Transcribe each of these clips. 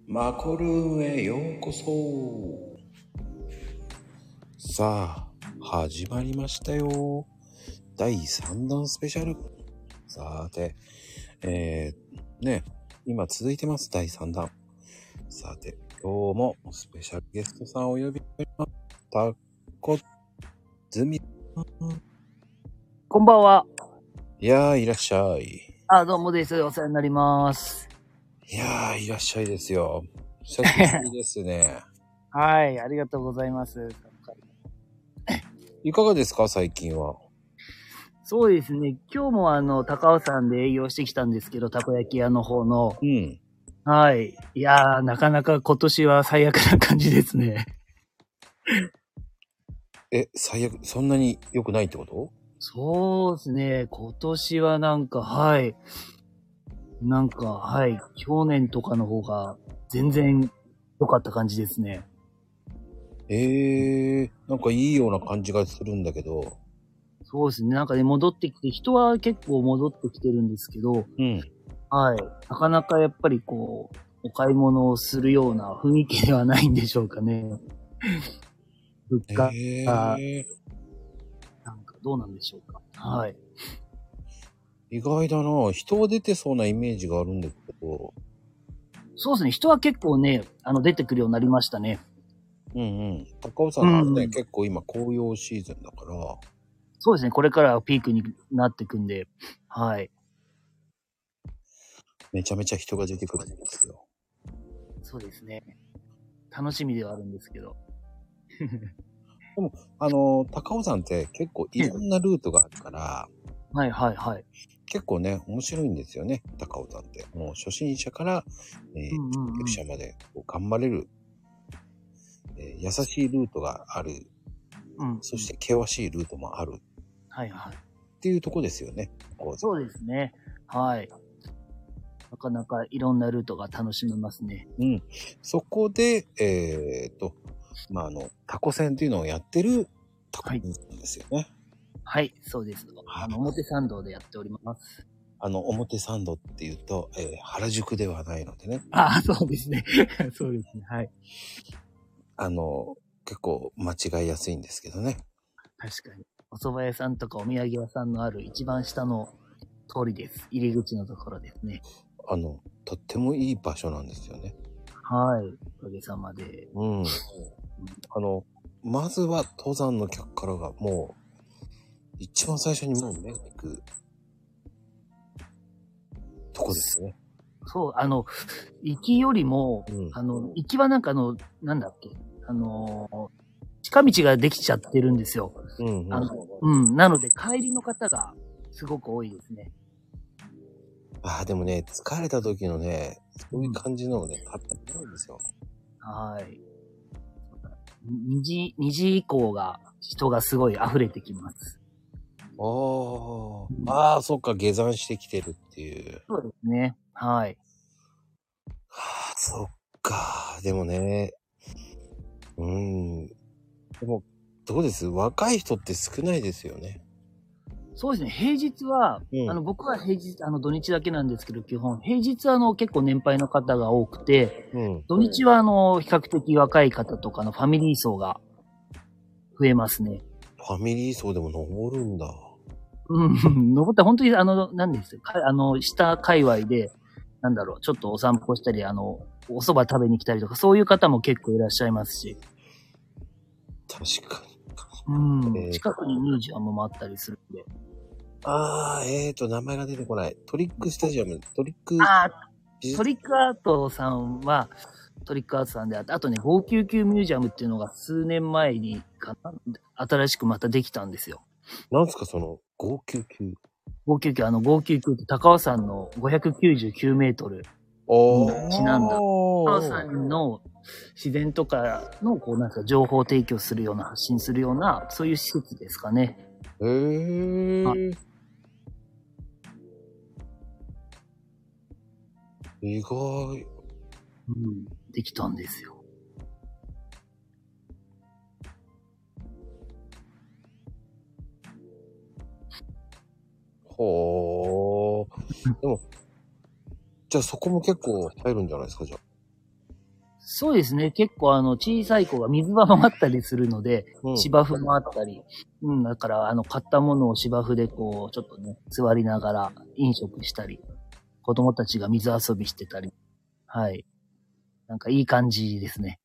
マコルームへようこそ。さあ、始まりましたよ。第3弾スペシャル。さて、今続いてます、第3弾。さて、今日もスペシャルゲストさんをお呼びしております。タコズミ。 こんばんは。 いやー、いらっしゃい。 どうもです。お世話になります。 いやー、いらっしゃいですよ。久しぶりですね。 はい、ありがとうございます。 いかがですか、最近は。 そうですね。今日も高尾山で営業してきたんですけど、たこ焼き屋の方の。 うん。 はい。いやー、なかなか今年は最悪な感じですね。 最悪、そんなに良くないってこと？ そうですね。今年ははい。はい。去年とかの方が全然良かった感じですね。 なんかいいような感じがするんだけど。 そうですね。戻ってきて、人は結構戻ってきてるんですけど、 うん。 はい。なかなかやっぱりお買い物をするような雰囲気ではないんでしょうかね。物価が、どうなんでしょうか。はい。 意外だな。人は出てそうなイメージがあるんだけど。 そうですね。人は結構ね、出てくるようになりましたね。 うんうん。高尾山はね、結構今紅葉シーズンだから。 そうですね。これからはピークになってくんで、はい。 めちゃめちゃ人が出てくるんですよ。 そうですね。楽しみではあるんですけど。 でも、高尾山って結構いろんなルートがあるから、 はいはいはい。 結構ね、面白いんですよね、高尾山って。もう初心者から、上級者まで頑張れる、優しいルートがある。そして険しいルートもある。 はいはい。 っていうとこですよね。 そうですね。はい。なかなかいろんなルートが楽しめますね。 うん。そこで、タコ船っていうのをやってるタコ船なんですよね。 はい、そうです。表参道でやっております。 表参道っていうと、原宿ではないのでね。 そうですね。そうですね。はい。 結構間違いやすいんですけどね。 確かに。お蕎麦屋さんとかお土産屋さんのある一番下の通りです。入り口のところですね。 とってもいい場所なんですよね。 はい。おかげさまで。 うん。まずは登山の客からがもう、一番最初にもう目が行くとこですね。 そう、行きよりも、行きはなんだっけ、近道ができちゃってるんですよ。なので帰りの方がすごく多いですね。 でもね、疲れた時のね、そういう感じのをね、買ってもらうんですよ。 はい。2時以降が人がすごい溢れてきます。 そっか、下山してきてるっていう。 そうですね。はい。 そっか。でもね、でも、どうです若い人って少ないですよね。 そうですね。平日は、僕は平日、土日だけなんですけど、基本。平日は結構年配の方が多くて、土日は比較的若い方とかのファミリー層が増えますね。 ファミリー層でも登るんだ。 登ったら本当に何ですか、下界隈で、ちょっとお散歩したり、お蕎麦食べに来たりとか、そういう方も結構いらっしゃいますし。 確かに。近くにミュージアムもあったりするんで。 名前が出てこない。トリックスタジアム、トリックアートさんは、トリックアートさんであって、あとね、599ミュージアムっていうのが数年前に新しくまたできたんですよ。 なんすか、その、599。 599って高尾山の599メートルにちなんだ、高尾山の自然とかの、情報提供するような、発信するような、そういう施設ですかね。 意外。 できたんですよ。 ほー。でも、じゃあそこも結構入るんじゃないですか、じゃあ。 そうですね。結構小さい子が水場もあったりするので、芝生もあったり、だから買ったものを芝生でこう、ちょっとね、座りながら飲食したり、子供たちが水遊びしてたり、はい。なんかいい感じですね。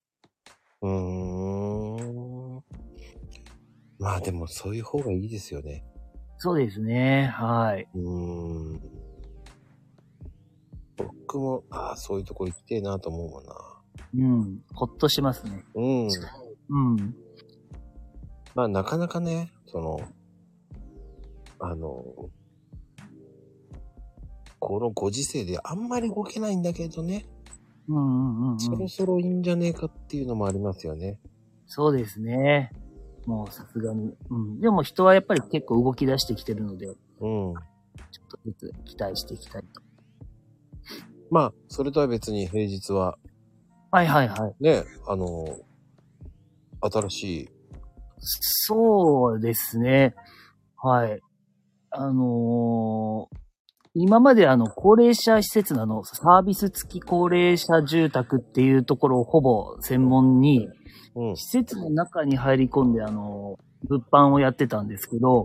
まあでもそういう方がいいですよね。 そうですね。はい。 僕も、そういうとこ行きてえなと思うもんな。 ほっとしますね。 まあなかなかね、このご時世であんまり動けないんだけどね。そろそろいいんじゃねえかっていうのもありますよね。 そうですね。もうさすがに。でも人はやっぱり結構動き出してきてるので、ちょっとずつ期待していきたいと。 まあ、それとは別に平日は。 はいはいはい。 ね、新しい。 そうですね。はい。今まで高齢者施設のサービス付き高齢者住宅っていうところをほぼ専門に、施設の中に入り込んで物販をやってたんですけど、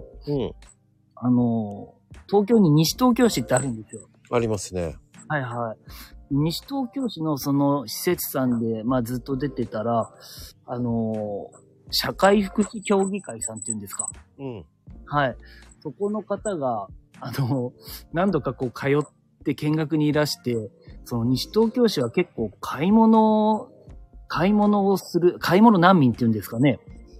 東京に西東京市ってあるんですよ。 ありますね。 はいはい。西東京市のその施設さんで、まあずっと出てたら、社会福祉協議会さんっていうんですか。はい。そこの方が、何度かこう通って見学にいらして、その西東京市は結構買い物をする、買い物難民っていうんですかね。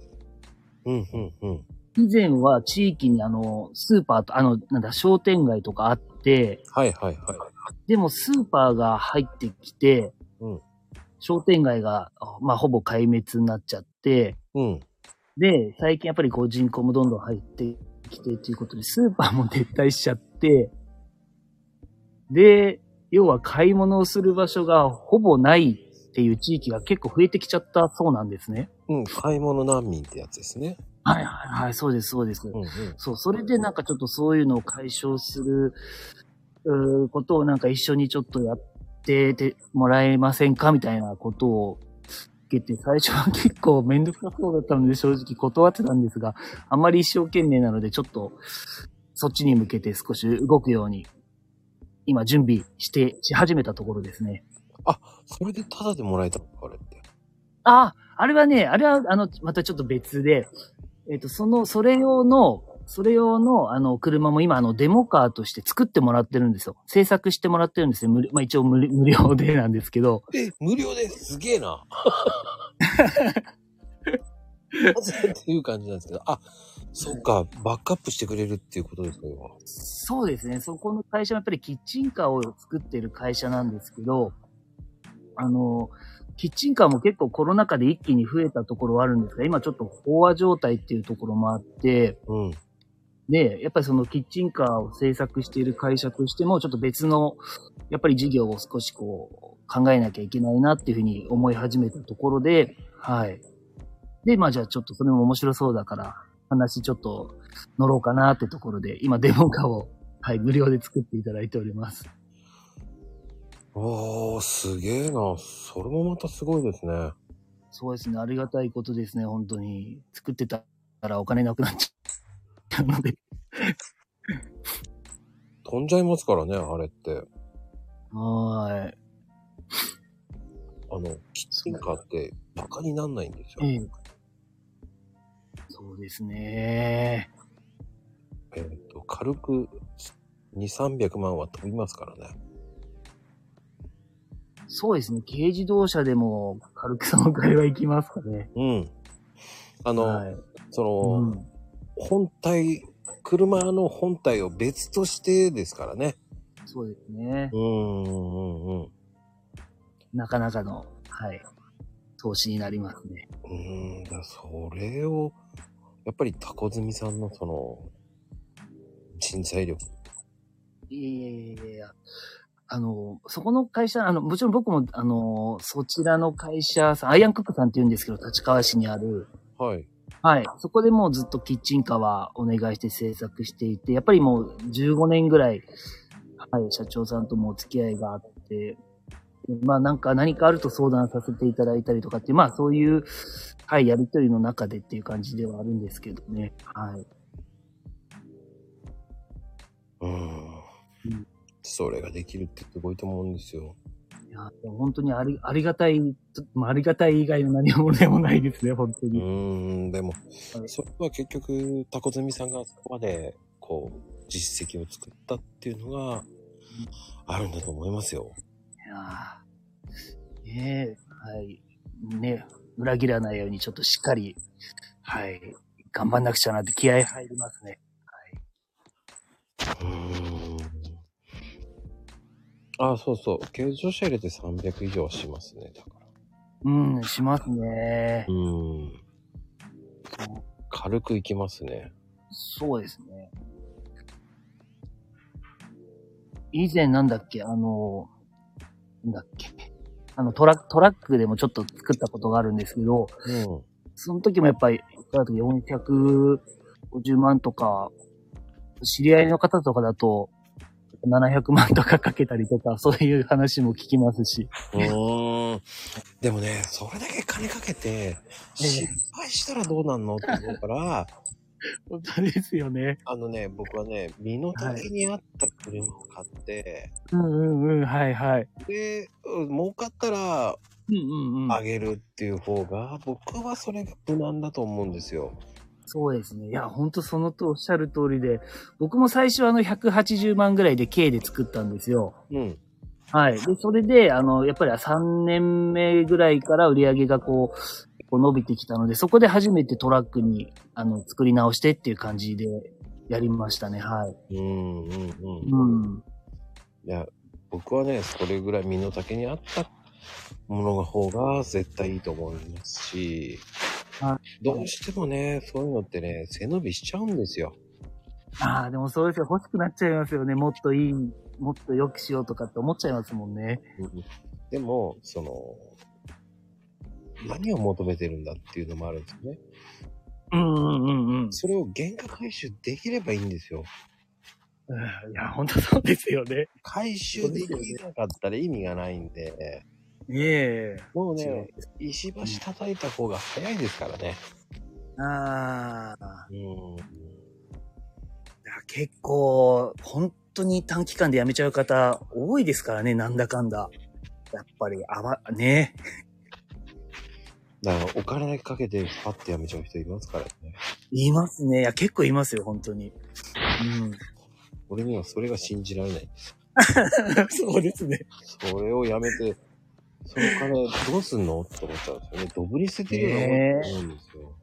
以前は地域にスーパーと商店街とかあって、でもスーパーが入ってきて、商店街が、まあほぼ壊滅になっちゃって、で、最近やっぱりこう人口もどんどん入ってきてということで、スーパーも撤退しちゃって、で、要は買い物をする場所がほぼないっていう地域が結構増えてきちゃったそうなんですね。 買い物難民ってやつですね。 はいはいはい、そうですそうです。そう、それでなんかちょっとそういうのを解消する、ことをなんか一緒にちょっとやってもらえませんかみたいなことを受けて、最初は結構めんどくさそうだったので正直断ってたんですが、あんまり一生懸命なのでちょっとそっちに向けて少し動くように今準備し始めたところですね。 それでタダでもらえたのあれって。 あれはね、またちょっと別で、それ用の、車も今、デモカーとして作ってもらってるんですよ。制作してもらってるんですよ。まあ、一応無料でなんですけど。 無料ですげえな。っていう感じなんですけど。そっか、バックアップしてくれるっていうことですか、今。 そうですね。そこの会社はやっぱりキッチンカーを作ってる会社なんですけど、キッチンカーも結構コロナ禍で一気に増えたところはあるんですが、今ちょっと飽和状態っていうところもあって、で、やっぱりそのキッチンカーを制作している会社としても、ちょっと別の、やっぱり事業を少しこう、考えなきゃいけないなっていうふうに思い始めたところで、はい。で、まあじゃあちょっとそれも面白そうだから、話ちょっと乗ろうかなってところで、今デモカーを、はい、無料で作っていただいております。 すげえな。それもまたすごいですね。 そうですね。ありがたいことですね、本当に。作ってたらお金なくなっちゃうので。 飛んじゃいますからね、あれって。 はい。 キッチンカーってバカになんないんですよ。 そうですね。 軽く2、300万は飛びますからね。 そうですね。軽自動車でも軽くそのくらいは行きますかね。 本体、車の本体を別としてですからね。 そうですね。なかなかの、はい、投資になりますね。 それを、やっぱりタコズミさんの人材力。 いや。そこの会社、もちろん僕も、そちらの会社さん、アイアンクックさんって言うんですけど、立川市にある。 はい。 はい。そこでもうずっとキッチンカーはお願いして制作していて、やっぱりもう15年ぐらい、はい、社長さんともお付き合いがあって、 まあ何かあると相談させていただいたりとかって、まあそういう、はい、やりとりの中でっていう感じではあるんですけどね。はい。 それができるってすごいと思うんですよ。 いや、本当にありがたい、ありがたい以外の何もでもないですね、本当に。 でも、それは結局、タコゼミさんがそこまで、こう、実績を作ったっていうのが、あるんだと思いますよ。 いやねえ、はい。ね、裏切らないようにちょっとしっかり、はい、頑張んなくちゃなって気合入りますね。 はい。そうそう。軽乗車入れて300以上しますね、だから。 しますね。 軽くいきますね。 そうですね。以前なんだっけ、トラックでもちょっと作ったことがあるんですけど、その時もやっぱり、450万とか、知り合いの方とかだと、700万とかかけたりとか、そういう話も聞きますし。 でもね、それだけ金かけて、失敗したらどうなんのって思うから、 本当ですよね。 僕はね、身の丈に合った車を買って、 はいはい。 で、儲かったら、あげるっていう方が、僕はそれが無難だと思うんですよ。 そうですね。いや、ほんとそのとおっしゃる通りで、僕も最初180万ぐらいで軽で作ったんですよ。はい。で、それで、やっぱり3年目ぐらいから売り上げがこう伸びてきたので、そこで初めてトラックに、作り直してっていう感じでやりましたね。はい。 いや、僕はね、それぐらい身の丈に合ったものの方が絶対いいと思いますし、どうしてもね、そういうのってね、背伸びしちゃうんですよ。 でもそうですよ。欲しくなっちゃいますよね。もっと良くしようとかって思っちゃいますもんね。 でも、何を求めてるんだっていうのもあるんですよね。それを原価回収できればいいんですよ。 いや、ほんとそうですよね。 回収できなかったら意味がないんで。もうね、石橋叩いた方が早いですからね。 結構、本当に短期間で辞めちゃう方多いですからね、なんだかんだ。やっぱり、ね。 だから、お金だけかけてパッて辞めちゃう人いますからね。 いますね。いや、結構いますよ、本当に。 俺にはそれが信じられないんです。 そうですね。 それをやめて、その金どうすんのって思っちゃうんですよね。ドブに捨ててるようなもんと思うんですよ。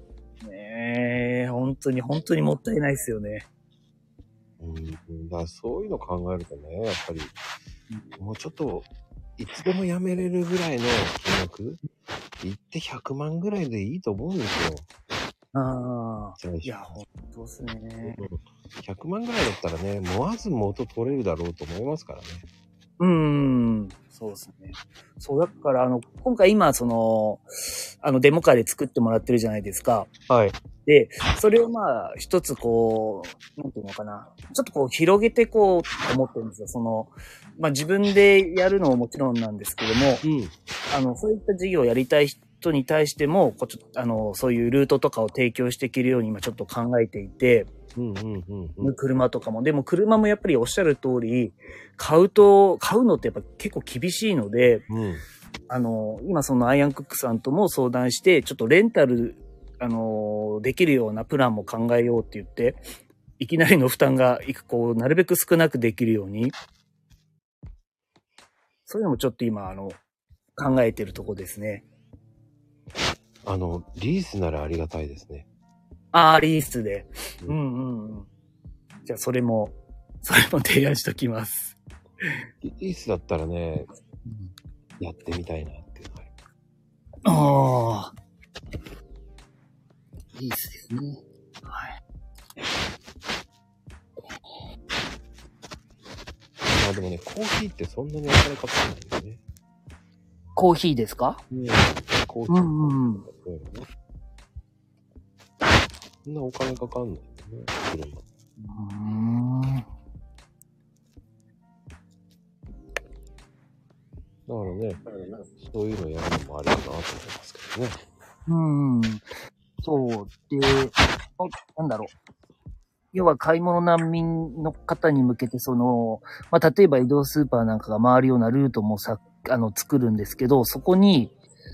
本当にもったいないですよね。 だからそういうの考えるとね、やっぱり、もうちょっと、いつでもやめれるぐらいの金額、行って100万ぐらいでいいと思うんですよ。 いや、ほんとですね。 100万ぐらいだったらね、まず元取れるだろうと思いますからね。 そうですね。そう、だから、今回今、デモカーで作ってもらってるじゃないですか。 はい。 で、それをまあ、一つこう、なんていうのかな。ちょっとこう、広げてこう、と思ってるんですよ。まあ自分でやるのももちろんなんですけども、そういった事業をやりたい人に対しても、こうちょっとそういうルートとかを提供していけるように今ちょっと考えていて、車とかも。でも車もやっぱりおっしゃる通り、買うのってやっぱ結構厳しいので、今アイアンクックさんとも相談して、ちょっとレンタル、できるようなプランも考えようって言って、いきなりの負担がこう、なるべく少なくできるように、そういうのもちょっと今、考えてるとこですね。 リースならありがたいですね。 リースで。じゃあ、それも提案しときます。 リースだったらね、やってみたいなっていうのがある。リースですね。はい。 でもね、コーヒーってそんなにお金かかんないんだよね。 コーヒーですか？ コーヒー。そんなお金かかんないんだよね、車。 からね、そういうのやるのもありかなと思いますけどね。 そう。で、なんだろう。要は買い物難民の方に向けて、例えば移動スーパーなんかが回るようなルートも作るんですけど、そこに、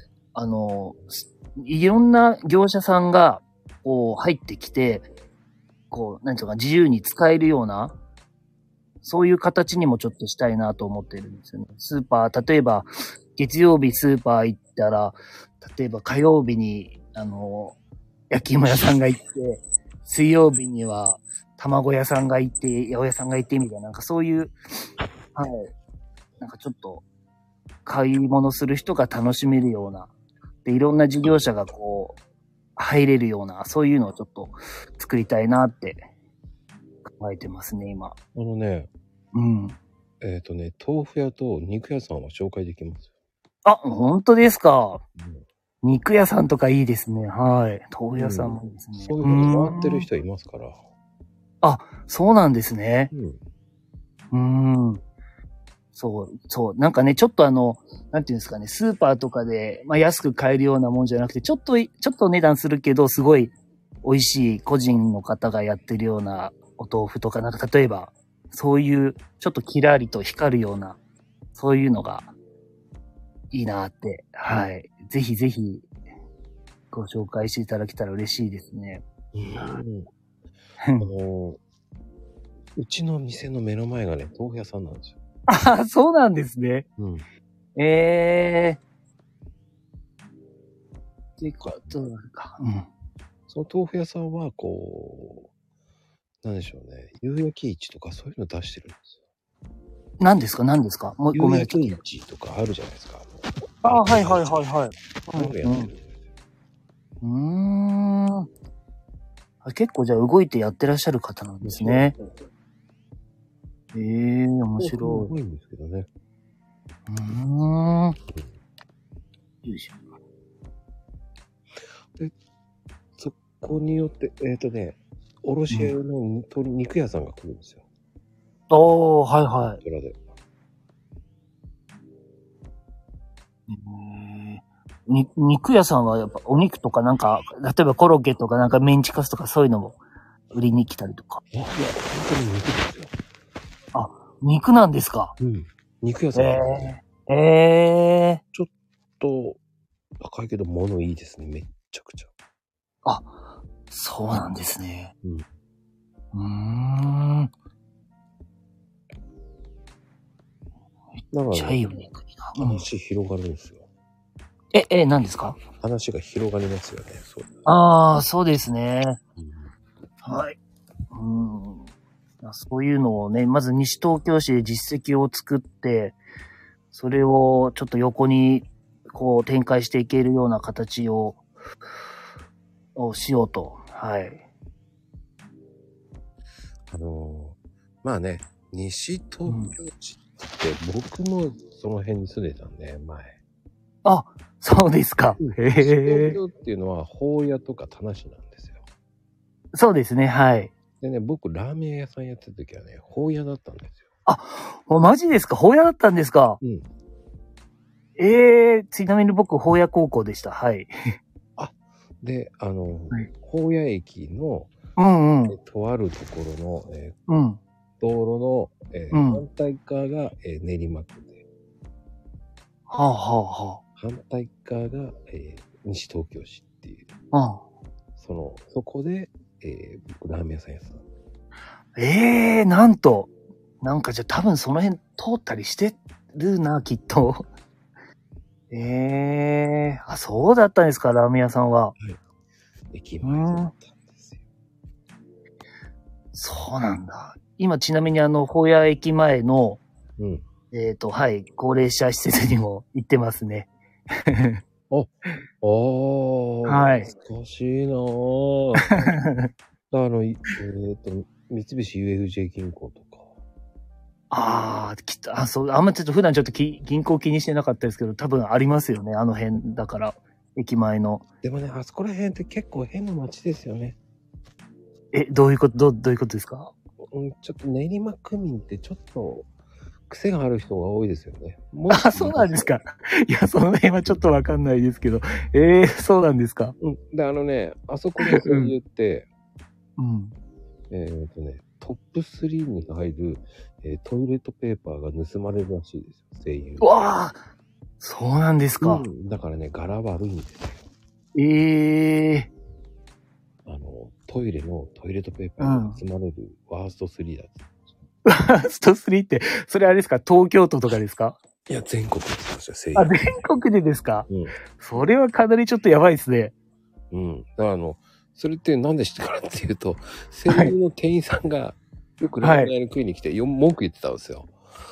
いろんな業者さんが、入ってきて、なんていうか、自由に使えるような、そういう形にもちょっとしたいなと思ってるんですよね。スーパー、例えば、月曜日スーパー行ったら、例えば火曜日に、焼き芋屋さんが行って、水曜日には卵屋さんが行って、八百屋さんが行ってみたいな、なんかそういう、はい。なんかちょっと、買い物する人が楽しめるような、で、いろんな事業者が入れるような、そういうのをちょっと作りたいなって考えてますね、今。 うん。豆腐屋と肉屋さんは紹介できますよ。 あ、本当ですか。肉屋さんとかいいですね。はい。豆腐屋さんもいいですね。 そういうの回ってる人いますから。 あ、そうなんですね。そう。なんかね、ちょっとなんていうんですかね、スーパーとかで、安く買えるようなもんじゃなくて、ちょっと値段するけど、すごい美味しい個人の方がやってるようなお豆腐とか、なんか例えば、そういう、ちょっとキラリと光るような、そういうのが、いいなって、はい。ぜひぜひ、ご紹介していただけたら嬉しいですね。 うちの店の目の前がね、豆腐屋さんなんですよ。 ああ、そうなんですね。ってことなんか。 その豆腐屋さんは、なんでしょうね。夕焼け市とかそういうの出してるんですよ。 何ですかもう夕焼け市とかあるじゃないですか。 はい。結構じゃあ動いてやってらっしゃる方なんですね。面白い。 すごいんですけどね。 よいしょ。 で、そこによって、卸屋の肉屋さんが来るんですよ。 はい。 それで。 肉屋さんはやっぱお肉とかなんか、例えばコロッケとかなんかメンチカツとかそういうのも売りに来たりとか。 いや、本当に肉ですよ。 あ、肉なんですか。 肉屋さん。ちょっと高いけど物いいですね。めっちゃくちゃ。 あ、そうなんですね。めっちゃいいお肉にな。 話広がるんですよ。 何ですか？ 話が広がりますよね。 そうですね。はい。そういうのをね、まず西東京市で実績を作って、それをちょっと横に展開していけるような形をしようと。はい。 まあね、西東京市って僕もその辺に住んでたんで、前。 あ、そうですか。 西東京っていうのは、宝屋とか田無なんですよ。 そうですね、はい。 でね、僕、ラーメン屋さんやってた時はね、宝屋だったんですよ。 マジですか？宝屋だったんですか？ちなみに僕、宝屋高校でした。はい。 で、宝屋駅の、とあるところの、道路の、反対側が、練馬区で。反対側が、西東京市っていう。そこで、僕ラーメン屋さんやってた。 なんと。なんかじゃあ多分その辺通ったりしてるな、きっと。そうだったんですか、ラーメン屋さんは。 駅前だったんですよ。 そうなんだ。今ちなみに宝屋駅前の、はい、高齢者施設にも行ってますね。 はい。懐かしいなぁ。三菱 UFJ 銀行とか。 きっと、そう、あんまちょっと普段ちょっと銀行気にしてなかったですけど、多分ありますよね、あの辺だから、駅前の。 でもね、あそこら辺って結構変な街ですよね。 どういうことですか？ ちょっと練馬区民ってちょっと、 癖がある人が多いですよね。 あ、そうなんですか。いや、その辺はちょっとわかんないですけど。そうなんですか。 うん。で、あそこでそう言って、 うん。 トップ3に入る、トイレットペーパーが盗まれるらしいですよ、声優。 うわぁ、そうなんですか。 うん。だからね、柄悪いんですよ。トイレのトイレットペーパーが盗まれるワースト3だって。 ワースト3って、それあれですか、東京都とかですか？ いや、全国って言ってましたよ、声優。 あ、全国でですか？ うん。 それはかなりちょっとやばいですね。 うん。だからそれってなんで知ってからっていうと、声優の店員さんがよくラーメン屋に食いに来て、文句言ってたんですよ。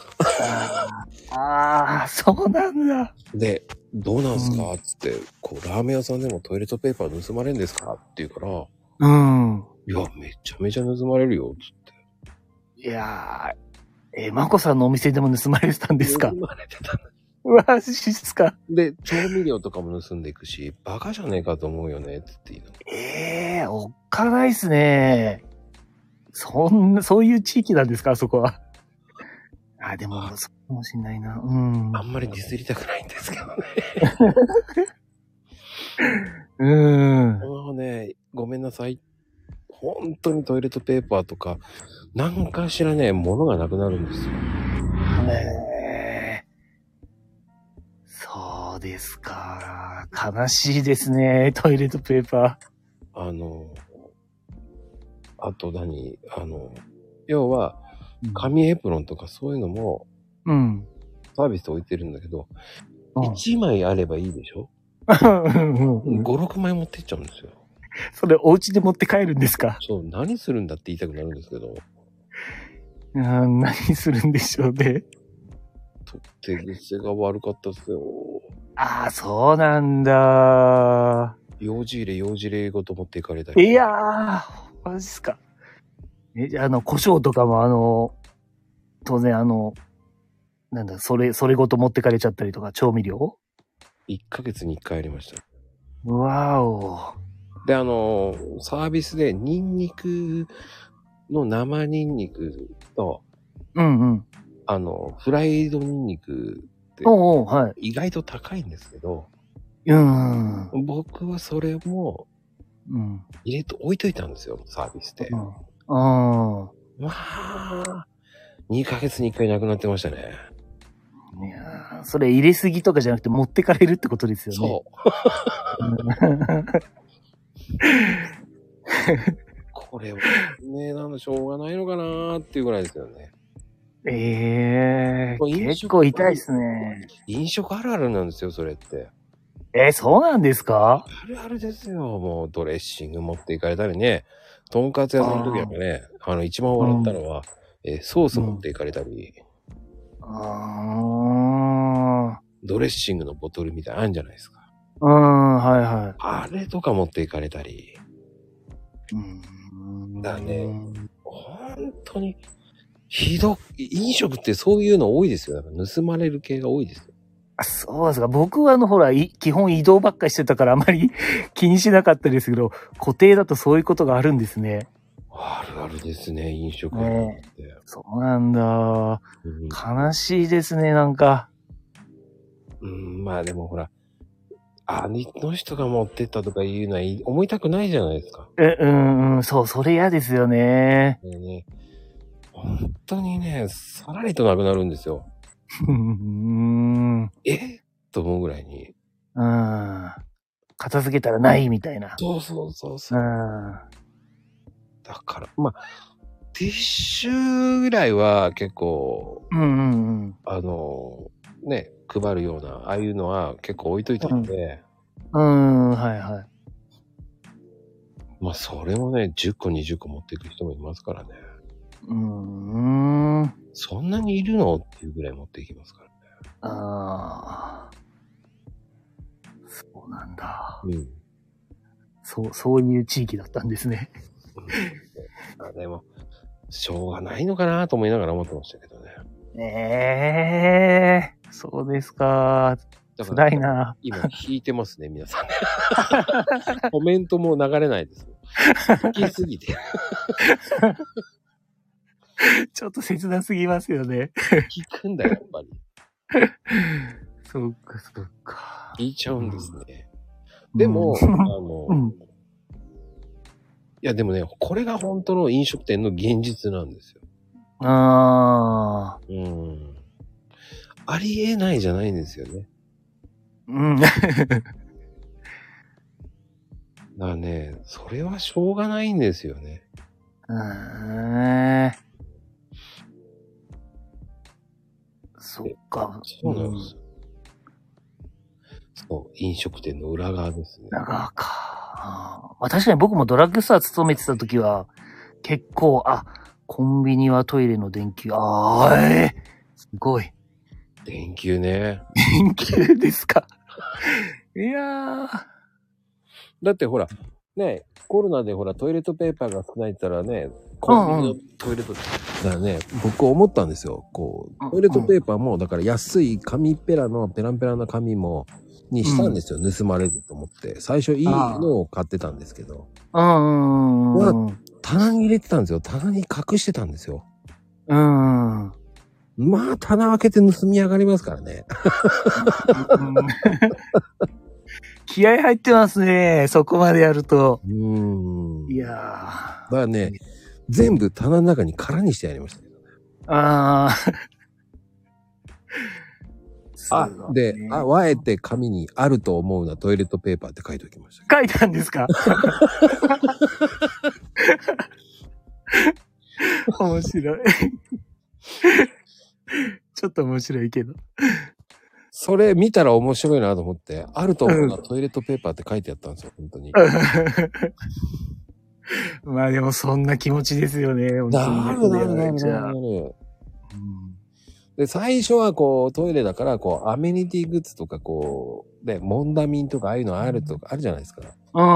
そうなんだ。 で、どうなんすか、つって、ラーメン屋さんでもトイレットペーパー盗まれるんですかって言うから、いや、めちゃめちゃ盗まれるよ、つって。 いやー、まこさんのお店でも盗まれてたんですか？ 盗まれてた。 マジっすか？ で、調味料とかも盗んでいくし、バカじゃねえかと思うよね、つって言うの。 おっかないっすね。そういう地域なんですか、あそこは。でも、そうかもしんないな。うん。 あんまりディスりたくないんですけどね。もうね、ごめんなさい。本当にトイレットペーパーとか、何かしらね、物がなくなるんですよ。 そうですか。悲しいですね、トイレットペーパー。 あと要は、紙エプロンとかそういうのも、サービスで置いてるんだけど、1枚あればいいでしょ？ 5、6枚持ってっちゃうんですよ。 それお家で持って帰るんですか？ そう、何するんだって言いたくなるんですけど。 何するんでしょうね。 手癖が悪かったっすよ。 そうなんだ。 用事入れごと持っていかれたり。 いやー、マジっすか。じゃあ、胡椒とかも当然なんだ、それごと持ってかれちゃったりとか、調味料 ?1 ヶ月に1回ありました。 わお。 で、サービスでニンニクの生ニンニクと、フライドニンニクって、意外と高いんですけど、僕はそれも、入れて置いといたんですよ、サービスで。まあ、2ヶ月に1回なくなってましたね。 いやー、それ入れすぎとかじゃなくて持ってかれるってことですよね。 そう。これはね、しょうがないのかなーっていうぐらいですよね。 結構痛いっすね。 飲食あるあるなんですよ、それって。 そうなんですか？ あるあるですよ。もうドレッシング持っていかれたりね。とんかつ屋さんの時はね、一番笑ったのは、ソース持っていかれたり。ドレッシングのボトルみたいなのあるんじゃないですか。あれとか持っていかれたり。だね、本当に、飲食ってそういうの多いですよ。盗まれる系が多いですよ。 そうですか。僕はほら、基本移動ばっかりしてたからあまり気にしなかったですけど、固定だとそういうことがあるんですね。 あるあるですね、飲食って。そうなんだ。悲しいですね、なんか。 まあでもほら、あの人が持ってったとかいうのは思いたくないじゃないですか。 そう、それ嫌ですよね。 本当にね、さらりとなくなるんですよ。と思うぐらいに。 片付けたらないみたいな。 そう。だから、まあ、ティッシュぐらいは結構、配るような、ああいうのは結構置いといたんで。まあ、それもね、10個、20個持っていく人もいますからね。そんなにいるのっていうぐらい持っていきますからね。 そうなんだ。そういう地域だったんですね。 でも、しょうがないのかなと思いながら思ってましたけどね。 そうですか。辛いな。 今引いてますね、皆さん。コメントも流れないです。引きすぎて。 ちょっと切なすぎますよね。 聞くんだよ、やっぱり。 そっか、そっか。 聞いちゃうんですね。でも、いやでもね、これが本当の飲食店の現実なんですよ。 ありえないじゃないんですよね。だからね、それはしょうがないんですよね。 そっか。 そうなんです。そう、飲食店の裏側ですね。 裏側か。まあ確かに僕もドラッグストア勤めてた時は、結構、コンビニはトイレの電球、すごい。 電球ね。 電球ですか。いやー。 だってほら、ね、コロナでほらトイレットペーパーが少ないって言ったらね、コンビニのトイレット、だからね、僕思ったんですよ。こう、トイレットペーパーも、だから安い紙ペラのペランペラな紙も、にしたんですよ。盗まれると思って。最初いいのを買ってたんですけど。棚に入れてたんですよ。棚に隠してたんですよ。まあ、棚開けて盗み上がりますからね。 気合入ってますね。そこまでやると。いやー。だからね、全部棚の中に空にしてやりましたけどね。で、あえて紙にあると思うなトイレットペーパーって書いておきました。 書いたんですか？面白い。ちょっと面白いけど。 それ見たら面白いなと思って、あると思うなトイレットペーパーって書いてあったんですよ、本当に。 まあでもそんな気持ちですよね、本当に。 なる。で、最初はこう、トイレだから、こう、アメニティグッズとか、こう、で、モンダミンとか、ああいうのあるとか、あるじゃないですか。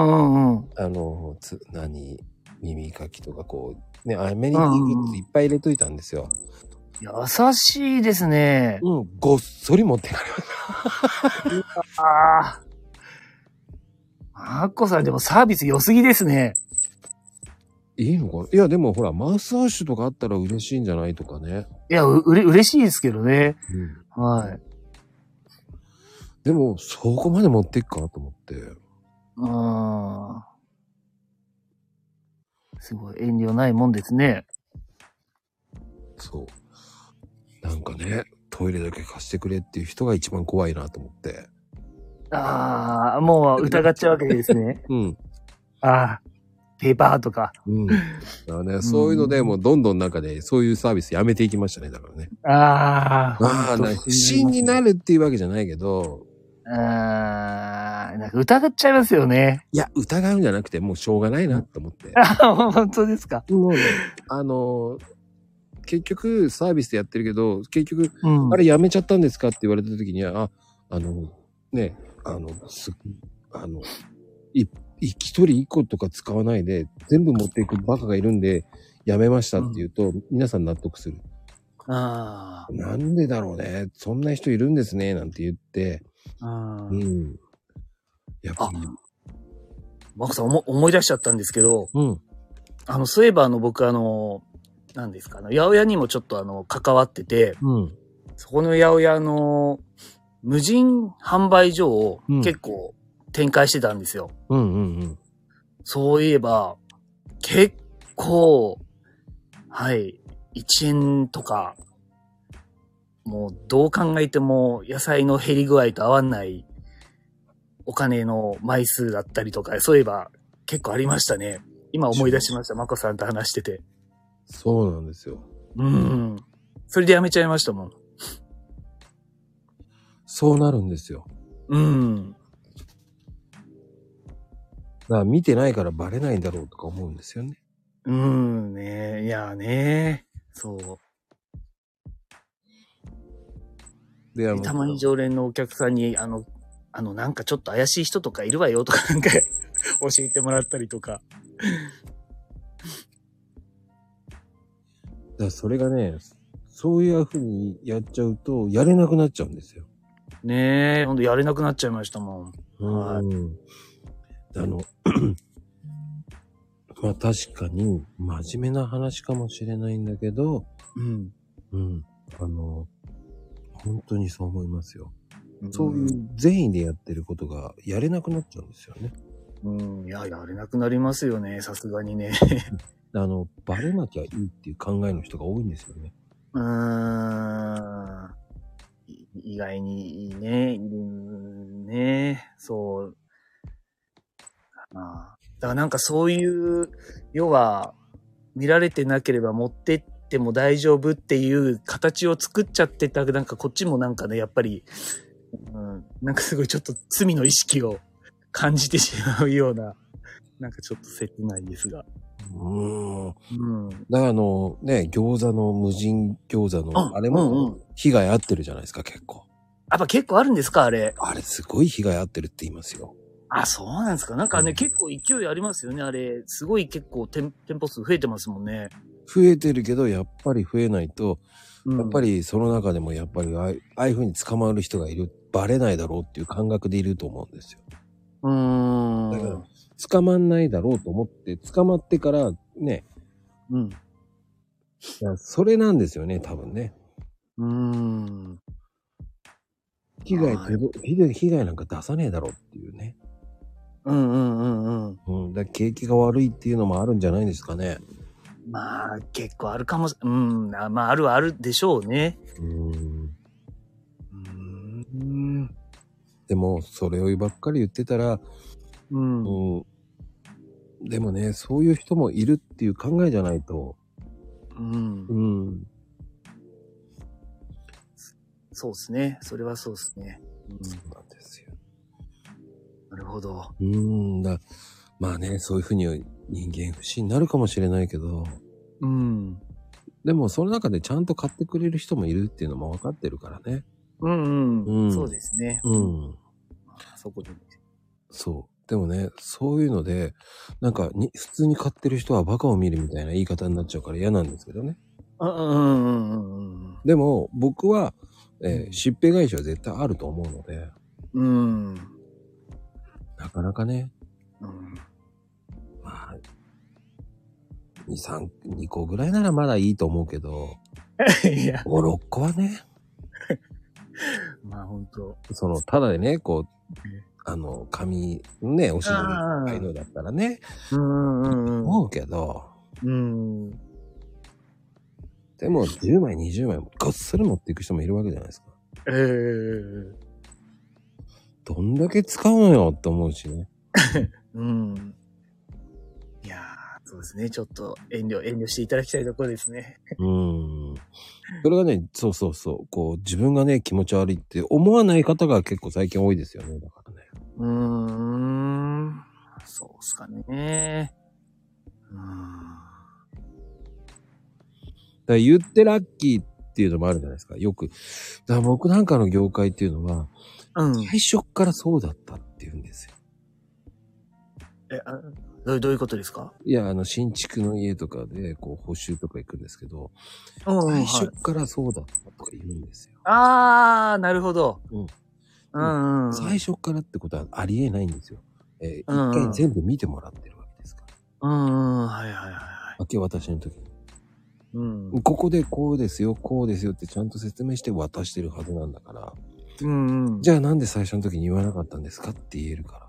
耳かきとか、こう、ね、アメニティグッズいっぱい入れといたんですよ。 優しいですね。 ごっそり持ってかれました。 マッコさんでもサービス良すぎですね。 いいのかな？いや、でもほら、マウスワッシュとかあったら嬉しいんじゃないとかね。 いや、嬉しいですけどね。はい。 でも、そこまで持っていくかと思って。 すごい遠慮ないもんですね。 そう。なんかね、トイレだけ貸してくれっていう人が一番怖いなと思って。 もう疑っちゃうわけですね。ペーパーとか。 だからね、そういうのでもうどんどん中でそういうサービスやめていきましたね、だからね。不審になるっていうわけじゃないけど。 なんか疑っちゃいますよね。 いや、疑うんじゃなくてもうしょうがないなと思って。 本当ですか？ もうね、結局サービスでやってるけど、結局、あれやめちゃったんですかって言われた時には、一人一個とか使わないで全部持っていくバカがいるんでやめましたって言うと、皆さん納得する。なんでだろうね。そんな人いるんですね。なんて言って、やっぱり。 マコさん思い出しちゃったんですけど、そういえば僕何ですか、八百屋にもちょっと関わってて、そこの八百屋無人販売所を結構展開してたんですよ。そういえば、結構、1円とか、もうどう考えても野菜の減り具合と合わないお金の枚数だったりとか、そういえば結構ありましたね。今思い出しました、マコさんと話してて。 そうなんですよ。 それでやめちゃいましたもん。 そうなるんですよ。だから見てないからバレないんだろうとか思うんですよね。 ねえ、いやね、そう。で、たまに常連のお客さんに、なんかちょっと怪しい人とかいるわよとかなんか教えてもらったりとか。 だからそれがね、そういう風にやっちゃうと、やれなくなっちゃうんですよ。 ねえ、ほんとやれなくなっちゃいましたもん。 まあ確かに真面目な話かもしれないんだけど、 うん。 うん。本当にそう思いますよ。そういう善意でやってることがやれなくなっちゃうんですよね。 いや、やれなくなりますよね、さすがにね。 バレなきゃいいっていう考えの人が多いんですよね。 意外にね、いるね。そう。だからなんかそういう、要は、見られてなければ持ってっても大丈夫っていう形を作っちゃってた、なんかこっちもなんかね、やっぱり、なんかすごいちょっと罪の意識を感じてしまうような、なんかちょっと切ないですが。 だから餃子の無人餃子の、あれも被害あってるじゃないですか、結構。 やっぱ結構あるんですか、あれ。 あれすごい被害あってるって言いますよ。 あ、そうなんですか。なんかね、結構勢いありますよね、あれ。すごい結構店舗数増えてますもんね。 増えてるけど、やっぱり増えないと、やっぱりその中でもやっぱりああいう風に捕まる人がいる、バレないだろうっていう感覚でいると思うんですよ。だから、捕まんないだろうと思って、捕まってからね。いや、それなんですよね、多分ね。被害なんか出さねえだろうっていうね。だから景気が悪いっていうのもあるんじゃないですかね。 まあ、結構あるかも、まあ、あるでしょうね。 でも、それをばっかり言ってたら、でもね、そういう人もいるっていう考えじゃないと。 そうですね。それはそうですね。 そうなんですよ。 なるほど。 まあね、そういうふうに人間不信になるかもしれないけど、でもその中でちゃんと買ってくれる人もいるっていうのも分かってるからね。 そうですね。そこで。 そう。でもね、そういうので、なんか普通に買ってる人はバカを見るみたいな言い方になっちゃうから嫌なんですけどね。でも、僕は、しっぺ返しは絶対あると思うので、なかなかね、まあ、2個ぐらいならまだいいと思うけど、 いや 5、6個はね。 まあ本当。 ただでね、こう、紙、ね、おしぼり、ああいうのだったらね、思うけど、でも、10枚、20枚も、ごっそり持っていく人もいるわけじゃないですか。どんだけ使うのよって思うしね。 いやー、そうですね。ちょっと遠慮していただきたいところですね。 それがね、そう。こう、自分がね、気持ち悪いって思わない方が結構最近多いですよね。だからね。 そうっすかね。 だから言ってラッキーっていうのもあるじゃないですか。よく。だから僕なんかの業界っていうのは、最初からそうだったって言うんですよ。 どういうことですか？ いや、新築の家とかで、こう、補修とか行くんですけど、最初からそうだったとか言うんですよ。 なるほど。 最初からってことはありえないんですよ。一回全部見てもらってるわけですから。明け渡しの時に。ここでこうですよってちゃんと説明して渡してるはずなんだから。じゃあなんで最初の時に言わなかったんですかって言えるから。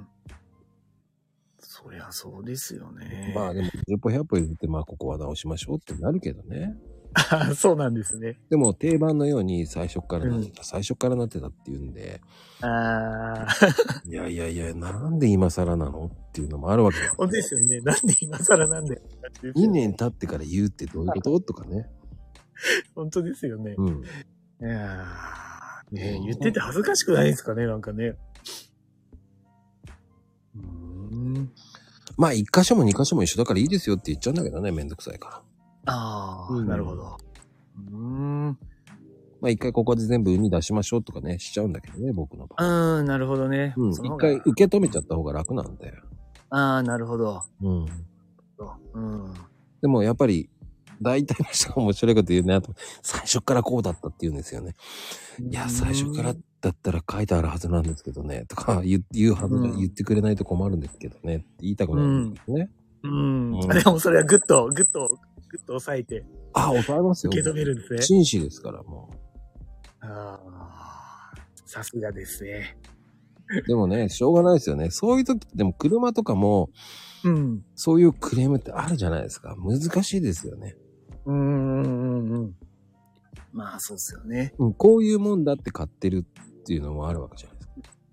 そりゃそうですよね。 まあでも、10歩100歩言って、まあここは直しましょうってなるけどね。 そうなんですね。 でも定番のように最初からなってた、最初からなってたって言うんで。いや、なんで今更なのっていうのもあるわけだ。 そうですよね。なんで今更なんだよ。 2年経ってから言うってどういうこととかね。 本当ですよね。言ってて恥ずかしくないですかね、なんかね。 まあ、1箇所も2箇所も一緒だからいいですよって言っちゃうんだけどね、めんどくさいから。 なるほど。 まあ、1回ここで全部海出しましょうとかね、しちゃうんだけどね、僕の場合。 なるほどね。 1回受け止めちゃった方が楽なんだよ。 なるほど。 でもやっぱり、大体の人が面白いこと言うね。最初からこうだったって言うんですよね。いや、最初からっだったら書いてあるはずなんですけどね、とか言うはずで、言ってくれないと困るんですけどね、って言いたくなるんですね。 でもそれはぐっと押さえて。 抑えますよ。 受け止めるんですね。 紳士ですから、もう。 さすがですね。 でもね、しょうがないですよね。そういう時、でも車とかも、そういうクレームってあるじゃないですか。難しいですよね。 まあ、そうですよね。 こういうもんだって買ってるっていうのもあるわけじゃないですか。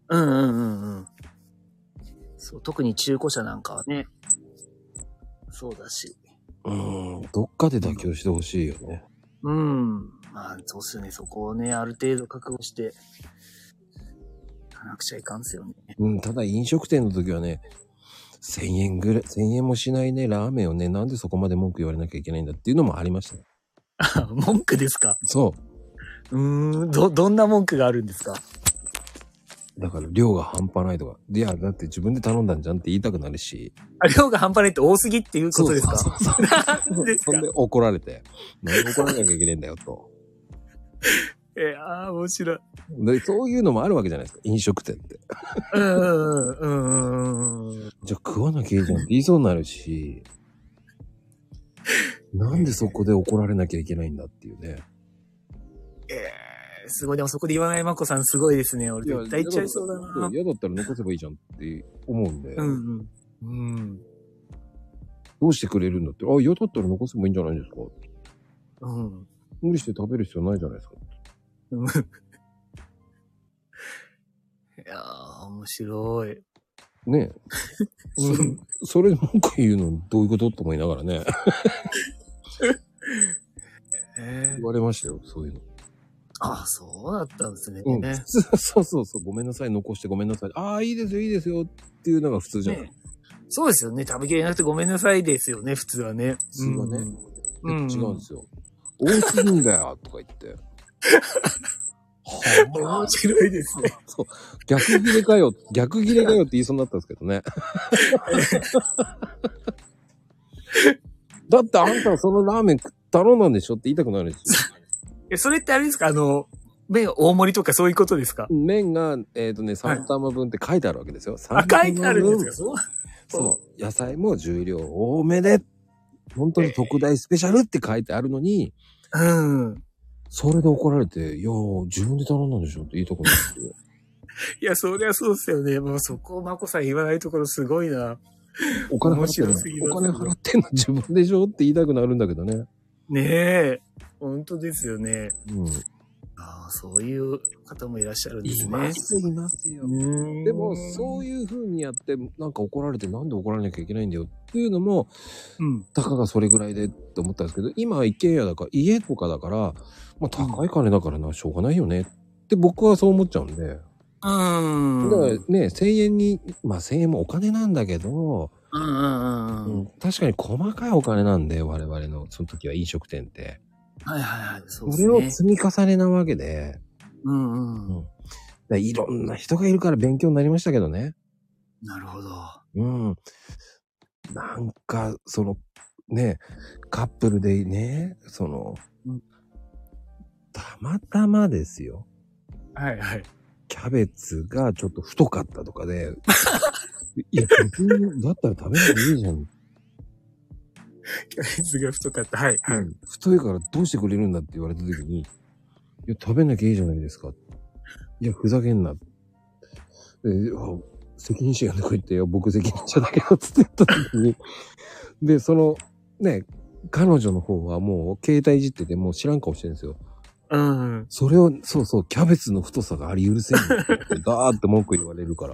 そう、特に中古車なんかはね。そうだし。 どっかで妥協してほしいよね。 まあ、そうっすよね。そこをね、ある程度覚悟して、いかなくちゃいかんっすよね。 ただ飲食店の時はね、1000円ぐらい、1000円もしないね、ラーメンをね、なんでそこまで文句言われなきゃいけないんだっていうのもありましたよ。 文句ですか？ そう。 どんな文句があるんですか？ だから量が半端ないとか。いや、だって自分で頼んだんじゃんって言いたくなるし。 量が半端ないって多すぎっていうことですか？ なんですか？そんで怒られて。なんで怒らなきゃいけないんだよと。 面白い。 で。そういうのもあるわけじゃないですか、飲食店って。じゃあ食わなきゃいいじゃんって言いそうになるし。なんでそこで怒られなきゃいけないんだっていうね。 すごい。でもそこで言わないまこさんすごいですね。俺絶対言っちゃいそうだな。 嫌だったら残せばいいじゃんって思うんで。どうしてくれるんだって。嫌だったら残せばいいんじゃないですか。無理して食べる必要ないじゃないですか。 いやー、面白い。 ねえ。それ文句言うのどういうことと思いながらね。言われましたよ、そういうの。 そうだったんですね。 そう。ごめんなさい、残してごめんなさい。いいですよっていうのが普通じゃない。 そうですよね。食べきれなくてごめんなさいですよね、普通はね。 普通はね。違うんですよ。多すぎんだよ、とか言って。 面白いですね。 そう。逆切れかよって言いそうになったんですけどね。だってあんたはそのラーメン頼んだんでしょって言いたくなるんですよ。それってあれですか？麺大盛りとかそういうことですか？ 麺が、3玉分って書いてあるわけですよ。 書いてあるんですか？ そう。野菜も重量多めで、本当に特大スペシャルって書いてあるのに、それで怒られて、いや自分で頼んだんでしょって言いたくなるんですよ。 いや、そりゃそうですよね。もうそこをまこさん言わないところすごいな。 お金払ってんの自分でしょって言いたくなるんだけどね。 ねえ。本当ですよね。そういう方もいらっしゃるんですね。 いますよ。でも、そういう風にやって、なんか怒られて、なんで怒られなきゃいけないんだよっていうのも、たかがそれぐらいでって思ったんですけど、今は一軒家だから、家とかだから、高い金だからな、しょうがないよねって僕はそう思っちゃうんで。だからね、1000円に、1000円もお金なんだけど、確かに細かいお金なんで、我々の、その時は飲食店って。それを積み重ねなわけで。いろんな人がいるから勉強になりましたけどね。 なるほど。 なんか、ね、カップルでね、たまたまですよ。キャベツがちょっと太かったとかで、いや、別に、だったら食べなくていいじゃん。 キャベツが太かった。 太いからどうしてくれるんだって言われた時に、いや、食べなきゃいいじゃないですか。いや、ふざけんな。責任者やんなく言って、僕責任者だけど、つって言った時に、で、彼女の方はもう、携帯いじってて、もう知らん顔してるんですよ。それを、キャベツの太さがあり許せんのって、ガーって文句言われるから、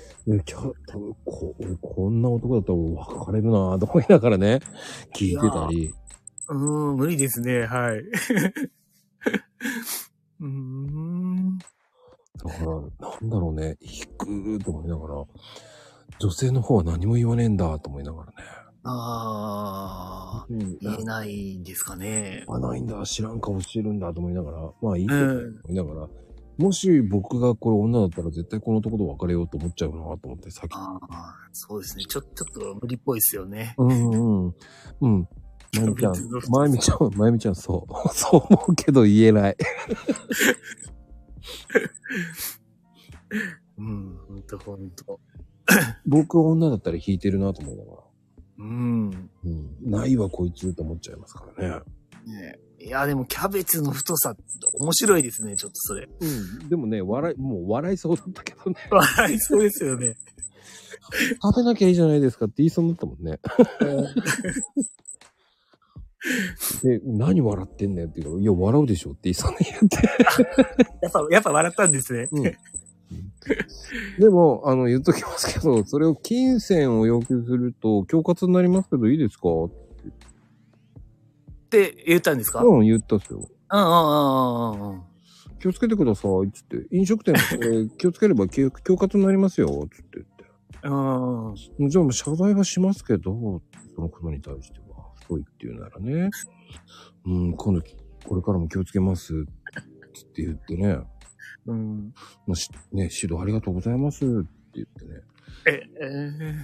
こんな男だったら別れるなぁと思いながらね、聞いてたり。 無理ですね、 だから、なんだろうね、引くと思いながら、女性の方は何も言わねえんだと思いながらね。言えないんですかね。 ないんだ、知らん顔してるんだと思いながら、いいと思いながら、もし僕がこれ女だったら絶対この男と別れようと思っちゃうなと思って先。 そうですね。ちょっと無理っぽいですよね。 まゆみちゃん、そう思うけど言えない。 うん、ほんと。 僕は女だったら引いてるなと思うのが。 うん。 ないわ、こいつと思っちゃいますからね。 ねいや、でもキャベツの太さ、面白いですね、ちょっとそれ。 でもね、もう笑いそうだったけどね。 笑いそうですよね。 食べなきゃいいじゃないですかって言いそうになったもんね。で、何笑ってんねんって言うから、いや、笑うでしょって言いそうに言って。 やっぱ笑ったんですね。 でも、言っときますけど、それを金銭を要求すると、恐喝になりますけど、いいですかって言ったんですか？ 言ったっすよ。気をつけてください、つって。飲食店も気をつければ恐喝になりますよ、つって言って。じゃあ、謝罪はしますけど、そのことに対しては、太いっていうならね。今度、これからも気をつけます、つって言ってね。ね、指導ありがとうございますって言ってね。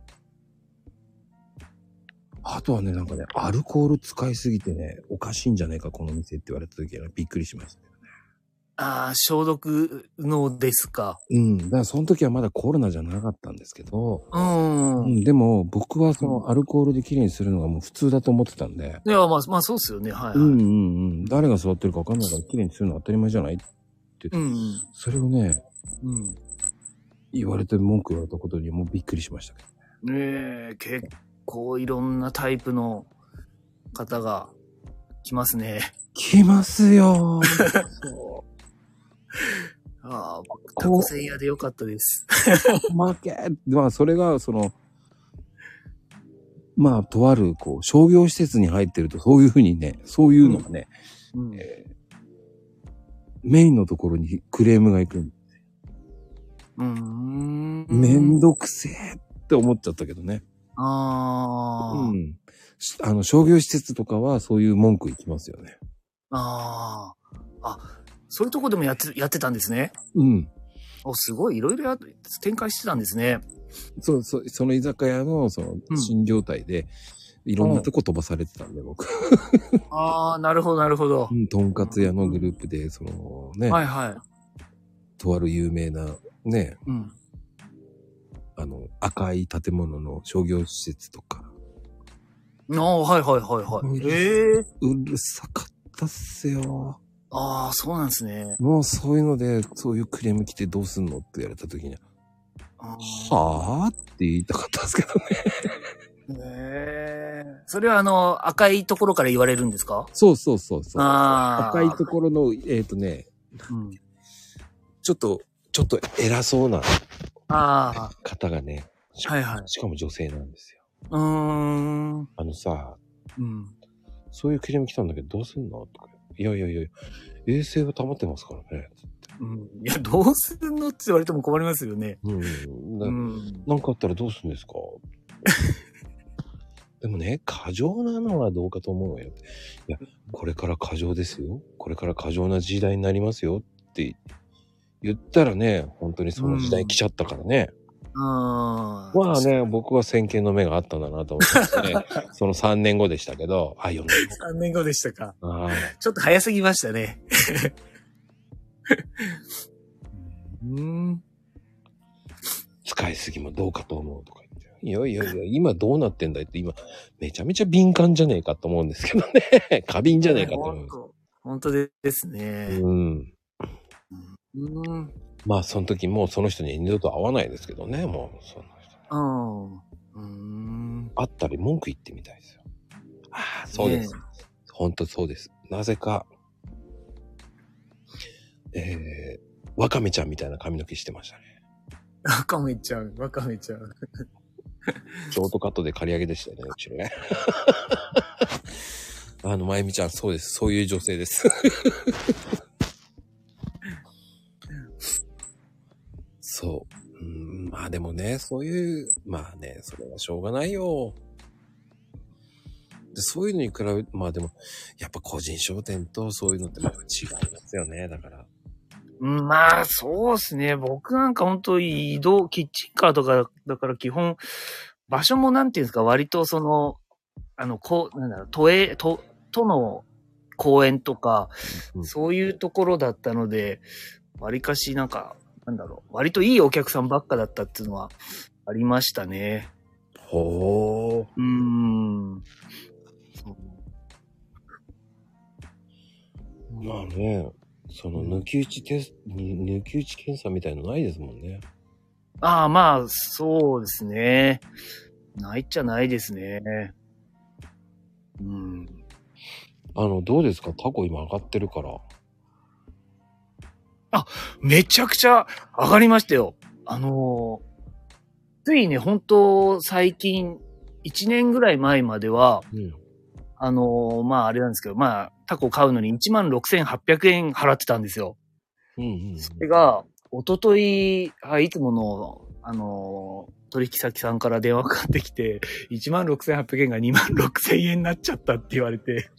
あとはね、なんかね、アルコール使いすぎてね、おかしいんじゃないか、この店って言われた時はびっくりしましたけどね。 消毒のですか。 だからその時はまだコロナじゃなかったんですけど、でも僕はそのアルコールできれいにするのがもう普通だと思ってたんで。 いや、まあそうっすよね。はい。 誰が座ってるか分かんないからきれいにするのは当たり前じゃないって。それをね、文句言われたことにもうびっくりしましたけどね。結構いろんなタイプの方が来ますね。 来ますよ。 そう。タコせん屋でよかったです。 負け。まあそれがまあとある商業施設に入ってるとそういうふうにね、そういうのがね、メインのところにクレームが行くんですよ。めんどくせえって思っちゃったけどね。商業施設とかはそういう文句いきますよね。 そういうとこでもやってたんですね。すごいいろいろ展開してたんですね。 その居酒屋の新業態で、いろんなとこ飛ばされてたんで、僕。 なるほど、なるほど。 とんかつ屋のグループで、とある有名な、ね、赤い建物の商業施設とか。 うるさかったっすよ。 そうなんですね。 もうそういうので、そういうクレーム来てどうすんのって言われた時に、はぁって言いたかったですけどね。それは赤いところから言われるんですか？ そう。赤いところの、ちょっと偉そうな方がね、しかも女性なんですよ。そういうクレーム来たんだけどどうすんのとか。いや、衛生は保ってますからね。 いや、どうすんのって言われても困りますよね。 なんかあったらどうするんですかでもね、過剰なのはどうかと思うよ。いや、これから過剰ですよ。これから過剰な時代になりますよって言ったらね、本当にその時代来ちゃったからね。まあね、僕は先見の目があったんだなと思ってね。その3年後でしたけど、4年後。 3年後でしたか。ちょっと早すぎましたね。 使いすぎもどうかと思うとか言って。いや、今どうなってんだいって今、めちゃめちゃ敏感じゃねえかと思うんですけどね。過敏じゃねえかと思う。 本当ですね。 まあ、その時もうその人に二度と会わないですけどね、もう、そんな人。会ったり文句言ってみたいですよ。そうです。本当そうです。なぜか、ワカメちゃんみたいな髪の毛してましたね。 ワカメちゃん。 ショートカットで刈り上げでしたね、うちのね。まゆみちゃん、そうです。そういう女性です。そう。まあでもね、そういう、まあね、それはしょうがないよ。でそういうのに比べ、まあでも、やっぱ個人商店とそういうのってまた違いますよね、だから。 まあ、そうですね。僕なんか本当キッチンカーとか、だから基本、場所もなんていうんですか、割と都の公園とか、そういうところだったので、 割かしなんか、割といいお客さんばっかだったっていうのはありましたね。 ほー。まあね、その抜き打ち検査みたいのないですもんね。 ああ、まあ、そうですね。ないっちゃないですね。 どうですか？タコ今上がってるから。 めちゃくちゃ上がりましたよ。ついね、本当最近、1年ぐらい前までは、まああれなんですけど、まあタコ買うのに16,800円払ってたんですよ。それが、一昨日いつもの、取引先さんから電話かかってきて、16,800円が26,000円になっちゃったって言われて、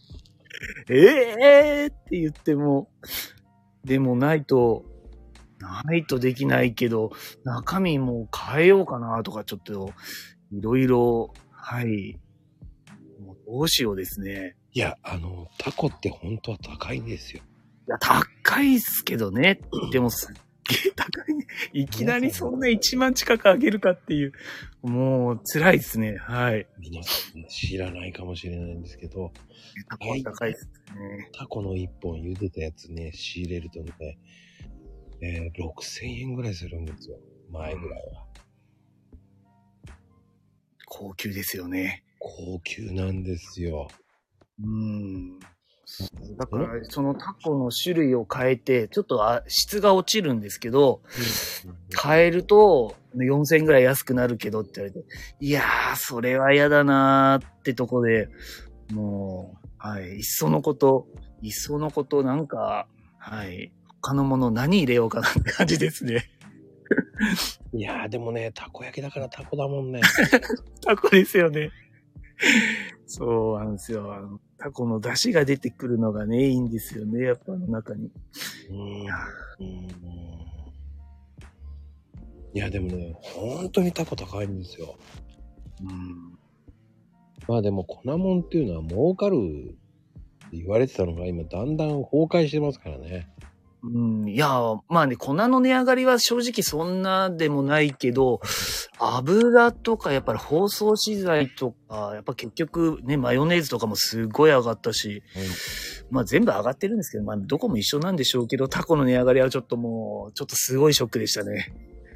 って言っても、でもないとできないけど、中身も変えようかなとかちょっと、いろいろ、はい。もうどうしようですね。 いや、タコって本当は高いんですよ。 いや、高いっすけどね。でもすっげえ高いね。いきなりそんな1万近く上げるかっていう。もう辛いっすね。はい。 皆さん知らないかもしれないんですけど、 タコは高いっすね。 タコの1本茹でたやつね、仕入れるとね、6,000円ぐらいするんですよ。前ぐらいは。 高級ですよね。 高級なんですよ。 だから、そのタコの種類を変えて、ちょっと質が落ちるんですけど、変えると4,000円ぐらい安くなるけどって言われて、いやー、それは嫌だなーってとこで、もう、はい、いっそのこと、なんか、はい、他のもの何入れようかなって感じですね。 いやーでもね、たこ焼きだからタコだもんね。 タコですよね。そうなんですよ。タコの出汁が出てくるのがね、いいんですよね、やっぱ中に。 いやでもね、本当にタコ高いんですよ。まあでも粉もんっていうのは儲かるって言われてたのが今だんだん崩壊してますからね。 いや、まあね、粉の値上がりは正直そんなでもないけど、油とかやっぱり包装資材とか、やっぱ結局ね、マヨネーズとかもすごい上がったし、まあ全部上がってるんですけど、まあどこも一緒なんでしょうけど、タコの値上がりはちょっとすごいショックでしたね。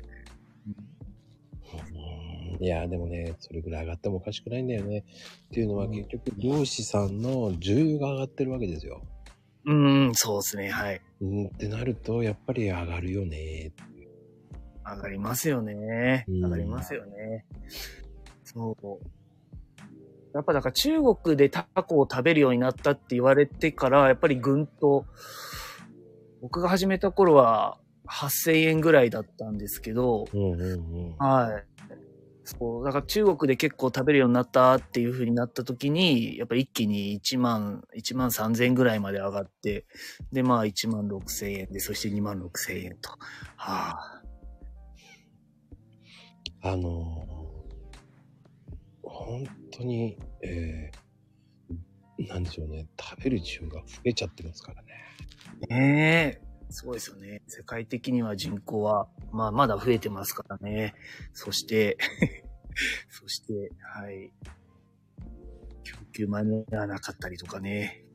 いやでもね、それぐらい上がってもおかしくないんだよね。っていうのは結局漁師さんの重油が上がってるわけですよ。 そうですね、はい。 ってなると、やっぱり上がるよね。 上がりますよね。上がりますよね。そう。やっぱだから中国でタコを食べるようになったって言われてから、やっぱりぐんと、僕が始めた頃は8,000円ぐらいだったんですけど、はい。そう、だから中国で結構食べるようになったっていう風になった時に、やっぱり一気に1万3,000円ぐらいまで上がって、で、まあ16,000円で、そして26,000円と。はあ。本当に、なんでしょうね、食べる需要が増えちゃってますからね。 ねえ。そうですよね。世界的には人口は、まあまだ増えてますからね。そしてはい。供給間に合わなかったりとかね。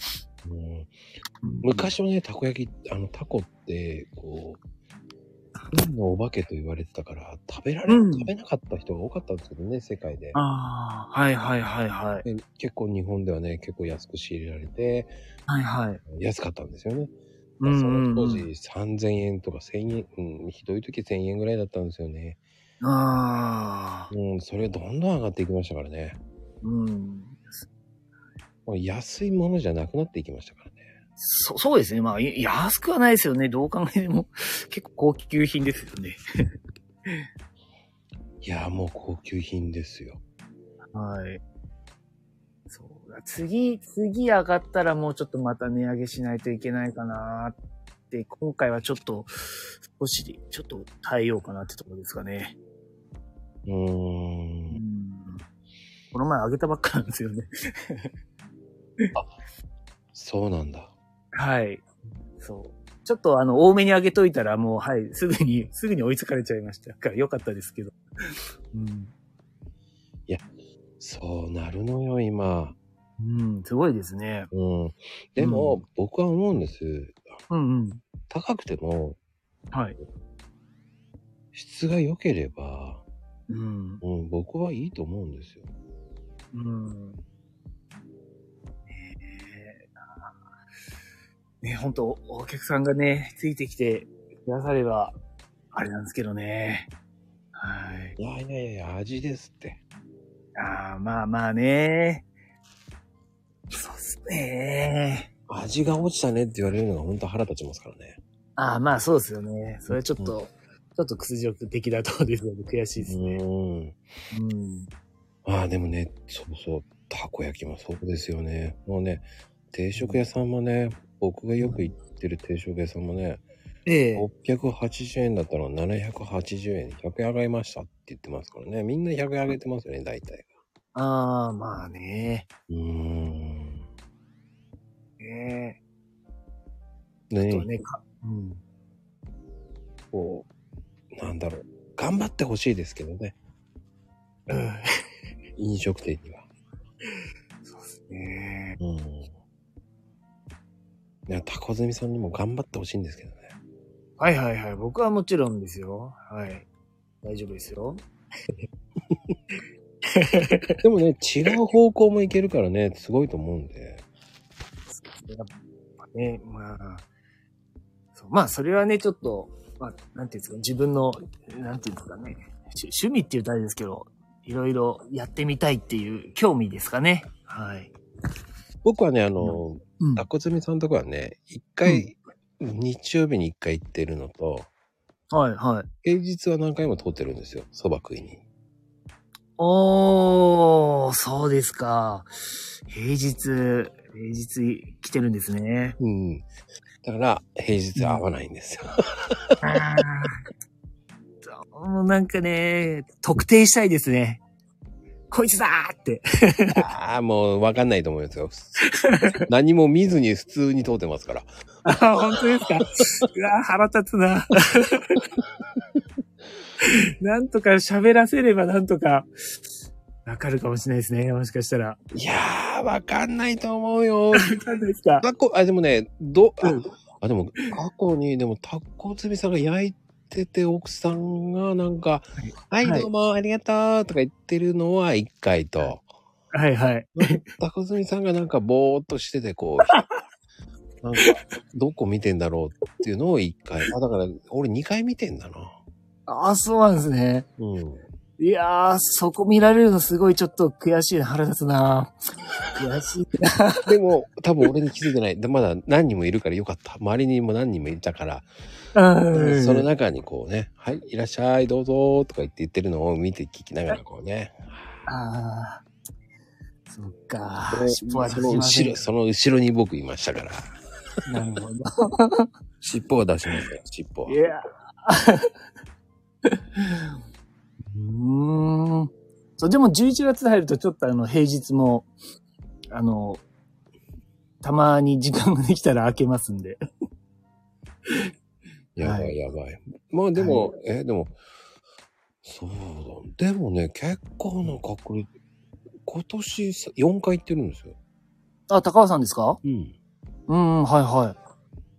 昔はね、たこ焼き、タコって、こう、海のお化けと言われてたから、食べなかった人が多かったんですけどね、世界で。 はいはいはいはい。 で結構日本ではね、結構安く仕入れられて、 はいはい。 安かったんですよね。その当時3,000円とか1,000円、ひどい時1,000円ぐらいだったんですよね。それどんどん上がっていきましたからね。安いものじゃなくなっていきましたからね。 そうですね。まあ、安くはないですよね。どう考えても結構高級品ですよね。 いや、もう高級品ですよ。 はい。そうだ。次上がったらもうちょっとまた値上げしないといけないかなって、今回はちょっとちょっと耐えようかなってところですかね。この前上げたばっかなんですよね。 あ、そうなんだ。 はい。そう。 ちょっと多めにあげといたらもう、はい、すぐに追いつかれちゃいましたからよかったですけど。うん。 いや、そうなるのよ、今。 うん、すごいですね。 うん。でも、僕は思うんです。 うんうん。 高くても、 はい。 質が良ければ、 うん。 うん、僕はいいと思うんですよ。 うん。ね、ほんと、お客さんがね、ついてきてくだされば、あれなんですけどね。はい。 いやいやいや、味ですって。 ああ、まあまあね。そうっすね。 味が落ちたねって言われるのが本当腹立ちますからね。 ああ、まあそうですよね。それちょっと、ちょっと屈辱的だとですので悔しいですね。うん。 ああ、でもね、そうそう、たこ焼きもそうですよね。もうね、定食屋さんもね、僕がよく行ってる定食屋さんもね、680円だったの780円、100円上がりましたって言ってますからね。みんな100円上げてますよね、大体が。ああ、まあね。ねえ。ねえ。 こう、なんだろう。頑張ってほしいですけどね。うん。飲食店には。 そうですね。 いや、タコズミさんにも頑張ってほしいんですけどね。 はいはいはい。僕はもちろんですよ。はい。大丈夫ですよ。 でもね、違う方向もいけるからね、すごいと思うんで。 やっぱね、まあ、それはね、ちょっと、まあ、なんていうんですか、自分の、なんていうんですかね、趣味って言うとあれですけど、いろいろやってみたいっていう興味ですかね。はい。 僕はね、タコズミさんのとこはね、一回、日曜日に一回行ってるのと、 はいはい。 平日は何回も通ってるんですよ、蕎麦食いに。 おー、そうですか。平日来てるんですね。 うん。だから、平日は合わないんですよ。 もうなんかね、特定したいですね。こいつだーって。 ああ、もうわかんないと思いますよ。何も見ずに普通に通ってますから。 あ、本当ですか。うわ、腹立つな。なんとか喋らせればなんとかわかるかもしれないですね。もしかしたら。 いやー、わかんないと思うよ。 わかんないですか。 でもね、でも過去に、でもタコズミさんが焼いてて奥さんがなんか、はい、どうもありがとうとか言ってるのは一回と。 はいはい。 タコズミさんがなんかぼーっとしててこう、なんか、どこ見てんだろうっていうのを一回。だから俺二回見てんだな。 ああ、そうなんですね。いやー、そこ見られるのすごいちょっと悔しいな、腹立つな。悔しいな。 でも、多分俺に気づいてない。まだ何人もいるからよかった。周りにも何人もいたから、その中にこうね、はい、いらっしゃい、どうぞとか言ってるのを見て聞きながらこうね。 ああ、そっか。 その後ろに僕いましたから。 なるほど。 尻尾は出しますよ、尻尾は。 いや。そう、でも11月入るとちょっと平日も、たまに時間ができたら開けますんで。 やばいやばい。まあでも、でも、そうだ。でもね、結構な確率、今年4回行ってるんですよ。 あ、高尾さんですか？はいはい。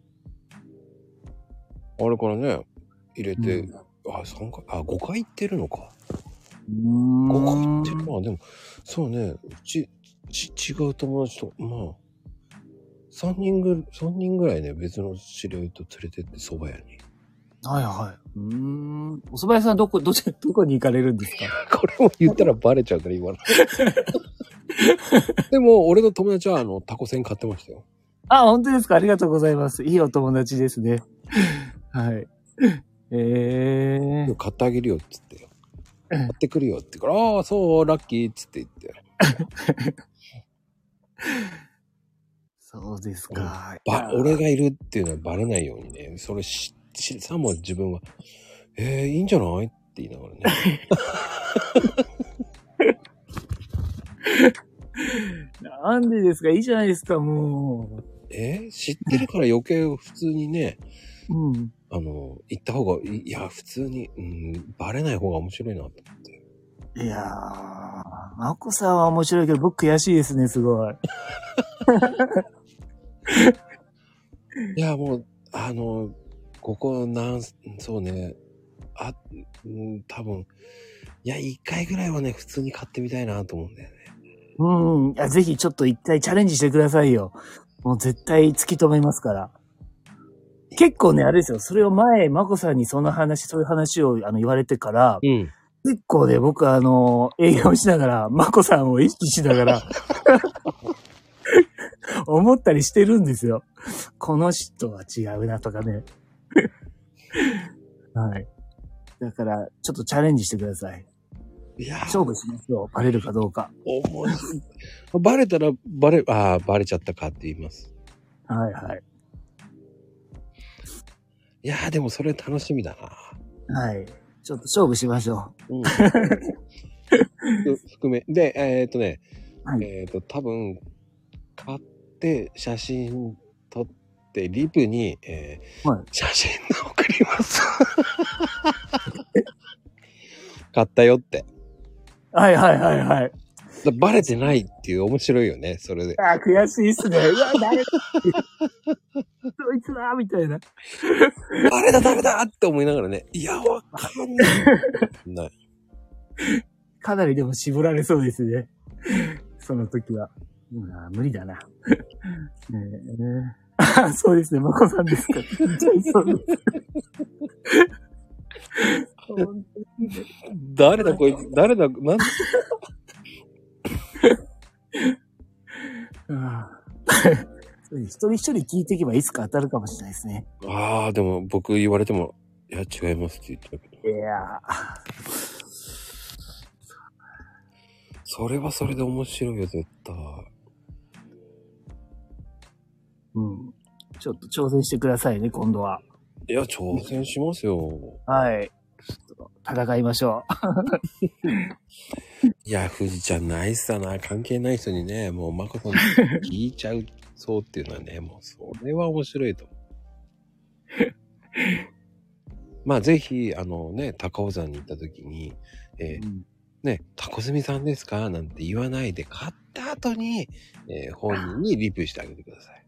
あれからね、入れて、3回、5回行ってるのか。5回行ってるのは、でも、そうね、違う友達と、まあ、3人ぐらいね、別の知り合いと連れてって蕎麦屋に。 はいはい。お蕎麦屋さんどこに行かれるんですか？ これも言ったらバレちゃうから今の。でも、俺の友達はタコせん買ってましたよ。 あ、本当ですか？ありがとうございます。いいお友達ですね。はい。 買ってあげるよっつって。買ってくるよって言うから、ああ、そう、ラッキーっつって言って。 そうですか。 俺がいるっていうのはバレないようにね、それさも自分は、いいんじゃないって言いながらね。 なんでですか？いいじゃないですか、もう。 知ってるから余計普通にね、 うん。 行った方がいや、普通に、バレない方が面白いなと思って。 いやー、まこさんは面白いけど、僕悔しいですね、すごい。 いや、もう、ここそうね、多分、いや、一回ぐらいはね、普通に買ってみたいなと思うんだよね。 いや、ぜひちょっと一回チャレンジしてくださいよ。もう絶対突き止めますから。結構ね、あれですよ。それを前、まこさんにそういう話を言われてから、結構ね、僕営業しながら、まこさんを意識しながら、思ったりしてるんですよ。この人は違うなとかね。はい。だから、ちょっとチャレンジしてください。いや勝負しますよ。バレるかどうか。 バレたら、バレちゃったかって言います。 はいはい。 いやー、でもそれ楽しみだな。はい。ちょっと勝負しましょう。 含め。で、はい、多分、買って写真撮ってリプに、はい、写真送ります。買ったよって。はいはいはいはい。バレてないっていう面白いよね、それで。 ああ、悔しいっすね。うわ、誰だそいつだみたいな。 誰だって思いながらね。いや、わかんない。 かなりでも絞られそうですね。その時は。無理だな。そうですね、まこさんですか。そうです誰だこいつ、誰だ、なんだ一人一人聞いていけばいつか当たるかもしれないですね。 ああ、でも僕言われても、いや、違いますって言ってたけど。 いやそれはそれで面白いよ、絶対。 ちょっと挑戦してくださいね、今度は。 いや、挑戦しますよ。 はい。ちょっと戦いましょう。いや、富士ちゃんナイスだな。関係ない人にね、もうまこさん聞いちゃうそうっていうのはね、もうそれは面白いと思う。まあ、ぜひ、高尾山に行った時に、ね、タコスミさんですかなんて言わないで、買った後に、本人にリプしてあげてください。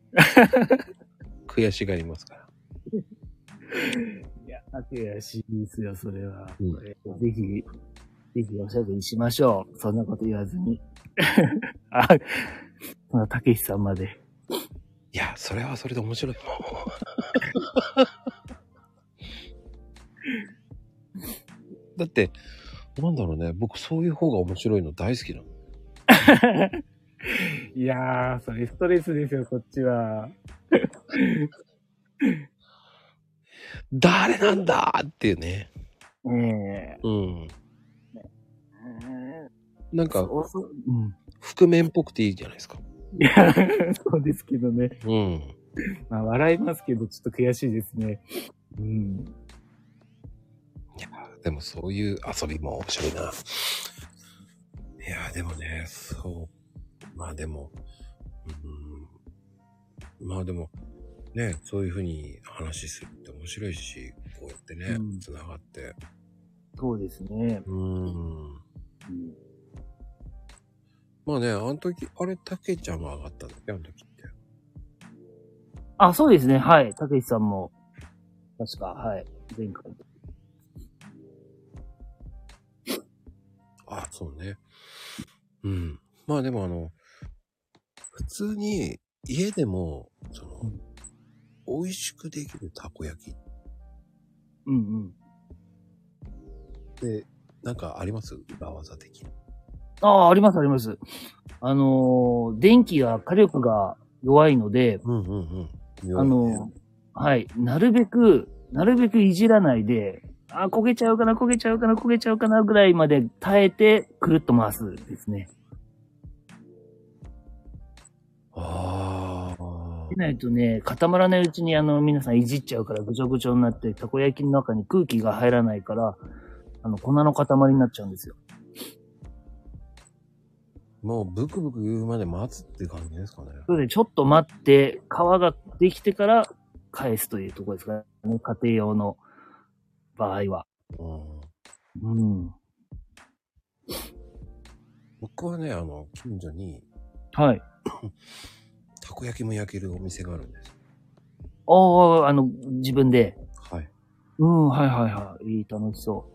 悔しがりますから。 いや、悔しいですよ、それは。ぜひおしゃべりしましょう。そんなこと言わずに。たけしさんまで。 いや、それはそれで面白い。だって、なんだろうね、僕そういう方が面白いの大好きなの。 いやー、それストレスですよ、こっちは。 誰なんだっていうね。なんか、覆面っぽくていいじゃないですか。 いや、そうですけどね。まあ、笑いますけど、ちょっと悔しいですね。 いや、でもそういう遊びも面白いな。いや、でもね、そう。まあでも、ね、そういうふうに話するって面白いし、こうやってね、繋がって。 そうですね。 まあね、あの時、あれ、たけちゃんが上がったんだっけ、あの時って。 あ、そうですね。はい。たけしさんも、確か、はい。前回。 あ、そうね。まあでも普通に家でも、美味しくできるたこ焼き。で、なんかあります？裏技的に。 ありますあります。電気が、火力が弱いので、はい。なるべくいじらないで、焦げちゃうかなぐらいまで耐えて、くるっと回すですね。でないとね、固まらないうちに皆さんいじっちゃうからぐちょぐちょになって、たこ焼きの中に空気が入らないから、粉の塊になっちゃうんですよ。 もうブクブク言うまで待つって感じですかね。 そうで、ちょっと待って、皮ができてから返すというところですかね。家庭用の場合は。うん。 僕はね、近所に、 はい。 たこ焼きも焼けるお店があるんです。 自分で。 はい。 はいはいはい。いい、楽しそう。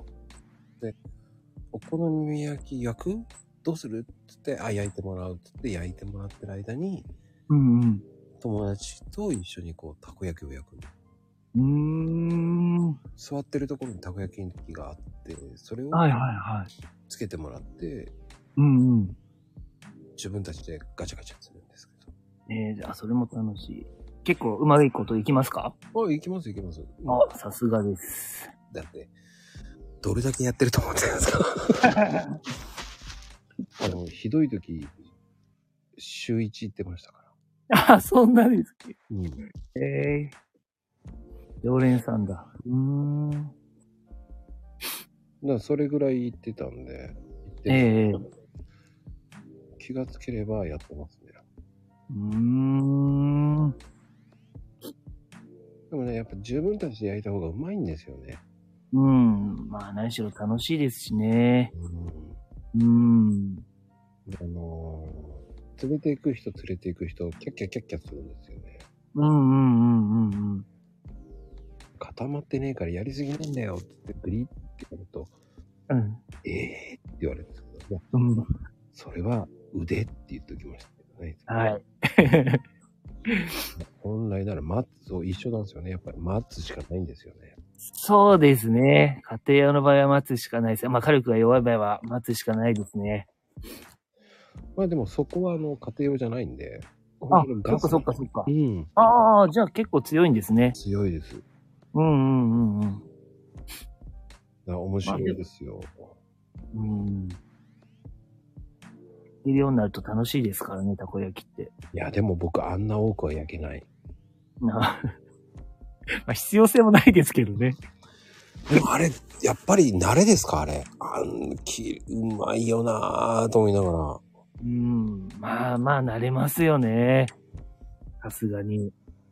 で、お好み焼き焼く？どうする？つって、焼いてもらうつって焼いてもらってる間に、友達と一緒にこう、たこ焼きを焼く。座ってるところにたこ焼き器があって、それをつけてもらって、自分たちでガチャガチャするんですけど。それも楽しい。結構うまいこといきますか？ いきます。 さすがです。 だって、どれだけやってると思ってるんですか？ひどい時、週1行ってましたから。そんなですか？常連さんだ。だからそれぐらい行ってたんで、気がつければやってますね。でもね、やっぱ自分たちで焼いた方がうまいんですよね。 まあ何しろ楽しいですしね。 連れて行く人、キャッキャキャッキャするんですよね。固まってねえからやりすぎなんだよってグリって言うと、って言われるんですけど、それは腕って言っておきましたけどね。 はい。 本来ならマッツを一緒なんですよね。やっぱりマッツしかないんですよね。 そうですね。家庭用の場合は待つしかないです。まあ火力が弱い場合は待つしかないですね。 まあでもそこは家庭用じゃないんで。 そっか。じゃあ結構強いんですね。 強いです。面白いですよ。 いるようになると楽しいですからね、たこ焼きって。 いや、でも僕あんな多くは焼けない。 まあ必要性もないですけどね。 でもあれ、やっぱり慣れですかあれ。うまいよなぁと思いながら。 まあ慣れますよね。さすがに。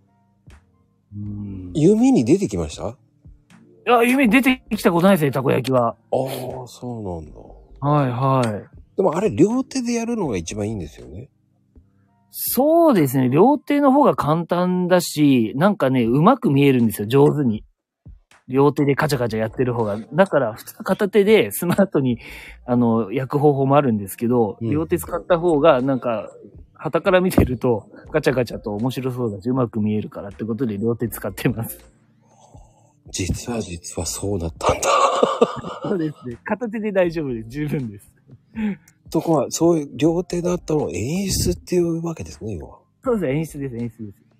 夢に出てきました？ いや、夢に出てきたことないですね、たこ焼きは。 そうなんだ。 はい。 でもあれ、両手でやるのが一番いいんですよね。 そうですね。両手の方が簡単だし、なんかね、うまく見えるんですよ、上手に。両手でカチャカチャやってる方が。だから、普通片手でスマートに、焼く方法もあるんですけど、両手使った方が、なんか、旗から見てると、ガチャガチャと面白そうだし、うまく見えるからってことで両手使ってます。 実はそうだったんだ。 そうですね。片手で大丈夫です。十分です。 とこは、そういう両手だと演出っていうわけですね、要は。 そうです、演出です。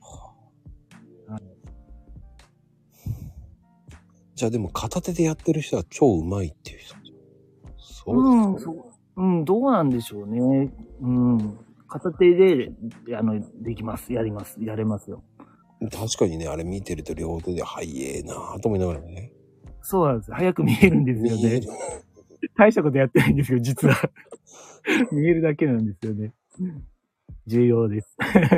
じゃあでも片手でやってる人は超うまいっていう人。 そうですか？どうなんでしょうね。片手で、できます。やれますよ。 確かにね、あれ見てると両手で、なぁと思いながらね。 そうなんです。早く見えるんですよね。大したことやってないんですよ、実は。見えるだけなんですよね。重要です。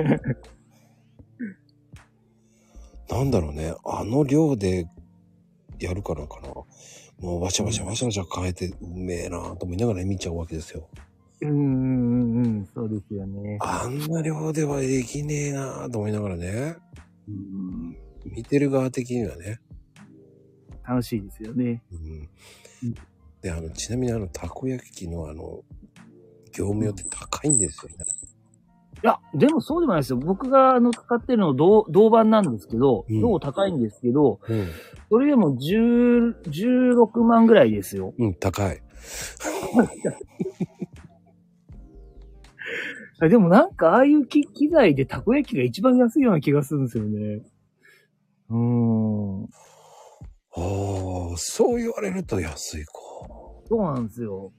なんだろうね、あの量でやるからかな。もうわしゃわしゃ変えてうめえなぁと思いながら見ちゃうわけですよ。 そうですよね。 あんな量ではできねえなぁと思いながらね。見てる側的にはね。 楽しいですよね。 で、ちなみにたこ焼き器の業務用って高いんですよね。 いや、でもそうでもないですよ。僕が使ってるの銅板なんですけど、銅高いんですけど、それでも16万ぐらいですよ。 高い。 でもなんかああいう機材でたこ焼きが一番安いような気がするんですよね。 そう言われると安いか。 そうなんですよ。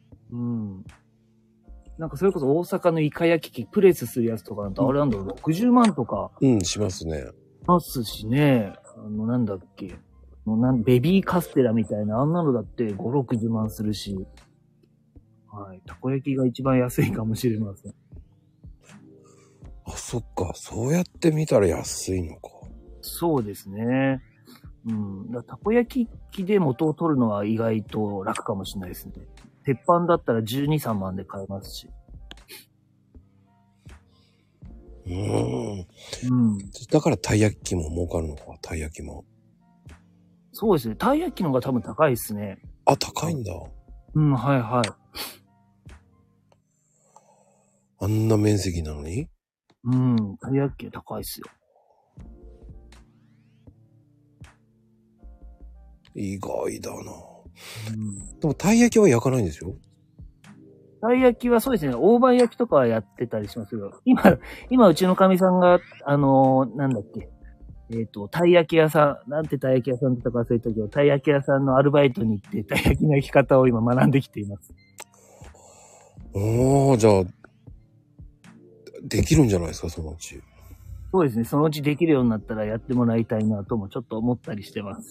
なんかそれこそ大阪のイカ焼き器プレスするやつとかなんとあれなんだろう、60万とか。 しますね。 ますしね。なんだっけ。ベビーカステラみたいな、あんなのだって5、60万するし。 はい。たこ焼きが一番安いかもしれません。 あ、そっか。そうやって見たら安いのか。 そうですね。うん。たこ焼き器で元を取るのは意外と楽かもしれないですね。鉄板だったら12、3万で買えますし。 うん。だからたい焼き器も儲かるのか、たい焼きも。 そうですね。たい焼きの方が多分高いですね。 あ、高いんだ。 うん、はいはい。 あんな面積なのに？ うん、たい焼き高いっすよ。 意外だな。うん、でもたい焼きは焼かないんですよ。 たい焼きはそうですね、大判焼きとかはやってたりしますよ。今うちのかみさんが、なんだっけ、たい焼き屋さん、なんてたい焼き屋さんって言ったか忘れたけど、たい焼き屋さんのアルバイトに行って、たい焼きの焼き方を今学んできています。 じゃあ、できるんじゃないですか、そのうち。 そうですね、そのうちできるようになったらやってもらいたいなともちょっと思ったりしてます。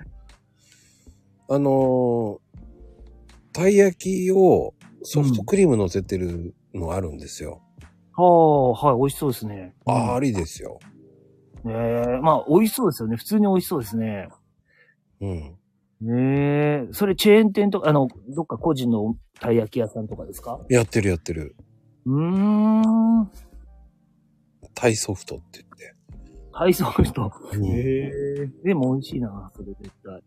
たい焼きをソフトクリーム乗せてるのあるんですよ。 はい、美味しそうですね。 ありですよ。 まあ、美味しそうですよね。普通に美味しそうですね。 うん。 それチェーン店とか、どっか個人のたい焼き屋さんとかですか？ やってる。タイソフトって言って。 タイソフト。でも美味しいな、それ絶対。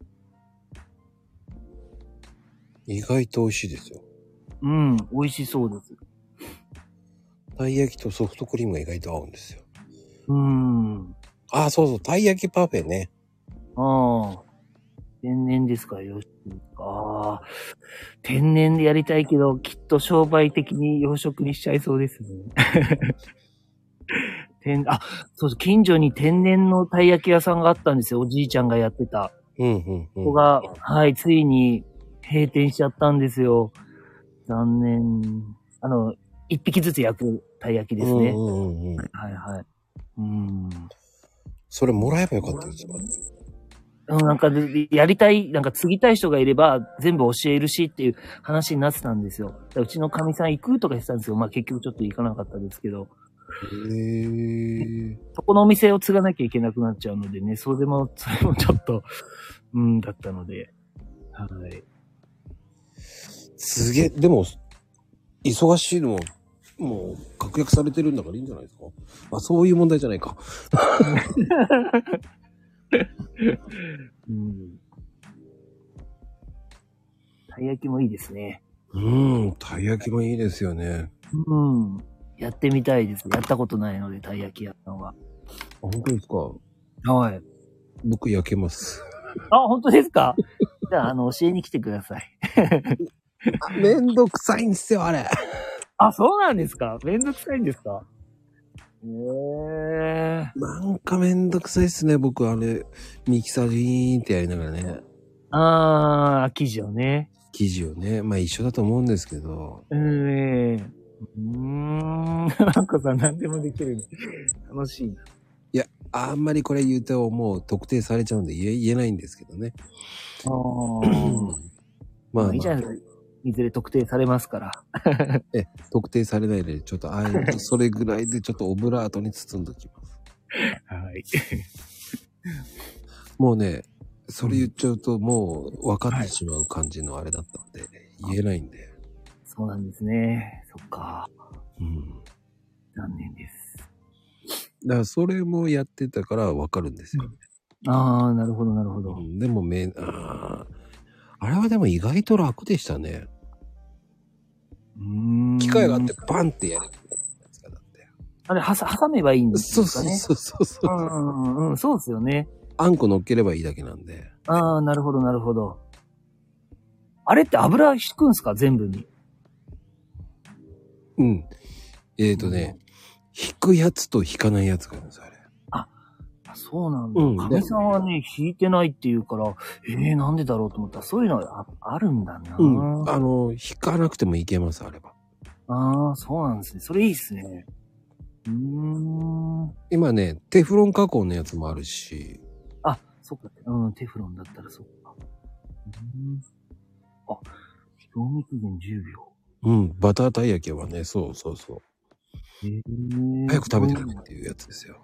意外と美味しいですよ。 うん、美味しそうです。 たい焼きとソフトクリームが意外と合うんですよ。 あ、 そうそう、たい焼きパフェね。 天然ですか、よし。天然でやりたいけど、きっと商売的に養殖にしちゃいそうですね。そうそう、近所に天然のたい焼き屋さんがあったんですよ。おじいちゃんがやってた。ここが、はい、ついに閉店しちゃったんですよ。残念。一匹ずつ焼くたい焼きですね。はい。 それもらえばよかったですか？ なんか、やりたい、なんか継ぎたい人がいれば全部教えるしっていう話になってたんですよ。うちのかみさん行くとか言ってたんですよ。まあ結局ちょっと行かなかったですけど。そこのお店を継がなきゃいけなくなっちゃうのでね、それもちょっと、だったので。はい。 すげえ、でも、忙しいのも、もう、確約されてるんだからいいんじゃないですか？そういう問題じゃないか。 たい焼きもいいですね。 たい焼きもいいですよね。 やってみたいです。やったことないので、たい焼き屋さんは。 本当ですか？ はい。 僕焼けます。 本当ですか？じゃあ、教えに来てください。 めんどくさいんですよ、あれ。 そうなんですか？めんどくさいんですか？ なんかめんどくさいっすね、僕、あれ。ミキサーでーンってやりながらね。 生地をね。 まあ一緒だと思うんですけど。 なんかさ、何でもできる。楽しいな。 いや、あんまりこれ言うともう特定されちゃうんで言えないんですけどね。 まあいいじゃないですか。いずれ特定されますから。 特定されないで、ちょっとそれぐらいでちょっとオブラートに包んどきます。 はい。 もうね、それ言っちゃうともう分かってしまう感じのあれだったんで、言えないんで。 そうなんですね。そっか。残念です。 だからそれもやってたから分かるんですよ。 なるほど。 でもあれはでも意外と楽でしたね。機械があってバンってやる。 あれ、挟めばいいんですかね。 そう。 そうですよね。 あんこ乗っければいいだけなんで。 なるほど。あれって油引くんすか？全部に。 引くやつと引かないやつがあるんです、あれ。 そうなんだ。かみさんはね、引いてないって言うから、なんでだろうと思ったら、そういうのがあるんだな。 引かなくてもいけます、あれば。 そうなんですね。それいいっすね。 今ね、テフロン加工のやつもあるし。 そっか。テフロンだったらそっか。 賞味期限10秒。 うん、バターたい焼きはね、そうそうそう。早く食べてくれっていうやつですよ。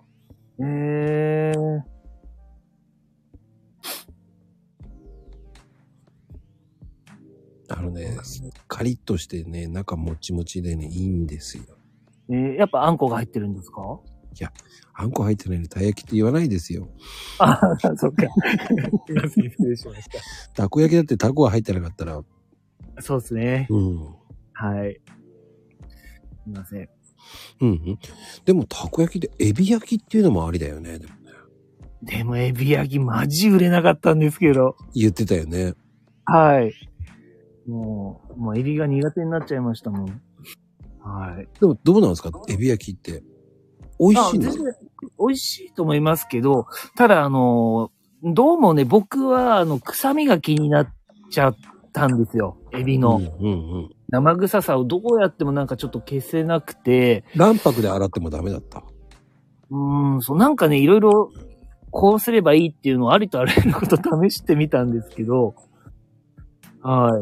カリッとしてね、中もちもちでね、いいんですよ。 やっぱあんこが入ってるんですか？ いや、あんこ入ってないのたい焼きって言わないですよ。 ああ、そっか。すいません、失礼しました。 たこ焼きだってタコが入ってなかったら。 そうですね。 うん。 はい。すいません。 うんうん。でも、たこ焼きでエビ焼きっていうのもありだよね、でもね。 でも、エビ焼きマジ売れなかったんですけど。 言ってたよね。 はい。もうエビが苦手になっちゃいましたもん。はい。 でも、どうなんですかエビ焼きって。美味しいんですか？ 美味しいと思いますけど、ただどうもね、僕は臭みが気になっちゃったんですよ。エビの。生臭さをどうやってもなんかちょっと消せなくて。 卵白で洗ってもダメだった。 そう、なんかね、いろいろこうすればいいっていうのをありとあらゆること試してみたんですけど、はい。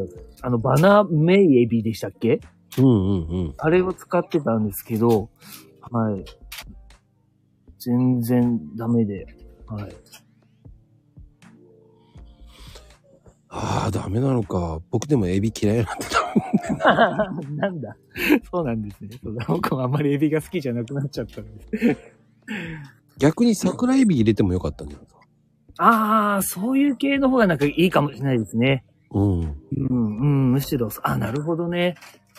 バナメイエビでしたっけ？あれを使ってたんですけど、はい。全然ダメで、はい。 ああ、ダメなのか。僕でもエビ嫌いなんだ。なんだ。そうなんですね。そうだ。僕もあんまりエビが好きじゃなくなっちゃったんです。 逆に桜エビ入れてもよかったんじゃないですか。 ああ、そういう系の方がなんかいいかもしれないですね。むしろ、なるほどね。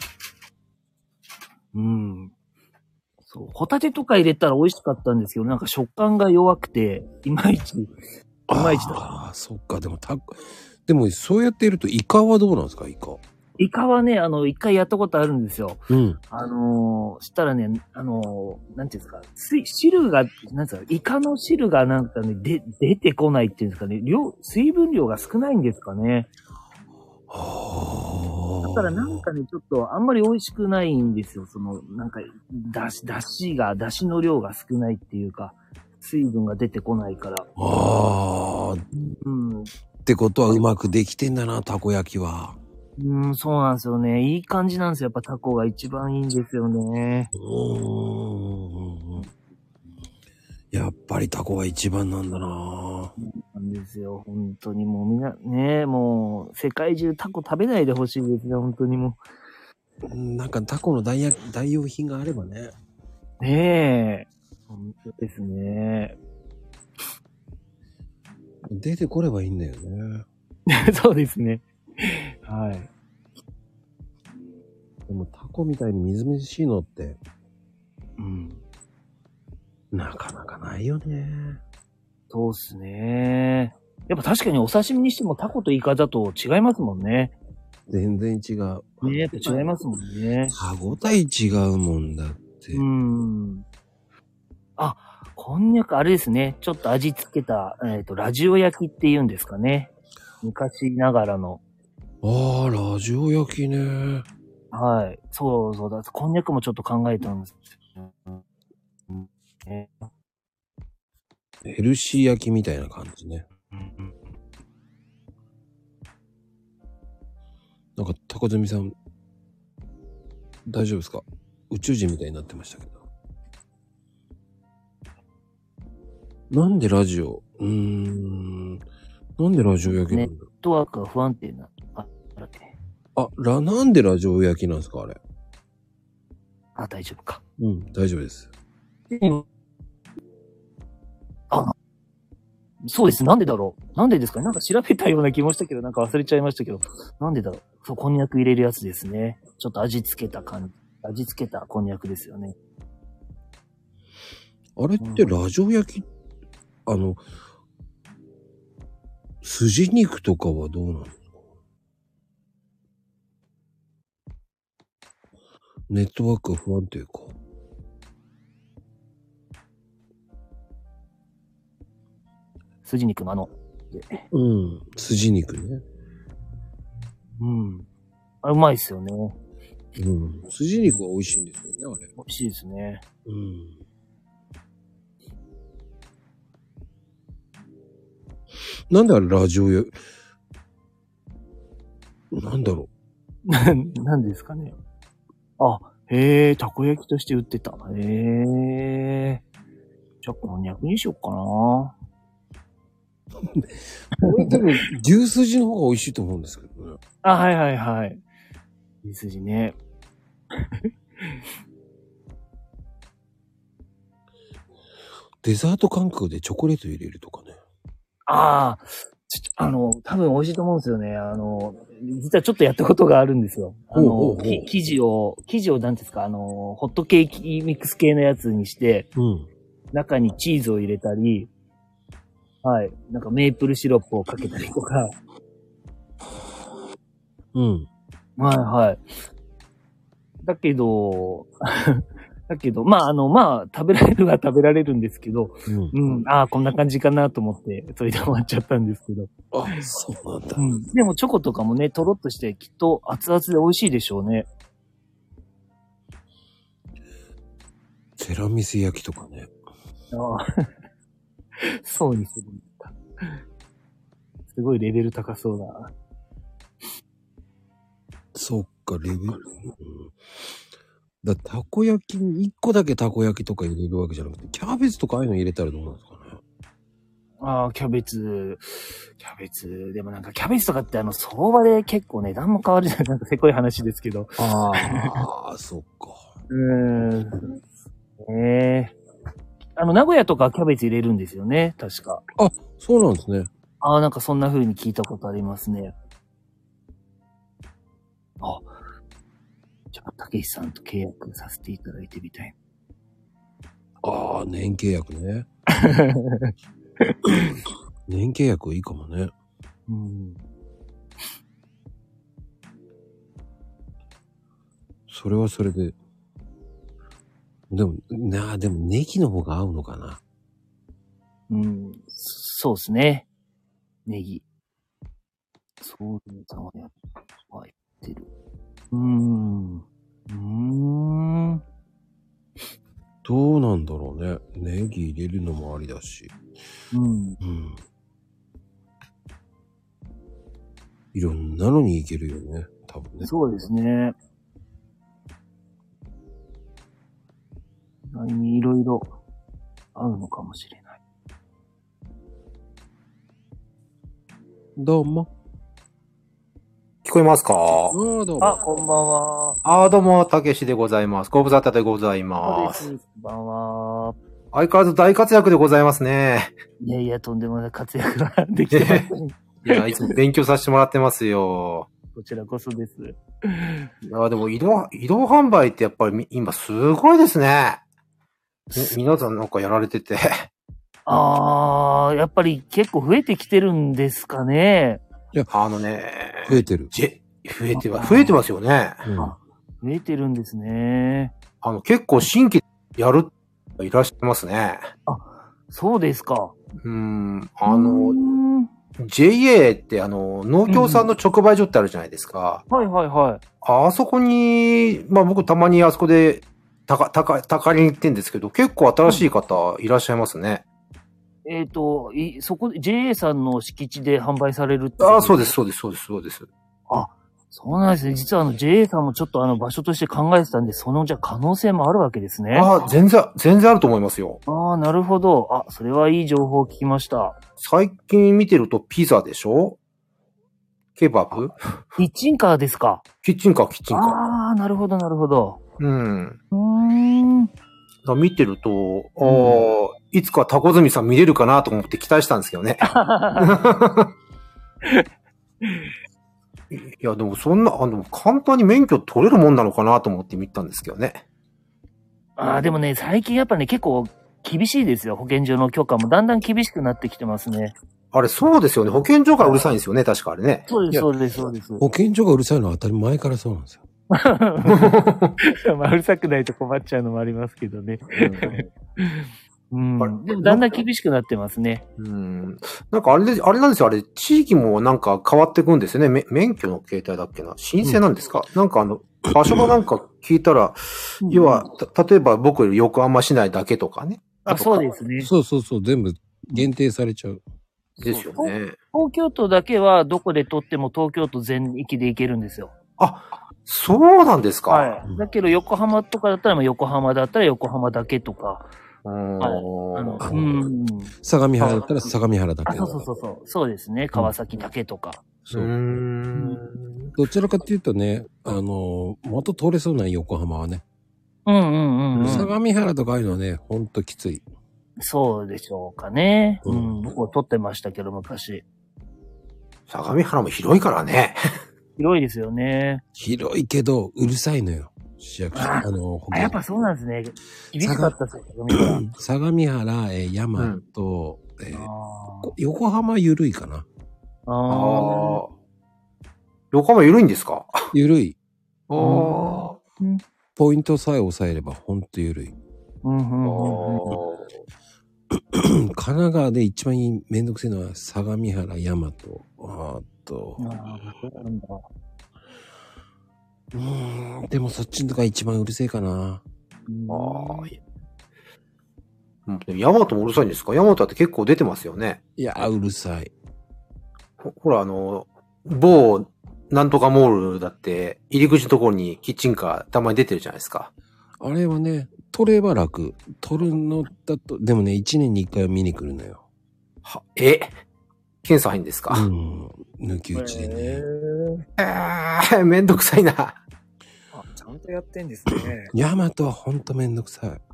そう、ホタテとか入れたら美味しかったんですけど、なんか食感が弱くて、いまいちだ。 ああ、そっか。でもそうやっているとイカはどうなんですか、イカ。 イカはね、一回やったことあるんですよ。したらね、なんていうんですか、汁が、なんですか、イカの汁がなんかね、出てこないっていうんですかね、水分量が少ないんですかね。だからなんかね、ちょっとあんまり美味しくないんですよ。なんか、だしの量が少ないっていうか、水分が出てこないから。 ってことはうまくできてんだな、たこ焼きは。 そうなんですよね。いい感じなんですよ。やっぱタコが一番いいんですよね。 やっぱりタコが一番なんだな。 なんですよ。本当にもうみんな、ね、もう世界中タコ食べないでほしいですね。本当にもう。なんかタコの代用品があればね。 ねえ。本当ですね。 出てこればいいんだよね。 そうですね。はい。 でもタコみたいにみずみずしいのって、なかなかないよね。 そうっすね。やっぱ確かにお刺身にしてもタコとイカだと違いますもんね。 全然違う。 ね、やっぱ違いますもんね。 歯応え違うもんだって。 こんにゃくあれですね。ちょっと味付けた、ラジオ焼きって言うんですかね。昔ながらの。 ああ、ラジオ焼きね。 はい。そうそうだ。こんにゃくもちょっと考えたんです。 ヘルシー焼きみたいな感じね。なんか、高住さん、大丈夫ですか？宇宙人みたいになってましたけど。なんでラジオなんでラジオ焼きなんだろう。 ネットワークが不安定な。 なんでラジオ焼きなんですかあれ。 大丈夫か。 大丈夫です。 そうです。なんでだろう。なんでですかね。なんか調べたような気もしたけど、なんか忘れちゃいましたけど。なんでだろう。そう、こんにゃく入れるやつですね。ちょっと味付けたこんにゃくですよね。 あれってラジオ焼き、筋肉とかはどうなんですか？ネットワークが不安定か。 筋肉の筋肉ね。 うまいっすよね。 筋肉は美味しいんですよね、あれ。 美味しいですね。 なんであれラジオなんだろなんですかね。あ、へえ、たこ焼きとして売ってた。へえ。じゃあ、こんにゃくにしよっかな。 これでも、牛すじの方が美味しいと思うんですけどね。 あ、はいはいはい。牛すじね。 デザート感覚でチョコレート入れるとかね。 ああ、多分美味しいと思うんですよね。実はちょっとやったことがあるんですよ。生地を、なんですか、ホットケーキミックス系のやつにして、中にチーズを入れたり、はい。なんかメープルシロップをかけたりとか。はいはい。だけど、まあ、食べられるは食べられるんですけど、こんな感じかなと思って、それで終わっちゃったんですけど。 あ、そうなんだ。 でもチョコとかもね、とろっとしてきっと熱々で美味しいでしょうね。 テラミス焼きとかね。 ああ。そうにするんだ。すごいレベル高そうだ。 そっか、レベル。たこ焼きに1個だけたこ焼きとか入れるわけじゃなくて、キャベツとかああいうの入れたらどうなんですかね。 ああ、キャベツ、でもなんかキャベツとかって相場で結構値段も変わるじゃない、なんかせこい話ですけど。 ああ、そっか。 名古屋とかキャベツ入れるんですよね、確か。 あ、そうなんですね。 ああ、なんかそんな風に聞いたことありますね。あ、じゃあ、たけしさんと契約させていただいてみたい。 ああ、年契約ね。年契約いいかもね。それはそれで。でもネギの方が合うのかな。 そうですね。ネギ。そういうのをやってる。 どうなんだろうね。ネギ入れるのもありだし。いろんなのにいけるよね。多分ね。 そうですね。いろいろ合うのかもしれない。 どうも。 聞こえますか？ どうも。 あ、こんばんは。 どうも、たけしでございます。ご無沙汰でございます。 そうです。こんばんは。 相変わらず大活躍でございますね。 いやいや、とんでもない活躍はできてません。 いや、いつも勉強させてもらってますよ。 こちらこそです。 いや、でも移動販売ってやっぱり今すごいですね。皆さんなんかやられてて。 やっぱり結構増えてきてるんですかね。 いや、増えてる。 増えてますよね。 増えてるんですね。 結構新規やるいらっしゃいますね。 あ、そうですか。 JA って農協さんの直売所ってあるじゃないですか。 はいはいはい。 あそこに、まあ僕たまにあそこで高りに行ってんですけど、結構新しい方いらっしゃいますね。 そこで JA さんの敷地で販売されるって。 そうです。 あ、そうなんですね。実はJA さんもちょっと場所として考えてたんで、じゃあ可能性もあるわけですね。 全然あると思いますよ。 なるほど。それはいい情報を聞きました。 最近見てるとピザでしょ？ケバブ？ キッチンカーですか？ キッチンカー。 なるほど。 見てると、いつかタコズミさん見れるかなと思って期待したんですけどね。いや、でもそんな、簡単に免許取れるもんなのかなと思って見たんですけどね。 でもね、最近やっぱね、結構厳しいですよ。保健所の許可もだんだん厳しくなってきてますね。 あれ、そうですよね。保健所がうるさいんですよね、確かあれね。 そうです。 保健所がうるさいのは当たり前からそうなんですよ。 まあ、うるさくないと困っちゃうのもありますけどね。でもだんだん厳しくなってますね。 なんかあれなんですよ。あれ、地域もなんか変わってくんですよね。免許の形態だっけな。申請なんですか？なんか場所がなんか聞いたら、要は、例えば僕より横浜市内だけとかね。 そうですね。 そう。全部限定されちゃう。 ですよね。 東京都だけはどこで取っても東京都全域で行けるんですよ。 あ、そうなんですか。 はい。だけど、横浜とかだったら、横浜だったら横浜だけとか。 はい。相模原だったら相模原だけ。 そうですね。川崎だけとか。 そう。どちらかというとね、元通れそうな横浜はね。相模原とかああいうのはね、ほんときつい。 そうでしょうかね。僕は撮ってましたけど、昔。 相模原も広いからね。 広いですよね。 広いけど、うるさいのよ。市役所。 やっぱそうなんですね。厳しかったですよ、 相模原、大和、横浜ゆるいかな。 横浜ゆるいんですか？ ゆるい。ポイントさえ抑えればほんとゆるい。神奈川で一番めんどくせえのは相模原、大和、でもそっちのとか一番うるせえかな。 大和もうるさいんですか？大和って結構出てますよね。 いや、うるさい。 ほら、某、なんとかモールだって、入り口のところにキッチンカーたまに出てるじゃないですか。 あれはね、取れば楽。取るのだと、でもね、1年に1回は見に来るのよ。 検査入んですか？ 抜き打ちでね。 めんどくさいな。 ちゃんとやってんですね。 大和はほんとめんどくさい。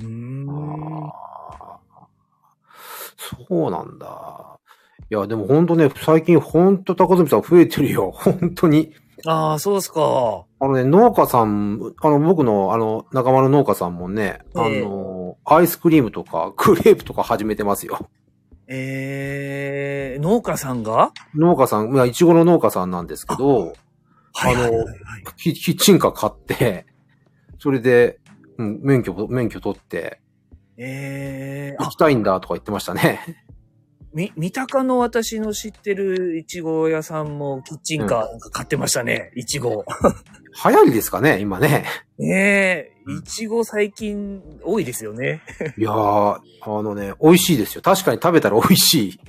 そうなんだ。いや、でもほんとね、最近ほんと高住さん増えてるよ。ほんとに。 ああ、そうですか。 農家さん、僕の仲間の農家さんもね、アイスクリームとか、クレープとか始めてますよ。 農家さんが？ 農家さん、いちごの農家さんなんですけど、キッチンカー買って、それで、免許取って、行きたいんだとか言ってましたね。 三鷹の私の知ってるいちご屋さんもキッチンカー買ってましたね、いちご。 流行りですかね、今ね。 いちご最近多いですよね。いやー、美味しいですよ。確かに食べたら美味しい。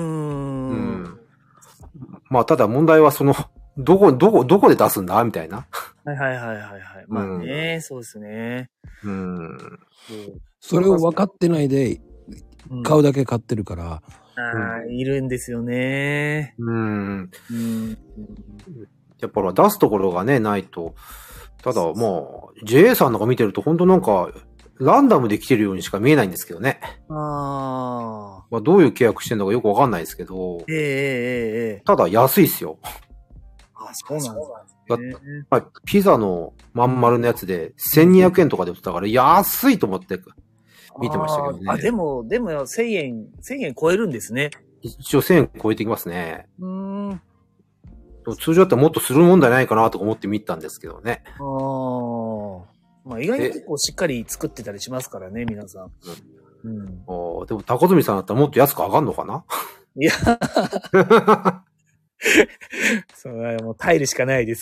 まあ、ただ問題はどこで出すんだみたいな。 はい。まあね、そうですね。 それを分かってないで、買うだけ買ってるから。 いるんですよね。 やっぱ出すところがね、ないと。ただ、JA さんなんか見てると本当なんか、ランダムで来てるようにしか見えないんですけどね。どういう契約してんのかよくわかんないですけど。ただ安いっすよ。 そうなんですね。 ピザのまん丸のやつで1200円とかで売ってたから安いと思って見てましたけどね。 でも1000円超えるんですね。 一応1000円超えてきますね。通常だったらもっとするもんじゃないかなとか思って見たんですけどね。 意外に結構しっかり作ってたりしますからね、皆さん。 でも高住さんだったらもっと安く上がんのかな？ いや。それはもう耐えるしかないです。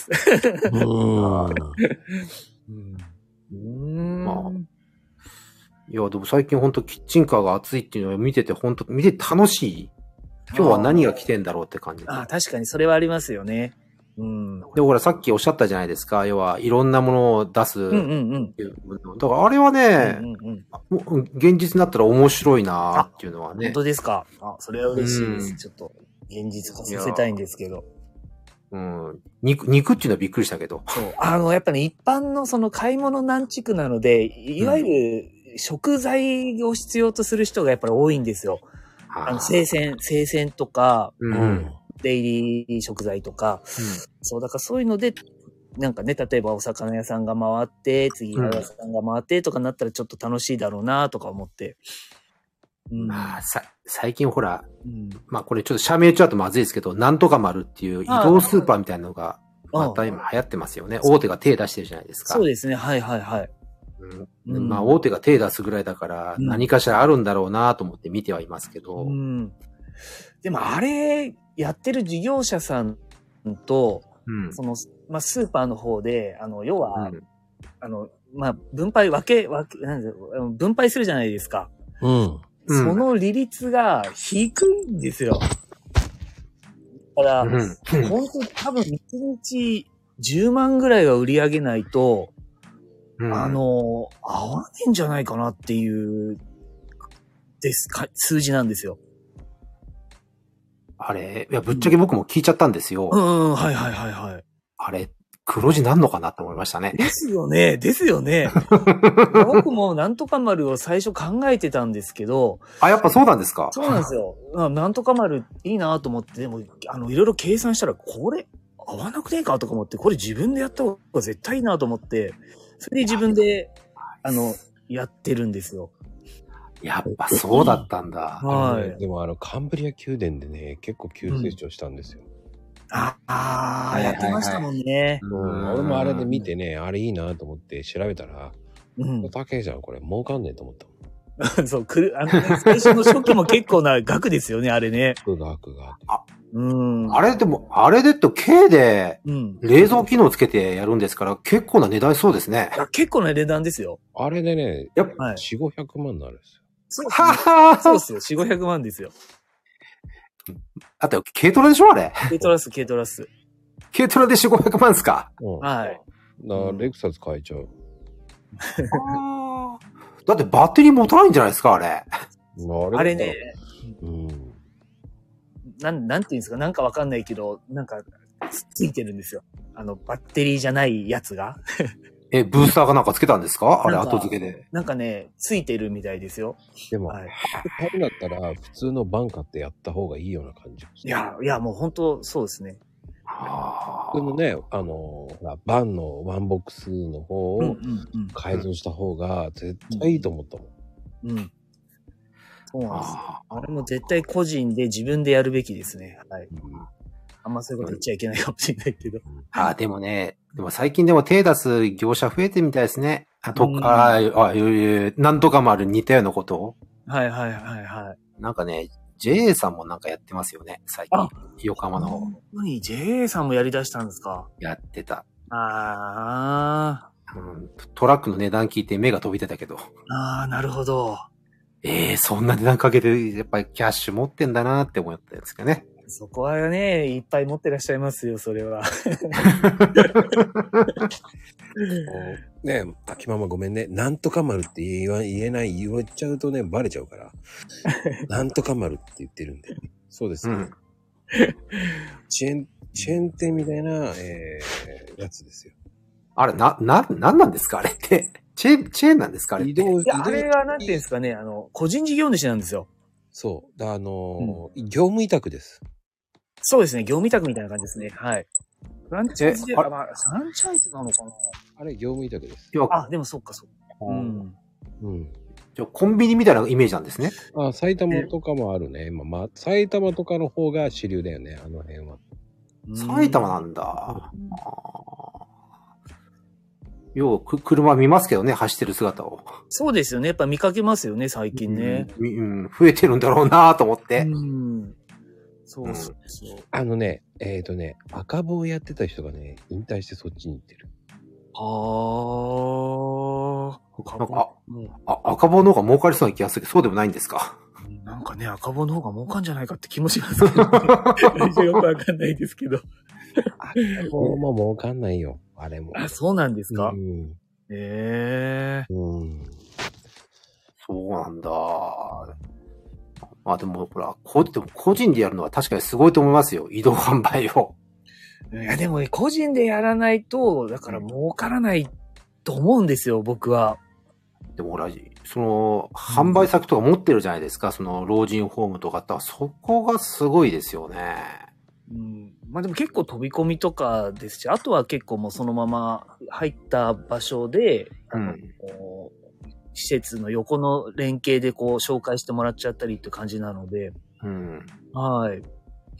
いや、でも最近ほんとキッチンカーが熱いっていうのを見てて見て楽しい。今日は何が来てんだろうって感じ。 確かにそれはありますよね。 で、ほらさっきおっしゃったじゃないですか。要はいろんなものを出す。だからあれはね、現実になったら面白いなっていうのはね。 本当ですか？それは嬉しいです。ちょっと現実化させたいんですけど。 肉っていうのはびっくりしたけど。 そう。やっぱり一般のその買い物難地区なので、いわゆる食材を必要とする人がやっぱり多いんですよ。生鮮とか、デイリー食材とか、だからそういうので、なんかね、例えばお魚屋さんが回って、次八百屋さんが回ってとかなったらちょっと楽しいだろうなとか思って。 最近ほら、これちょっと社名ちゃうとまずいですけど、なんとか丸っていう移動スーパーみたいなのが、また今流行ってますよね。大手が手出してるじゃないですか。 そうですね。はい。 大手が手出すぐらいだから、何かしらあるんだろうなと思って見てはいますけど。 でもあれ、やってる事業者さんと、スーパーの方で、要は、分配分配するじゃないですか。その利率が低いんですよ。だから、本当に多分1日 10万ぐらいは売り上げないと、合わねえんじゃないかなっていう、数字なんですよ。 あれ、いや、ぶっちゃけ僕も聞いちゃったんですよ。 はいはいはいはい。 あれ、黒字なんのかなって思いましたね。 ですよね、ですよね。僕もなんとか丸を最初考えてたんですけど。 あ、やっぱそうなんですか？ そうなんですよ。なんとか丸いいなと思って、でも、いろいろ計算したら、これ、合わなくねえかとか思って、これ自分でやった方が絶対いいなと思って、それで自分で、やってるんですよ。 やっぱそうだったんだ。 はい。でもカンブリア宮殿でね、結構急成長したんですよ。 やってましたもんね。 俺もあれで見てね、あれいいなと思って調べたら、高いじゃん、これ儲かんねえと思ったもん。そう、最初の初期も結構な額ですよね、あれね。 額が。 あれでも、あれでと K で、冷蔵機能つけてやるんですから、結構な値段そうですね。 結構な値段ですよ。 あれでね、やっぱ4、500万になるんですよ。 そうですよ、4、500万ですよ。 あと、軽トラでしょあれ。 軽トラス。軽トラで4、500万ですか？ はい。 レクサス買えちゃう。 だってバッテリー持たないんじゃないですかあれ。 あれね。なんていうんですか、なんかわかんないけど、なんか、ついてるんですよ。バッテリーじゃないやつが。 ブースターかなんかつけたんですか？あれ後付けで。 なんかね、ついてるみたいですよ。 でも、買うんだったら、普通のバン買ってやった方がいいような感じ。 いや、もう本当そうですね。 普通のね、バンのワンボックスの方を改造した方が絶対いいと思ったもん。 そうなんですよ。あれも絶対個人で自分でやるべきですね。はい。あんまそういうこと言っちゃいけないかもしれないけど。 でもね、最近でも手出す業者増えてるみたいですね。なんとか丸似たようなことを。 はい。 なんかね、JA さんもなんかやってますよね、最近。横浜の方。 JA さんもやり出したんですか？ やってた。トラックの値段聞いて目が飛び出たけど。 なるほど。 そんな値段かけて、やっぱりキャッシュ持ってんだなって思ったんですけどね。 そこはね、いっぱい持ってらっしゃいますよ、それは。 ねえ、秋ママごめんね。なんとか丸って言っちゃうとね、バレちゃうから。なんとか丸って言ってるんで。そうですね。チェーン店みたいな、やつですよ。 あれ、なんなんですかあれって。チェーンなんですかあれって。 あれはなんていうんですかね、個人事業主なんですよ。 そう。業務委託です。 そうですね、業務委託みたいな感じですね。はい。フランチャイズで、フランチャイズなのかな？ あれ、業務委託です。 でもそっか。 じゃコンビニみたいなイメージなんですね。 埼玉とかもあるね。埼玉とかの方が主流だよね、あの辺は。 埼玉なんだ。よう、車見ますけどね、走ってる姿を。 そうですよね。やっぱ見かけますよね、最近ね。 増えてるんだろうなと思って。 そう。 赤棒やってた人がね、引退してそっちに行ってる。 赤棒の方が儲かりそうな気がするけど、そうでもないんですか？ なんかね、赤棒の方が儲かんじゃないかって気もしますけど、ね。よくわかんないですけど。 赤棒も儲かんないよ、あれも。 そうなんですか？ そうなんだ。でもほら、個人でやるのは確かにすごいと思いますよ。移動販売を。 いや、でも個人でやらないと、だから儲からないと思うんですよ、僕は。 でもほら、販売先とか持ってるじゃないですか、老人ホームとかって、そこがすごいですよね。 でも結構飛び込みとかですし、あとは結構もうそのまま入った場所で、施設の横の連携で紹介してもらっちゃったりって感じなので。はい。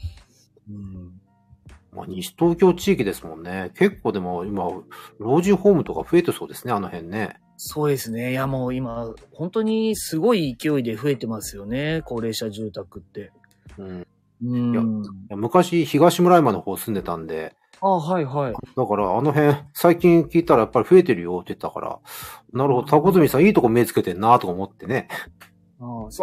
西東京地域ですもんね。結構でも今、老人ホームとか増えてそうですね、あの辺ね。 そうですね。いやもう今、本当にすごい勢いで増えてますよね、高齢者住宅って。 昔、東村山の方住んでたんで。 はい。だからあの辺、最近聞いたらやっぱり増えてるよって言ったから、なるほど、タコズミさんいいとこ目つけてんなとか思ってね。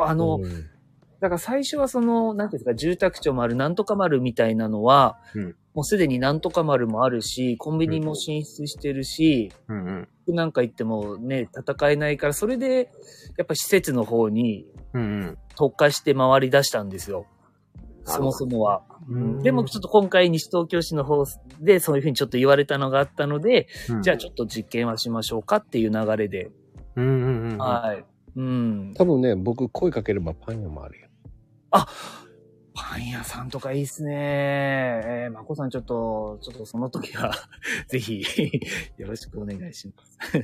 だから最初はなんていうんですか、住宅地もある、なんとか丸みたいなのは、 もうすでになんとか丸もあるし、コンビニも進出してるし、なんか行ってもね、戦えないから、それで、やっぱ施設の方に、特化して回り出したんですよ。そもそもは。でもちょっと今回西東京市の方でそういうふうにちょっと言われたのがあったので、じゃあちょっと実験はしましょうかっていう流れで。はい。 多分ね、僕声かければパン屋もあるよ。 あ、パン屋さんとかいいっすね。まこさんちょっとその時は、ぜひ、よろしくお願いします。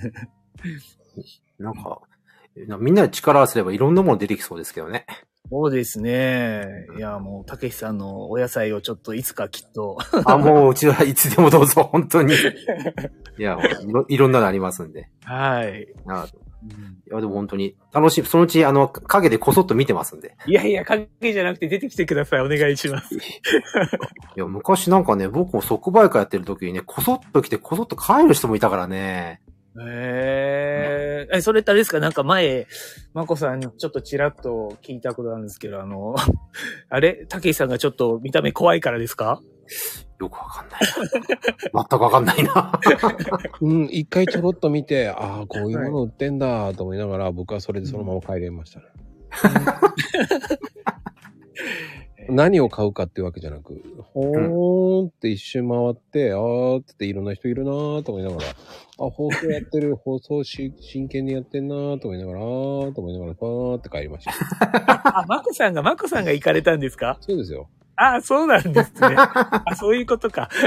なんか、みんなで力を合わせればいろんなもの出てきそうですけどね。 そうですね。いや、もう、たけしさんのお野菜をちょっといつかきっと。 もううちはいつでもどうぞ、本当に。いや、いろんなのありますんで。 はい。 いや、でも本当に楽しい。そのうち、影でこそっと見てますんで。 いやいや、影じゃなくて出てきてください。お願いします。いや、昔なんかね、僕も即売会やってる時にね、こそっと来てこそっと帰る人もいたからね。 それってあれですか？なんか前、まこさんにちょっとちらっと聞いたことあるんですけど、あれたけしさんがちょっと見た目怖いからですか？ よくわかんないな。全くわかんないな。 一回ちょろっと見て、ああ、こういうもの売ってんだと思いながら、僕はそれでそのまま帰れましたね。何を買うかっていうわけじゃなく、ほーんって一周回って、あーっていろんな人いるなーと思いながら、放送やってる、放送真剣にやってんなーと思いながら、と思いながら、パーって帰りました。 まこさんが行かれたんですか？ そうですよ。 そうなんですね。そういうことか。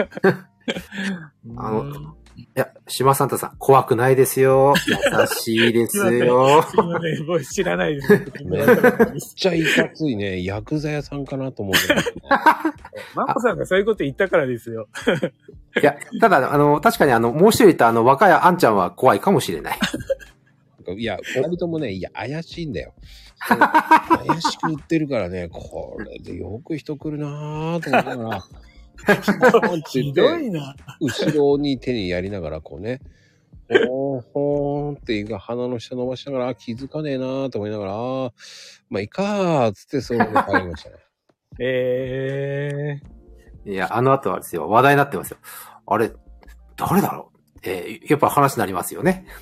いや、島サンタさん、怖くないですよ。優しいですよ。 すいません、僕知らないです。 めっちゃいかついね、薬剤屋さんかなと思う、ね。 マコさんがそういうこと言ったからですよ。 いや、ただ、確かにもう一人いた若いあんちゃんは怖いかもしれない。 いや、二人ともね、いや、怪しいんだよ。怪しく売ってるからね、これでよく人来るなぁと思いながら、 ひどいな。 後ろに手にやりながらこうね、ほーんって鼻の下伸ばしながら気づかねえなーと思いながら、まあいいかーっつってそのまま帰りましたね。いや、後はですよ、話題になってますよ。あれ、誰だろう？やっぱ話になりますよね。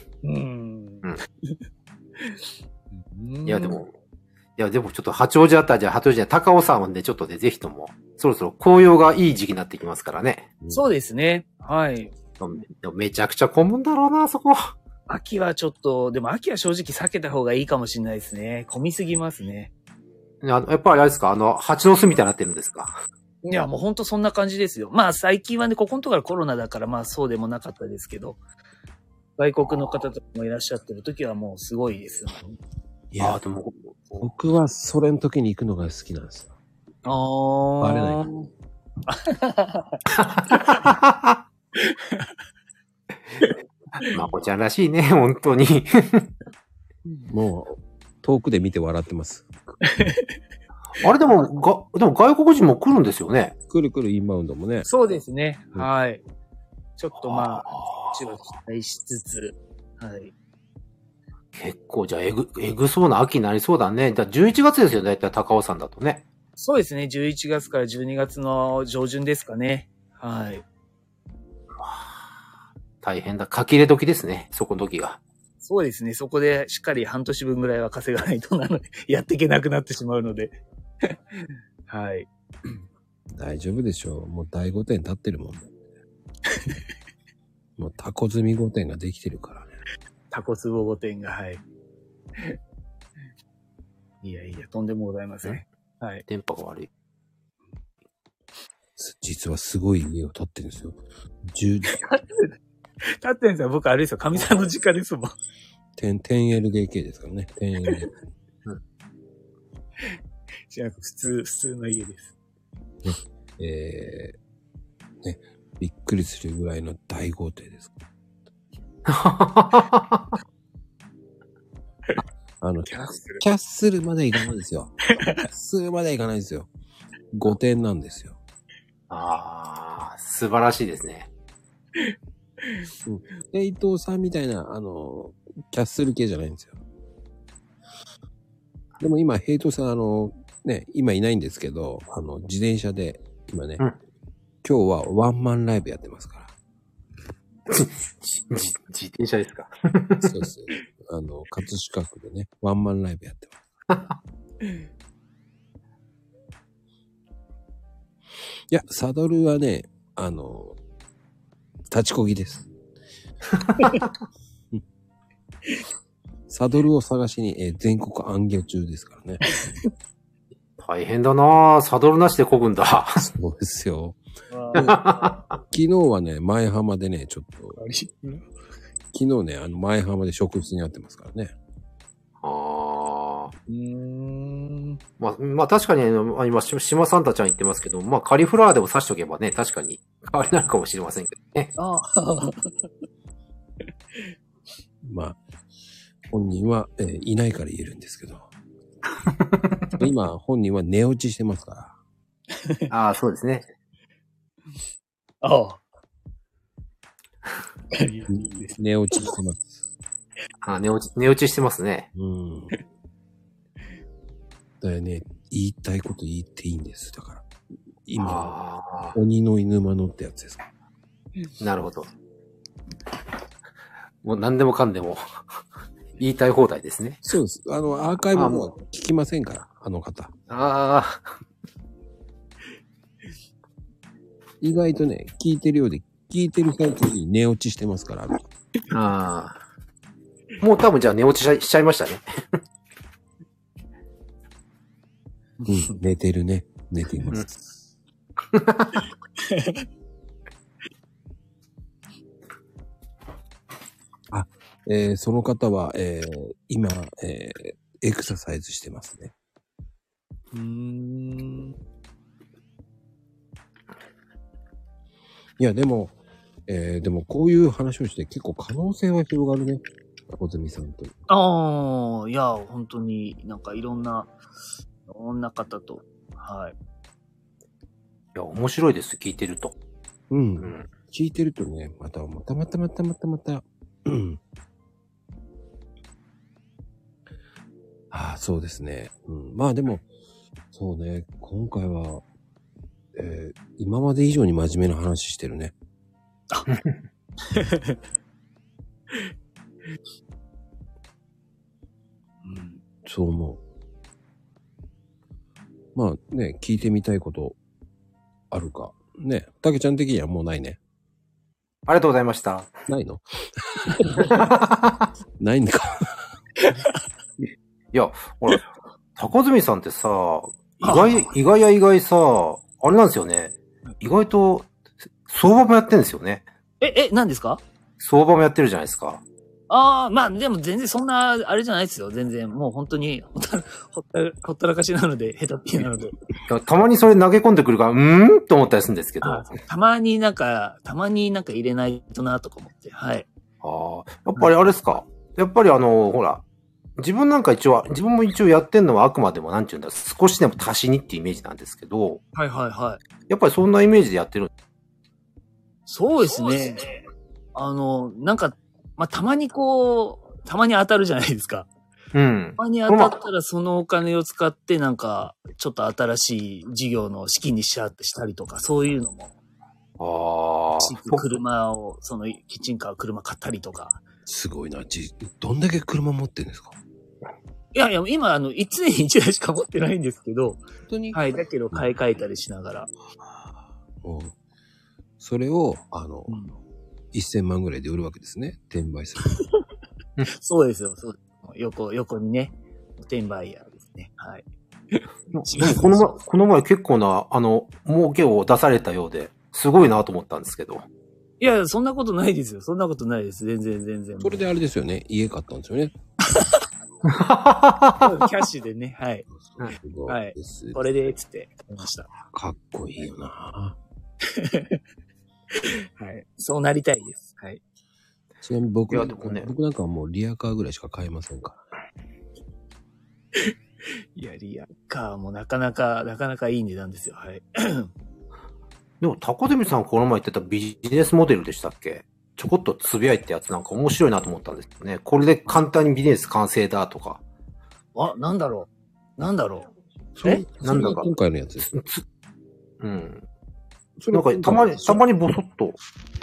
いや、でもちょっと八王子あったら、じゃあ八王子高尾山でちょっとね、ぜひとも、そろそろ紅葉がいい時期になってきますからね。 そうですね。はい。 でもめちゃくちゃ混むんだろうな、そこ。 秋はちょっと、でも秋は正直避けた方がいいかもしれないですね。混みすぎますね。 やっぱりあれですか、蜂の巣みたいになってるんですか？ いや、もうほんとそんな感じですよ。まあ最近はね、ここのところコロナだから、まあそうでもなかったですけど、外国の方とかもいらっしゃってる時はもうすごいですよ。 いや、でも、僕はそれの時に行くのが好きなんですよ。バレない。 まこちゃんらしいね、本当に。 もう、遠くで見て笑ってます。 あれでも外国人も来るんですよね。 来るインバウンドもね。 そうですね。はい。ちょっとまあ、こっちは期待しつつ、はい。 結構じゃあえぐそうな秋になりそうだね。だ11月ですよ、だいたい高尾山だとね。 そうですね。11月から12月の上旬ですかね。はい。 大変だ。書き入れ時ですね。そこの時が。 そうですね。そこでしっかり半年分ぐらいは稼がないとやっていけなくなってしまうので。はい。 大丈夫でしょう。もう第5点立ってるもん。もうタコ積み5点ができてるからね。 タコツボ5点が、はい。いや、とんでもございません。はい。 電波が悪い。 実はすごい家を建ってるんですよ。建ってるんですよ。僕あれですよ。神さんの実家ですもん。 10LDK ですからね。10LDK。 じゃあ、普通の家です。 ね、びっくりするぐらいの大豪邸です。キャッスルまでいかないですよ。キャッスルまでいかないですよ。5点なんですよ。 素晴らしいですね。 で、伊藤さんみたいな、キャッスル系じゃないんですよ。でも今、ヘイトさん、ね、今いないんですけど、自転車で、今ね、 今日はワンマンライブやってますから。 自転車ですか？ そうそう。葛飾区でね、ワンマンライブやってます。いや、サドルはね、立ちこぎです。サドルを探しに、全国暗魚中ですからね。 大変だなぁ。サドルなしで漕ぐんだ。 そうですよ。昨日はね、前浜でね、ちょっと、昨日ね、前浜で食室にあってますからね。 まあ確かに今、島サンタちゃん言ってますけど、まあカリフラワーでも刺しとけばね、確かに変わりになるかもしれませんけどね。 まあ、本人は、いないから言えるんですけど。今、本人は寝落ちしてますから。 ああ、そうですね。 ああ。 寝落ちしてます。 寝落ちしてますね。 うん。だよね、言いたいこと言っていいんです。だから。今、鬼の犬間のってやつですか。 なるほど。もう何でもかんでも言いたい放題ですね。 そうです。アーカイブも聞きませんから、あの方。意外とね、聞いてるようで、聞いてる最中に寝落ちしてますから。 もう多分じゃあ寝落ちしちゃいましたね。 うん、寝てるね。寝ています。その方は、今、エクササイズしてますね。いや、でもこういう話をして結構可能性は広がるね。小泉さんと。 いや、本当になんかいろんな方と、はい。 いや、面白いです、聞いてると。 うん。聞いてるとね、また、うん。ああ、そうですね。うん。まあでも、そうね、今回は、今まで以上に真面目な話してるね。そう思う。まあね、聞いてみたいことあるか。ね、たけちゃん的にはもうないね。 ありがとうございました。 ないのないんか。 いや、ほら、高住さんってさ、意外さ、あれなんですよね。意外と、相場もやってるんですよね。 何ですか？ 相場もやってるじゃないですか。 まあ、でも全然そんな、あれじゃないですよ。全然。もう本当に、ほったらかしなので、下手っぴなので。 たまにそれ投げ込んでくるから、と思ったりするんですけど。 たまになんか入れないとなとか思って、はい。 やっぱりあれですか。やっぱりほら、自分も一応やってんのはあくまでもなんていうんだ、少しでも足しにっていうイメージなんですけど。 はいはいはい。 やっぱりそんなイメージでやってる。 そうですね。なんか、まあ、たまに当たるじゃないですか。 うん。 たまに当たったらそのお金を使ってなんか、ちょっと新しい事業の資金にしたりとか、そういうのも。車を、キッチンカー、車買ったりとか。 すごいな。どんだけ車持ってるんですか？ いや、今、1年に1台しか持ってないんですけど。 本当に？ はい、だけど買い替えたりしながら。 それを、1000万ぐらいで売るわけですね。転売する。 そうですよ。そう。横にね、転売ヤーですね。はい。 この前結構な、儲けを出されたようで、すごいなと思ったんですけど。 いや、そんなことないですよ。そんなことないです。全然。 それであれですよね。家買ったんですよね。 キャッシュでね。はい。はい。これで、つって買いました。 かっこいいよなはい。そうなりたいです。はい。 ちなみに僕なんかはもうリアカーぐらいしか買えませんから。 いや、リアカーもなかなかいい値段ですよ。はい。 でも、高住さんこの前言ってたビジネスモデルでしたっけ？ちょこっとつぶやいてやつなんか面白いなと思ったんですよね。これで簡単にビジネス完成だとか。 なんだろう。 なんだか。今回のやつです。 なんかたまにボソッと、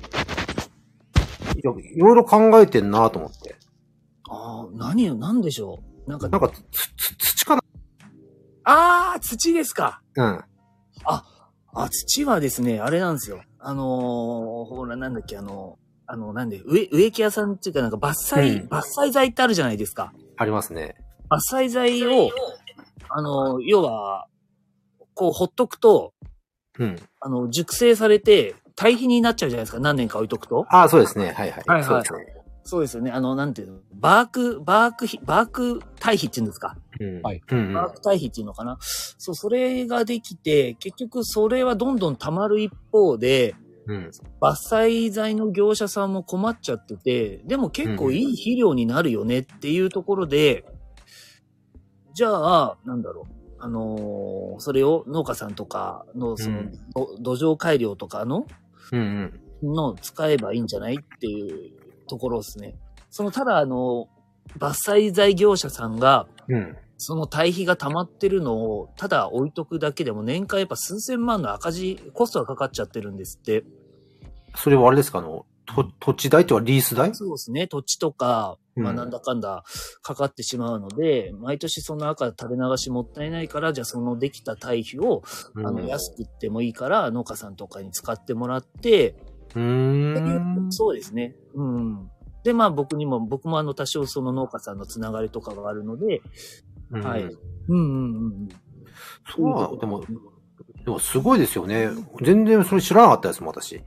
いろいろ考えてんなと思って。 なんでしょう。なんか土かな。 土ですか。 うん。 土はですね、あれなんですよ。ほら、なんだっけ、植木屋さんっていうか、なんか伐採材ってあるじゃないですか。 ありますね。 伐採材を、要は、こう、ほっとくと、熟成されて、堆肥になっちゃうじゃないですか。何年か置いとくと。 そうですね。はい。 そうですね。そうですよね。なんていうの、バーク堆肥っていうんですか。 はい。 バーク堆肥っていうのかな。そう、それができて、結局それはどんどん溜まる一方で、伐採材の業者さんも困っちゃってて、でも結構いい肥料になるよねっていうところで、じゃあ、なんだろう。それを農家さんとかの、土壌改良とかの使えばいいんじゃないっていうところですね。ただ伐採材業者さんが、その堆肥が溜まってるのを、ただ置いとくだけでも年間やっぱ数千万の赤字、コストがかかっちゃってるんですって。 それはあれですか土地代とはリース代？ そうですね。土地とか、なんだかんだかかってしまうので、毎年その赤垂れ流しもったいないから、じゃあそのできた堆肥を、安くってもいいから農家さんとかに使ってもらって、そうですね。で、僕も多少その農家さんのつながりとかがあるので、はい。 そう、でもすごいですよね。全然それ知らなかったですもん、私。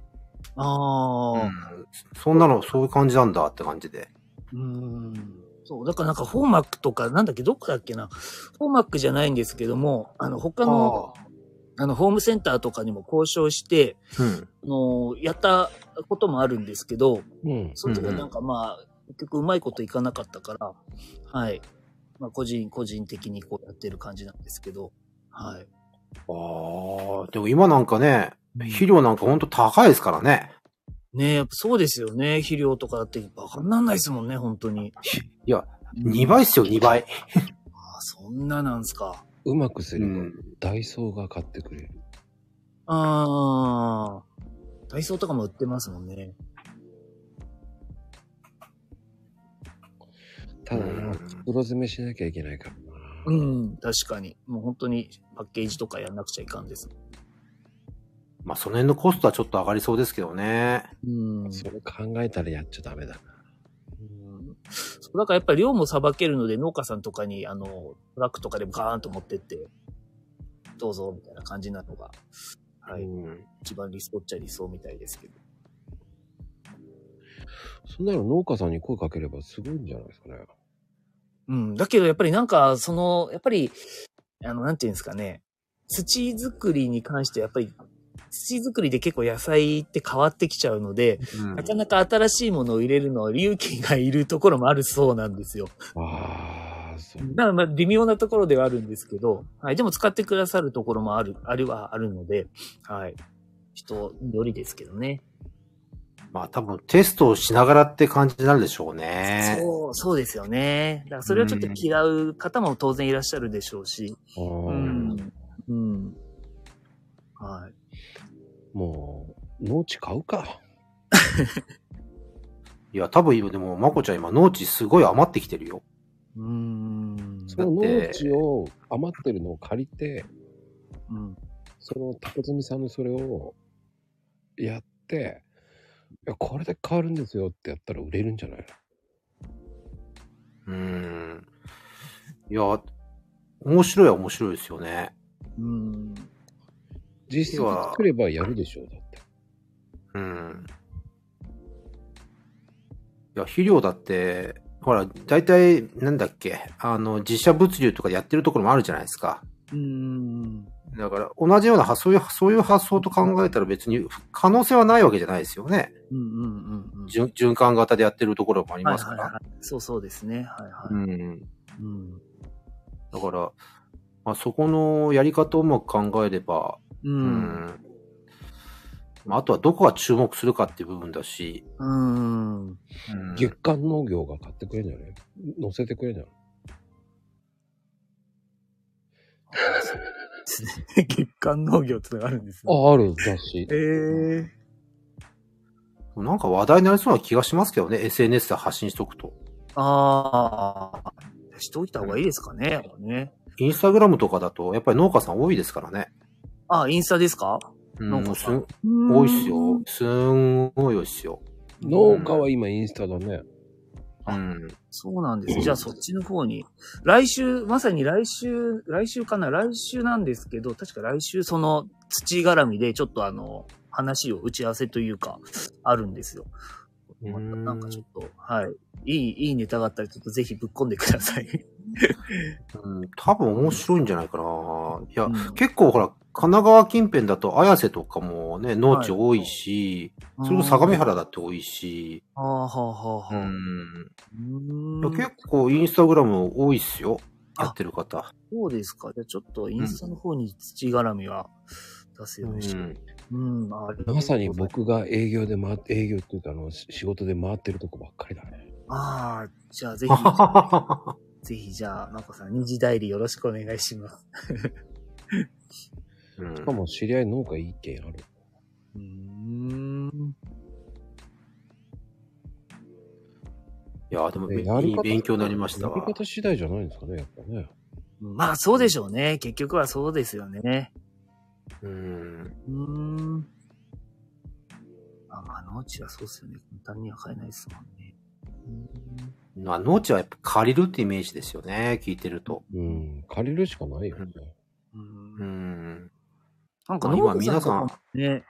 そんなの、そういう感じなんだって感じで。 そう、だからなんかフォーマックとか、なんだっけ、どこだっけな。フォーマックじゃないんですけども、他の、ホームセンターとかにも交渉して、やったこともあるんですけど、その時はなんか結局うまいこといかなかったから、はい。個人的にこうやってる感じなんですけど、はい。 でも今なんかね、肥料なんかほんと高いですからね。 ねえ、やっぱそうですよね。肥料とかだってバカになんないですもんね、本当に。いや、2倍っすよ、2倍。 そんななんすか。 うまくすれば、ダイソーが買ってくれる。 ダイソーとかも売ってますもんね。 ただな、袋詰めしなきゃいけないからな。確かに。もう本当にパッケージとかやんなくちゃいかんです。 その辺のコストはちょっと上がりそうですけどね。 それ考えたらやっちゃダメだな。 だからやっぱり量もさばけるので、農家さんとかにトラックとかでもガーンと持ってって、どうぞみたいな感じなのが、はい。一番理想っちゃ理想みたいですけど。 そんなの農家さんに声かければすごいんじゃないですかね。 だけどやっぱりなんか、やっぱり、なんていうんですかね、土作りに関してやっぱり、土作りで結構野菜って変わってきちゃうので、なかなか新しいものを入れるのは勇気がいるところもあるそうなんですよ。そうだから微妙なところではあるんですけど、はい。でも使ってくださるところもあるので、はい。人よりですけどね。 多分テストをしながらって感じになるでしょうね。 そうですよね。だからそれをちょっと嫌う方も当然いらっしゃるでしょうし。はい。 もう、農地買うか。 いや、多分今でも、まこちゃん今農地すごい余ってきてるよ。 その農地を余ってるのを借りて、その高積さんのそれをやって、いや、これで変わるんですよってやったら売れるんじゃないの？いや、面白いですよね。 実際作ればやるでしょう、だって。 いや、肥料だって、ほら、大体、なんだっけ、自社物流とかでやってるところもあるじゃないですか。だから、同じような、そういう発想と考えたら別に可能性はないわけじゃないですよね。循環型でやってるところもありますから。 そうですね。 だから、そこのやり方をうまく考えれば、あとはどこが注目するかっていう部分だし。 月間農業が買ってくれるんじゃない載せてくれるんじゃないですね。月刊農業ってのがあるんですね。 ある雑誌。 なんか話題になりそうな気がしますけどね、SNS で発信しとくと。 しておいた方がいいですかね。 インスタグラムとかだと、やっぱり農家さん多いですからね。 インスタですか？ 農家さん。多いっすよ。すんごい多いっすよ。 農家は今インスタだね。 そうなんです。じゃあそっちの方に。来週、まさに来週かな？来週なんですけど、確か来週その土絡みでちょっと話を打ち合わせというか、あるんですよ。なんかちょっと、いいネタがあったらちょっとぜひぶっ込んでください。 多分面白いんじゃないかな。いや、結構ほら、神奈川近辺だと綾瀬とかもね、農地多いし、それこそ相模原だって多いし。結構インスタグラム多いっすよ。やってる方。 そうですか。じゃあちょっとインスタの方に土絡みは出すようにして。 まさに僕が営業っていうか仕事で回ってるとこばっかりだね。 じゃあぜひ、ぜひじゃあ、まこさん、二次代理よろしくお願いします。 しかも知り合い農家一軒ある。 いや、でもいい勉強になりましたわ。 やり方次第じゃないんですかね、やっぱね。 まあそうでしょうね。結局はそうですよね。農地はそうですよね。簡単には買えないですもんね。 農地はやっぱ借りるってイメージですよね。聞いてると。 借りるしかないよね。 なんか今皆さん、 ね、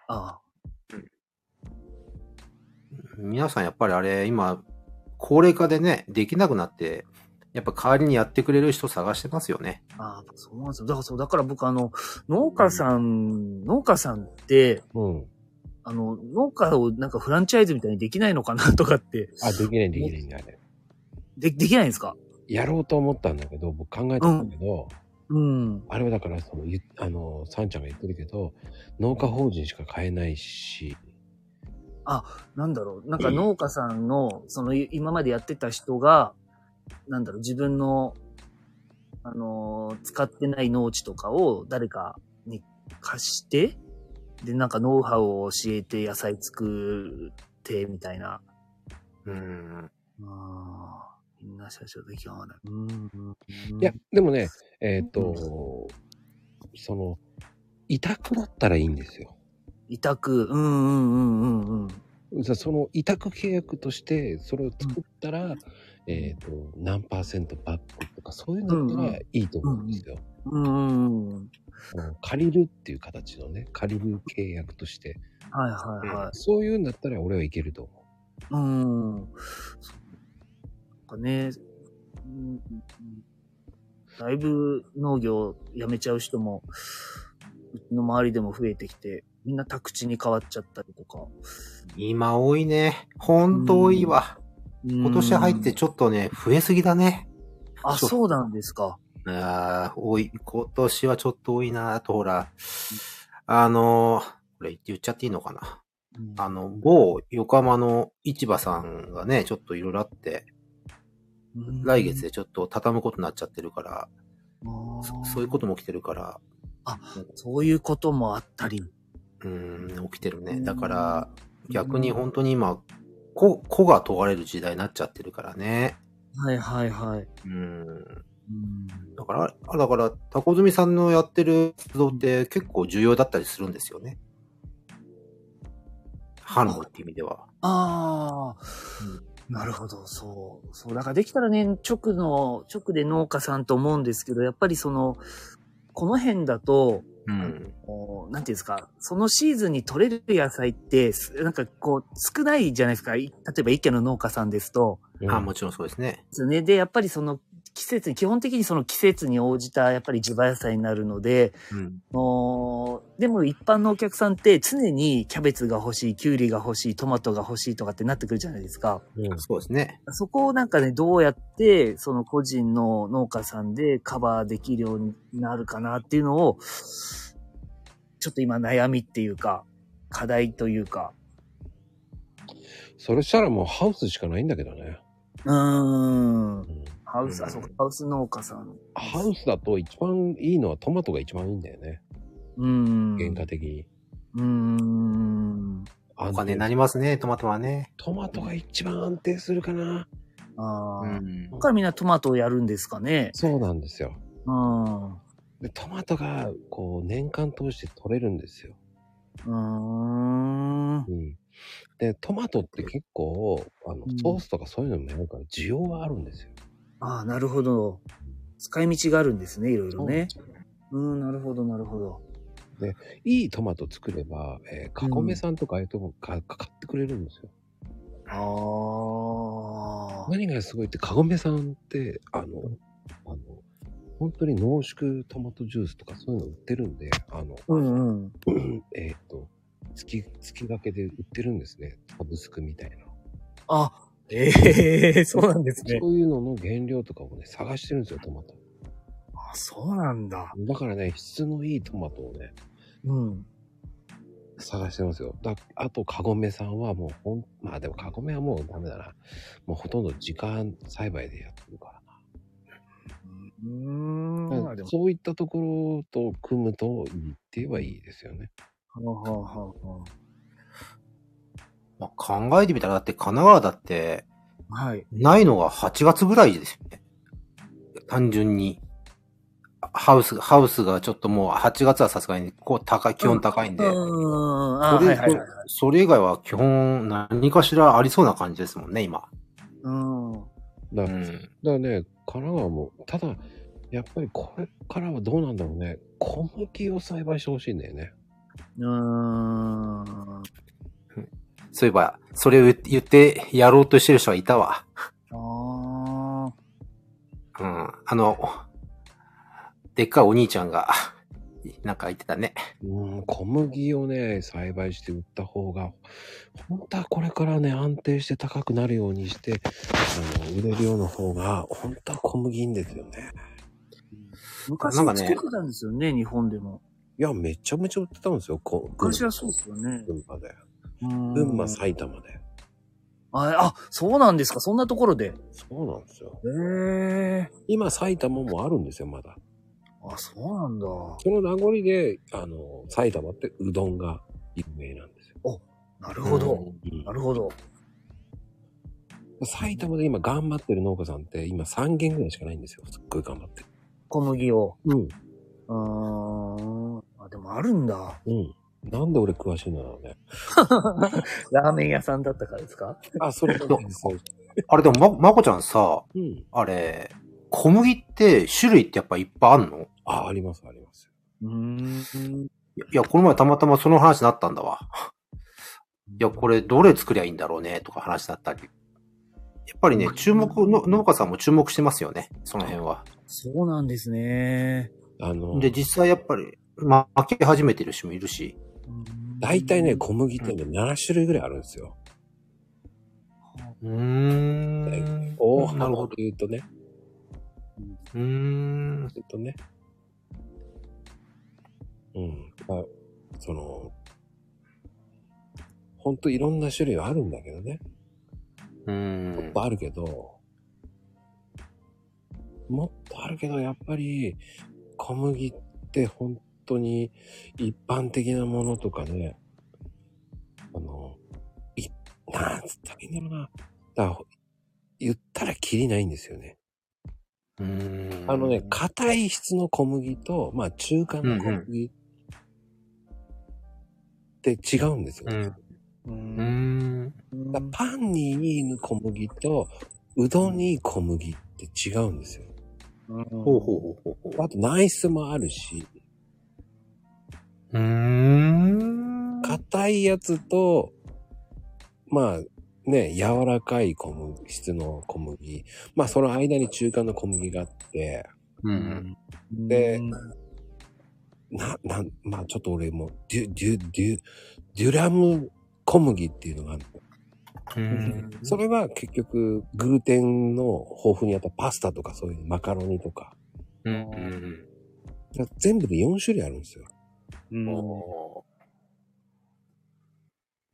皆さんやっぱりあれ、今、高齢化でね、できなくなって、やっぱ代わりにやってくれる人探してますよね。 そうなんですよ。だから僕農家さんって、農家をなんかフランチャイズみたいにできないのかなとかって。 できないんだ、あれ。 できないんですか？ やろうと思ったんだけど、僕考えたんだけど、あれはだから、サンちゃんが言ってるけど、農家法人しか買えないし。 なんだろう。なんか農家さんの、今までやってた人が、なんだろう、自分の、使ってない農地とかを誰かに貸して、で、なんかノウハウを教えて野菜作って、みたいな。みんな社長でき合わない。 いや、でもね、委託だったらいいんですよ。 委託、 その委託契約として、それを作ったら、何%バックとか、そういうのだったらいいと思うんですよ。借りるっていう形のね、借りる契約として。そういうんだったら俺はいけると思う。 なんかね、だいぶ農業やめちゃう人も、うちの周りでも増えてきて、みんな宅地に変わっちゃったりとか。 今多いね。ほんと多いわ。今年入ってちょっとね、増えすぎだね。 そうなんですか。 多い。今年はちょっと多いなぁと、ほら。これ言っちゃっていいのかな。某横浜の市場さんがね、ちょっといろいろあって、来月でちょっと畳むことになっちゃってるから、そういうことも起きてるから。 そういうこともあったり。 起きてるね。だから、逆に本当に今、個が問われる時代になっちゃってるからね。だから、タコズミさんのやってる活動って結構重要だったりするんですよね。販路って意味では。 なるほど、そう。だからできたらね、直で農家さんと思うんですけど、やっぱりこの辺だと、なんていうんですか、そのシーズンに取れる野菜って、なんか少ないじゃないですか。例えば一軒の農家さんですと。 もちろんそうですね。 で、やっぱり基本的にその季節に応じたやっぱり地場野菜になるので、でも一般のお客さんって常にキャベツが欲しい、キュウリが欲しい、トマトが欲しいとかってなってくるじゃないですか。 そうですね。 そこをなんかね、どうやってその個人の農家さんでカバーできるようになるかなっていうのを、ちょっと今悩みっていうか、課題というか。 それしたらもうハウスしかないんだけどね。 ハウス、そうか、ハウス農家さん。 ハウスだと一番いいのはトマトが一番いいんだよね。原価的に。 お金になりますね、トマトはね。 トマトが一番安定するかな。 だからみんなトマトをやるんですかね。 そうなんですよ。でトマトが、こう、年間通して取れるんですよ。で、トマトって結構、ソースとかそういうのもやるから需要はあるんですよ。 ああ、なるほど。使い道があるんですね、いろいろね。なるほど、なるほど。 で、いいトマト作れば、カゴメさんとかああいうとこ買ってくれるんですよ。何がすごいって、カゴメさんって、本当に濃縮トマトジュースとかそういうの売ってるんで、月掛けで売ってるんですね。サブスクみたいな。 そうなんですね。 そういうのの原料とかをね、探してるんですよ、トマト。 そうなんだ。 だからね、質のいいトマトをね、探してますよ。あと、カゴメさんはもうまあでもカゴメはもうダメだな。もうほとんど時間栽培でやってるからな。そういったところと組むといいって言えばいいですよね。 まあ、考えてみたら、だって神奈川だって、ないのが8月ぐらいですよね。単純に。ハウスがちょっともう8月はさすがに気温高いんで。それ以外は基本何かしらありそうな感じですもんね、今。 だからね、神奈川も、ただ、やっぱりこれからはどうなんだろうね。小麦を栽培してほしいんだよね。 そういえば、それを言ってやろうとしてる人はいたわ。でっかいお兄ちゃんが、なんか言ってたね。 小麦をね、栽培して売った方が、本当はこれからね、安定して高くなるようにして、売れるような方が、本当は小麦いいんですよね。 昔は作ってたんですよね、日本でも。 いや、めちゃめちゃ売ってたんですよ。 昔はそうですよね。 群馬で。群馬、埼玉で。 そうなんですか、そんなところで。 そうなんですよ。今、埼玉もあるんですよ、まだ。 そうなんだ。 その名残で、埼玉ってうどんが有名なんですよ。 なるほど。なるほど。 埼玉で今頑張ってる農家さんって今3軒ぐらいしかないんですよ。すっごい頑張ってる。 小麦を。でもあるんだ。 なんで俺詳しいんだろうね。 ラーメン屋さんだったからですか？ それと。 あれでもまこちゃんさ、あれ、小麦って種類ってやっぱいっぱいあんの？ あります、あります。 いや、この前たまたまその話になったんだわ。いや、これどれ作りゃいいんだろうね、とか話だったり。やっぱりね、農家さんも注目してますよね、その辺は。 そうなんですね。 で、実際やっぱり、負け始めてる人もいるし。 大体ね、小麦ってね、7種類ぐらいあるんですよ。大幅で言うとね。ほんといろんな種類はあるんだけどね。もっとあるけど、やっぱり、小麦って本当に一般的なものとかね、なんつったらいいんだろうな。言ったらキリないんですよね。硬い質の小麦と、中間の小麦って違うんですよね。パンにいい小麦と、うどんにいい小麦って違うんですよ。あと内質もあるし。硬いやつと、柔らかい質の小麦。その間に中間の小麦があって、で、ちょっと俺も、デュラム小麦っていうのがあるの。それは結局、グルテンの豊富にあったパスタとかそういうマカロニとか。全部で4種類あるんですよ。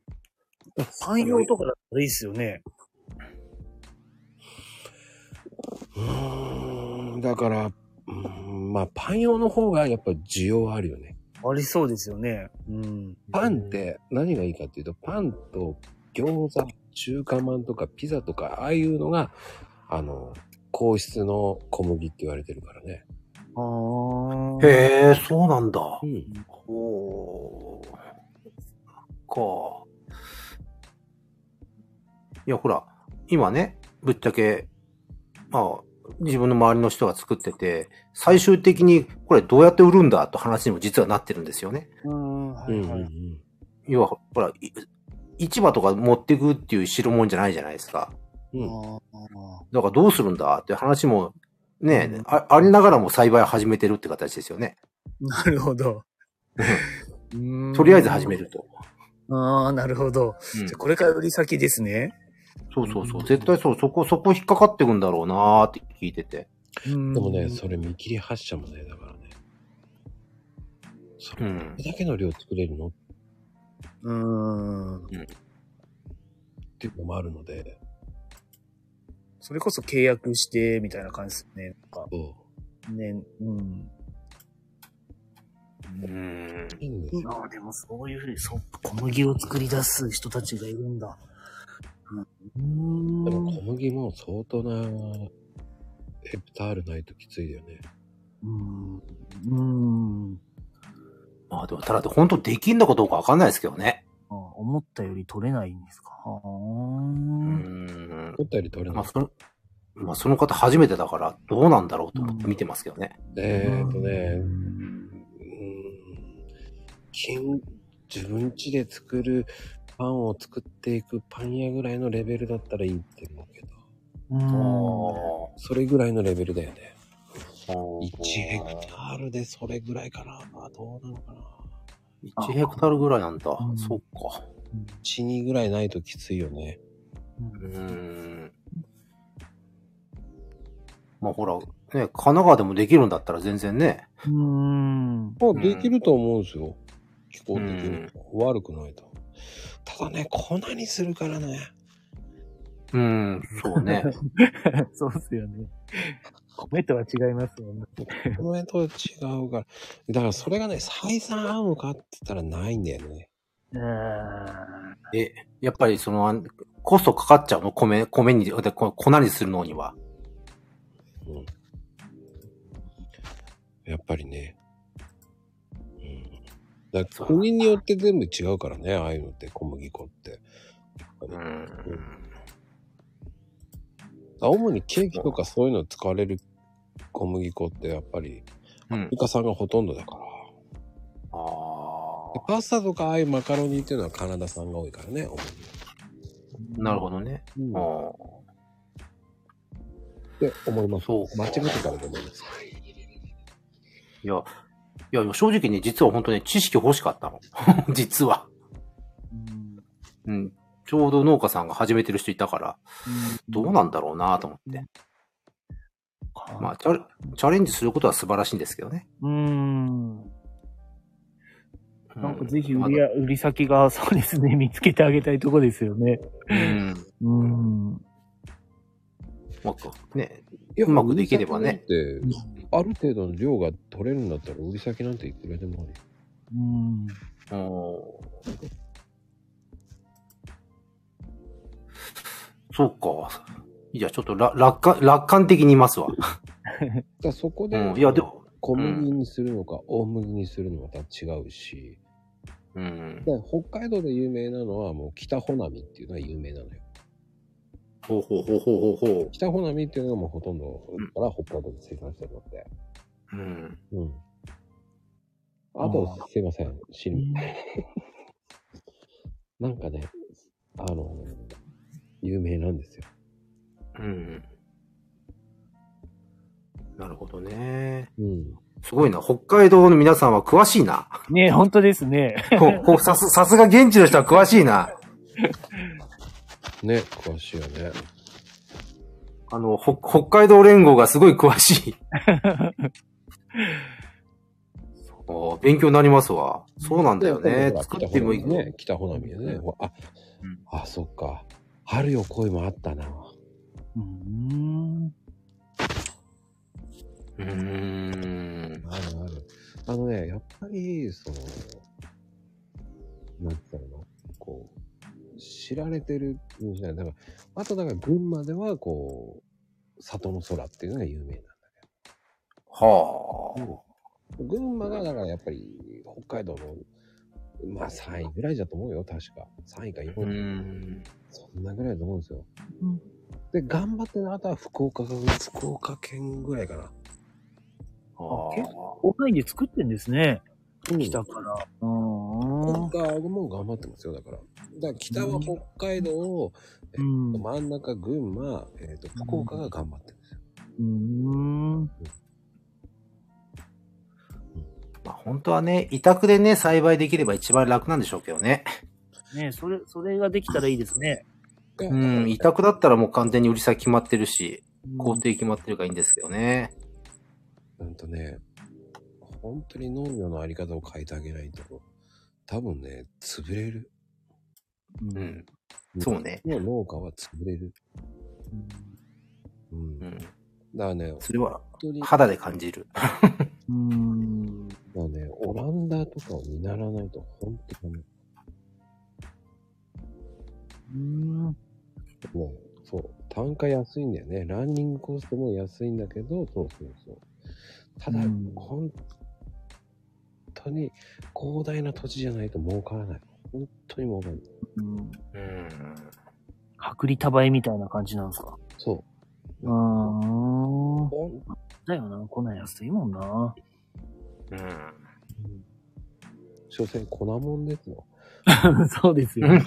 パン用とかだったらいいっすよね。 だから、まあ、パン用の方がやっぱ需要あるよね。 ありそうですよね。 パンって何がいいかっていうと、パンと餃子、中華まんとかピザとか、ああいうのが、硬質の小麦って言われてるからね。 へえ、そうなんだ。 ほう。いや、ほら、今ね、ぶっちゃけ、まあ、自分の周りの人が作ってて、最終的にこれどうやって売るんだと話にも実はなってるんですよね。要は、ほら、市場とか持っていくっていう代物じゃないじゃないですか。だからどうするんだって話も、ね、ありながらも栽培を始めてるって形ですよね。 なるほど。 とりあえず始めると。 なるほど。じゃこれから売り先ですね。 そう。絶対そこ引っかかってくんだろうなーって聞いてて。 でもね、それ見切り発車もね、だからね。それだけの量作れるのっていうのもあるので。 それこそ契約してみたいな感じですね。でもそういうふうに、小麦を作り出す人たちがいるんだ。 でも小麦も相当なヘプタールないときついよね。 まあでも、ただ本当できんのかどうかわかんないですけどね。 思ったより取れないんですか。 思ったより取れない。 まあその方初めてだからどうなんだろうと思って見てますけどね。 自分家で作るパンを作っていくパン屋ぐらいのレベルだったらいいって思うけど。それぐらいのレベルだよね。1ヘクタールでそれぐらいかな。どうなのかな。 1ヘクタールぐらいなんだ。そっか。 1、2ぐらいないときついよね。 まあほら、ね、神奈川でもできるんだったら全然ね。 できると思うんですよ。気候的に。悪くないと。ただね、粉にするからね。 そうね。 そうっすよね。米とは違いますよね。 米と違うから。だからそれがね、採算合うのかって言ったらないんだよね。 やっぱりコストかかっちゃうの？米に、粉にするのには。 やっぱりね。だから国によって全部違うからね、ああいうのって小麦粉って。主にケーキとかそういうの使われる小麦粉ってやっぱりアメリカ産がほとんどだから。パスタとかああいうマカロニっていうのはカナダ産が多いからね。 なるほどね。 って思います。間違ってたらと思います。 いや、正直ね、実は本当に知識欲しかったの。実は。ちょうど農家さんが始めてる人いたから、どうなんだろうなと思って。まあ、チャレンジすることは素晴らしいんですけどね。 なんかぜひ売り先がそうですね、見つけてあげたいとこですよね。 ね、うまくできればね。 ある程度の量が取れるんだったら売り先なんていくらでもあるよ。 そうか。いや、ちょっと楽観的に言いますわ。 だそこで、小麦にするのか、大麦にするのか違うし、北海道で有名なのはもう北穂波っていうのは有名なのよ。北穂波っていうのがもうほとんどから北海道で生産してるので。あと、すいません、なんかね、有名なんですよ。 なるほどね。すごいな。北海道の皆さんは詳しいな。 ね、本当ですね。 さすが現地の人は詳しいな。 ね、詳しいよね。 北海道連合がすごい詳しい。勉強になりますわ。そうなんだよね。作ってもいいね。北穂波ね。そっか。春よ恋もあったな。 ある。やっぱり、なんて言ったのこう、知られてるんじゃない。だから、あとだから群馬では、こう、里の空っていうのが有名なんだけど。 はあ。群馬が、だからやっぱり、北海道の、まあ3位ぐらいだと思うよ、確か。3位か4位。そんなぐらいだと思うんですよ。で、頑張ってるあとは福岡県ぐらいかな。 結構範囲で作ってんですね。北から。 福岡も頑張ってますよ、だから。だから北は北海道、真ん中群馬、福岡が頑張ってるんですよ。 まあ本当はね、委託でね、栽培できれば一番楽なんでしょうけどね。 ね、それができたらいいですね。 委託だったらもう完全に売り先決まってるし、工程決まってるからいいんですけどね。 本当に農業のあり方を変えてあげないと、多分ね、潰れる。 そうね。 農家は潰れる。だからね、 それは肌で感じる。 だからね、オランダとかを見習わないと本当にダメ。そう。単価安いんだよね。ランニングコストも安いんだけど、そう。ただ、本当に広大な土地じゃないと儲からない。本当に儲からない。 薄利多売みたいな感じなんですか？ そう。 だよな、こんなん安いもんな。 所詮粉もんですよ。 そうですよ。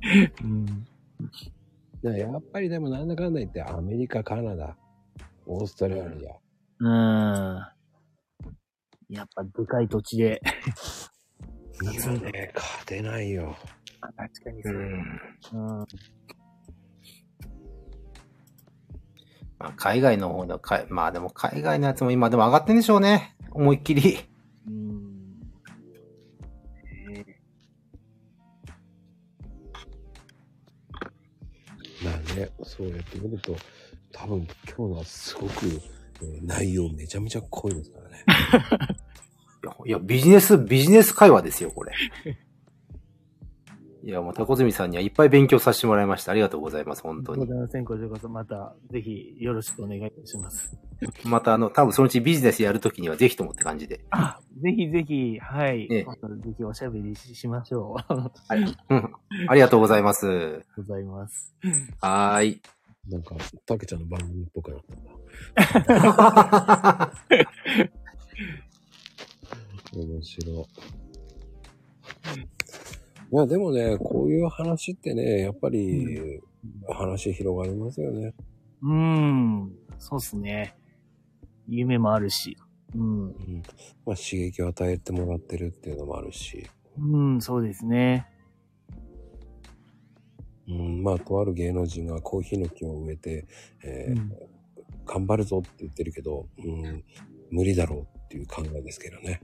やっぱりでもなんだかんだ言ってアメリカ、カナダ、オーストラリア。 やっぱでかい土地で。 今ね、勝てないよ。 確かにそう。 まあ、海外の方ではまあでも海外のやつも今でも上がってんでしょうね。思いっきり。 まあね、そうやって見ると、多分今日のはすごく、内容めちゃめちゃ濃いですからね。 いや、ビジネス会話ですよ、これ。いや、もう、タコズミさんにはいっぱい勉強させてもらいました。ありがとうございます、本当に。 ございません、こちらこそ、また、ぜひ、よろしくお願いします。 また、多分そのうちビジネスやるときにはぜひともって感じで。 ぜひぜひ、はい。またぜひおしゃべりしましょう。 はい。ありがとうございます。 ございます。 はーい。 なんか、たけちゃんの番組っぽくなったんだ。面白い。まあでもね、こういう話ってね、やっぱり、話広がりますよね。 そうっすね。夢もあるし。 まあ刺激を与えてもらってるっていうのもあるし。 そうですね。 まあ、とある芸能人がコーヒーの木を植えて、頑張るぞって言ってるけど、無理だろうっていう考えですけどね。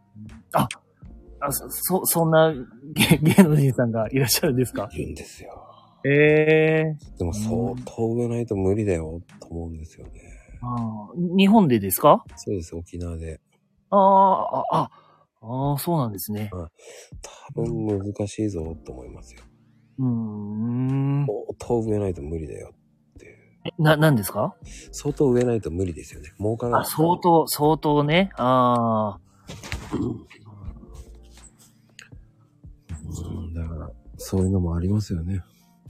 そんな芸能人さんがいらっしゃるんですか？ いるんですよ。 でも相当植えないと無理だよと思うんですよね。 日本でですか？ そうです、沖縄で。 そうなんですね。 多分難しいぞと思いますよ。相当植えないと無理だよっていう。 何ですか？ 相当植えないと無理ですよね。儲からない。 相当ね。 だから、そういうのもありますよね。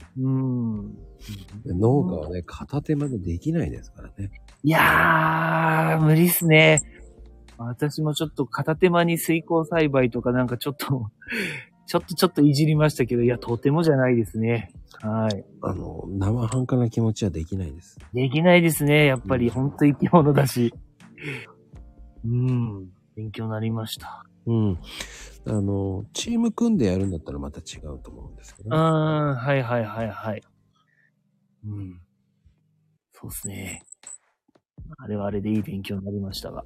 農家はね、片手間でできないですからね。 いやー、無理っすね。私もちょっと片手間に水耕栽培とかなんかちょっといじりましたけど、いや、とてもじゃないですね。はい。 生半可な気持ちはできないです。 できないですね。やっぱり、ほんと生き物だし。勉強になりました。 チーム組んでやるんだったらまた違うと思うんですけどね。 はい。そうですね。あれはあれでいい勉強になりましたが。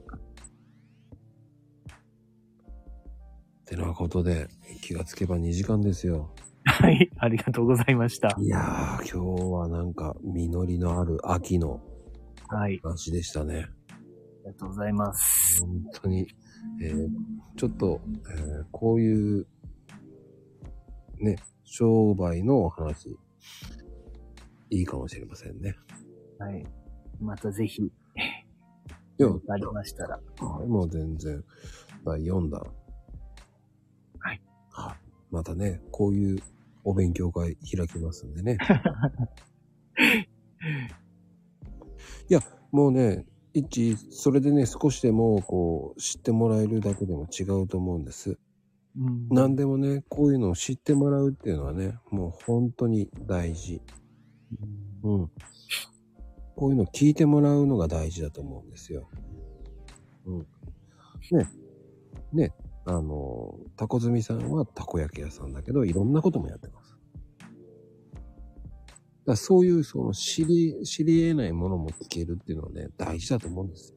てなことで、気がつけば2時間ですよ。 はい、ありがとうございました。 いやー、今日はなんか、実りのある秋の話でしたね。 りがとうございます。 本当に、ちょっと、こういう、ね、商売のお話、いいかもしれませんね。 はい。またぜひ、ありましたら。 もう全然、第4弾。 はい。 またね、こういうお勉強会開きますんでね。いや、もうね、それでね、少しでも、こう、知ってもらえるだけでも違うと思うんです。何でもね、こういうのを知ってもらうっていうのはね、もう本当に大事。うん。こういうのを聞いてもらうのが大事だと思うんですよ。うん。ね、タコズミさんはたこ焼き屋さんだけど、いろんなこともやってます。だそういう、知り得ないものも聞けるっていうのはね、大事だと思うんですよ。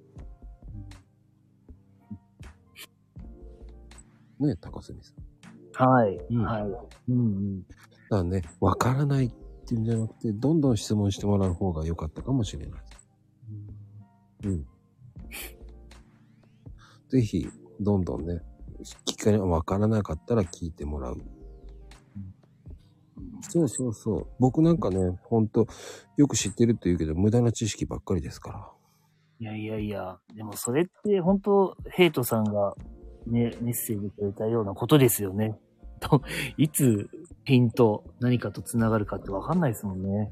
ね、タコズミさん。はい。はい。 だからね、わからないっていうんじゃなくて、どんどん質問してもらう方が良かったかもしれない。ぜひ、どんどんね、わからなかったら聞いてもらう。そう。僕なんかね、ほんと、よく知ってるって言うけど、無駄な知識ばっかりですから。 いや、でもそれって本当ヘイトさんがね、メッセージくれたようなことですよね。いつピンと何かと繋がるかってわかんないですもんね。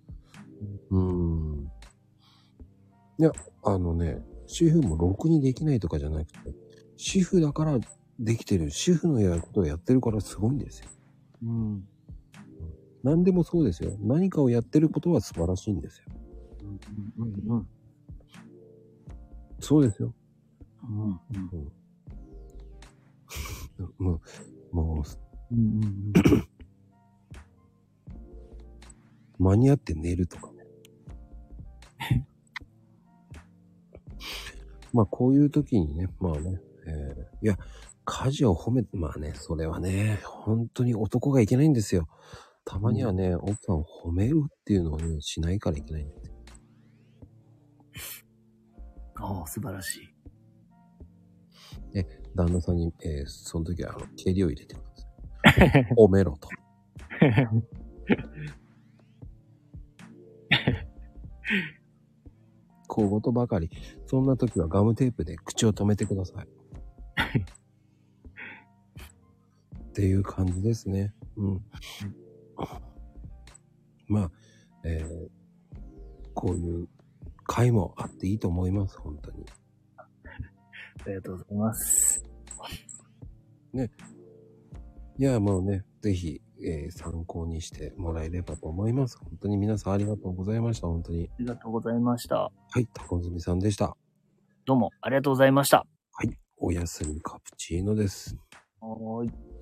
いや、主婦もろくにできないとかじゃなくて、主婦だからできてる、主婦のやることをやってるからすごいんですよ。何でもそうですよ。何かをやってることは素晴らしいんですよ。そうですよ。もう、間に合って寝るとかね。まあこういう時にね、まあね、いや、家事をまあね、それはね、本当に男がいけないんですよ。たまにはね、奥さんを褒めるっていうのをね、しないからいけないんですよ。 ああ、素晴らしい。 旦那さんに、その時は、蹴りを入れてください。褒めろと。小言ばかり。そんな時はガムテープで口を止めてください。っていう感じですね。まあ、こういう会もあっていいと思います、本当に。 ありがとうございます。 ね。いや、もうね、ぜひ、参考にしてもらえればと思います。本当に皆さんありがとうございました、本当に。 ありがとうございました。 はい、タコズミさんでした。 どうもありがとうございました。 はい、おやすみカプチーノです。 はーい。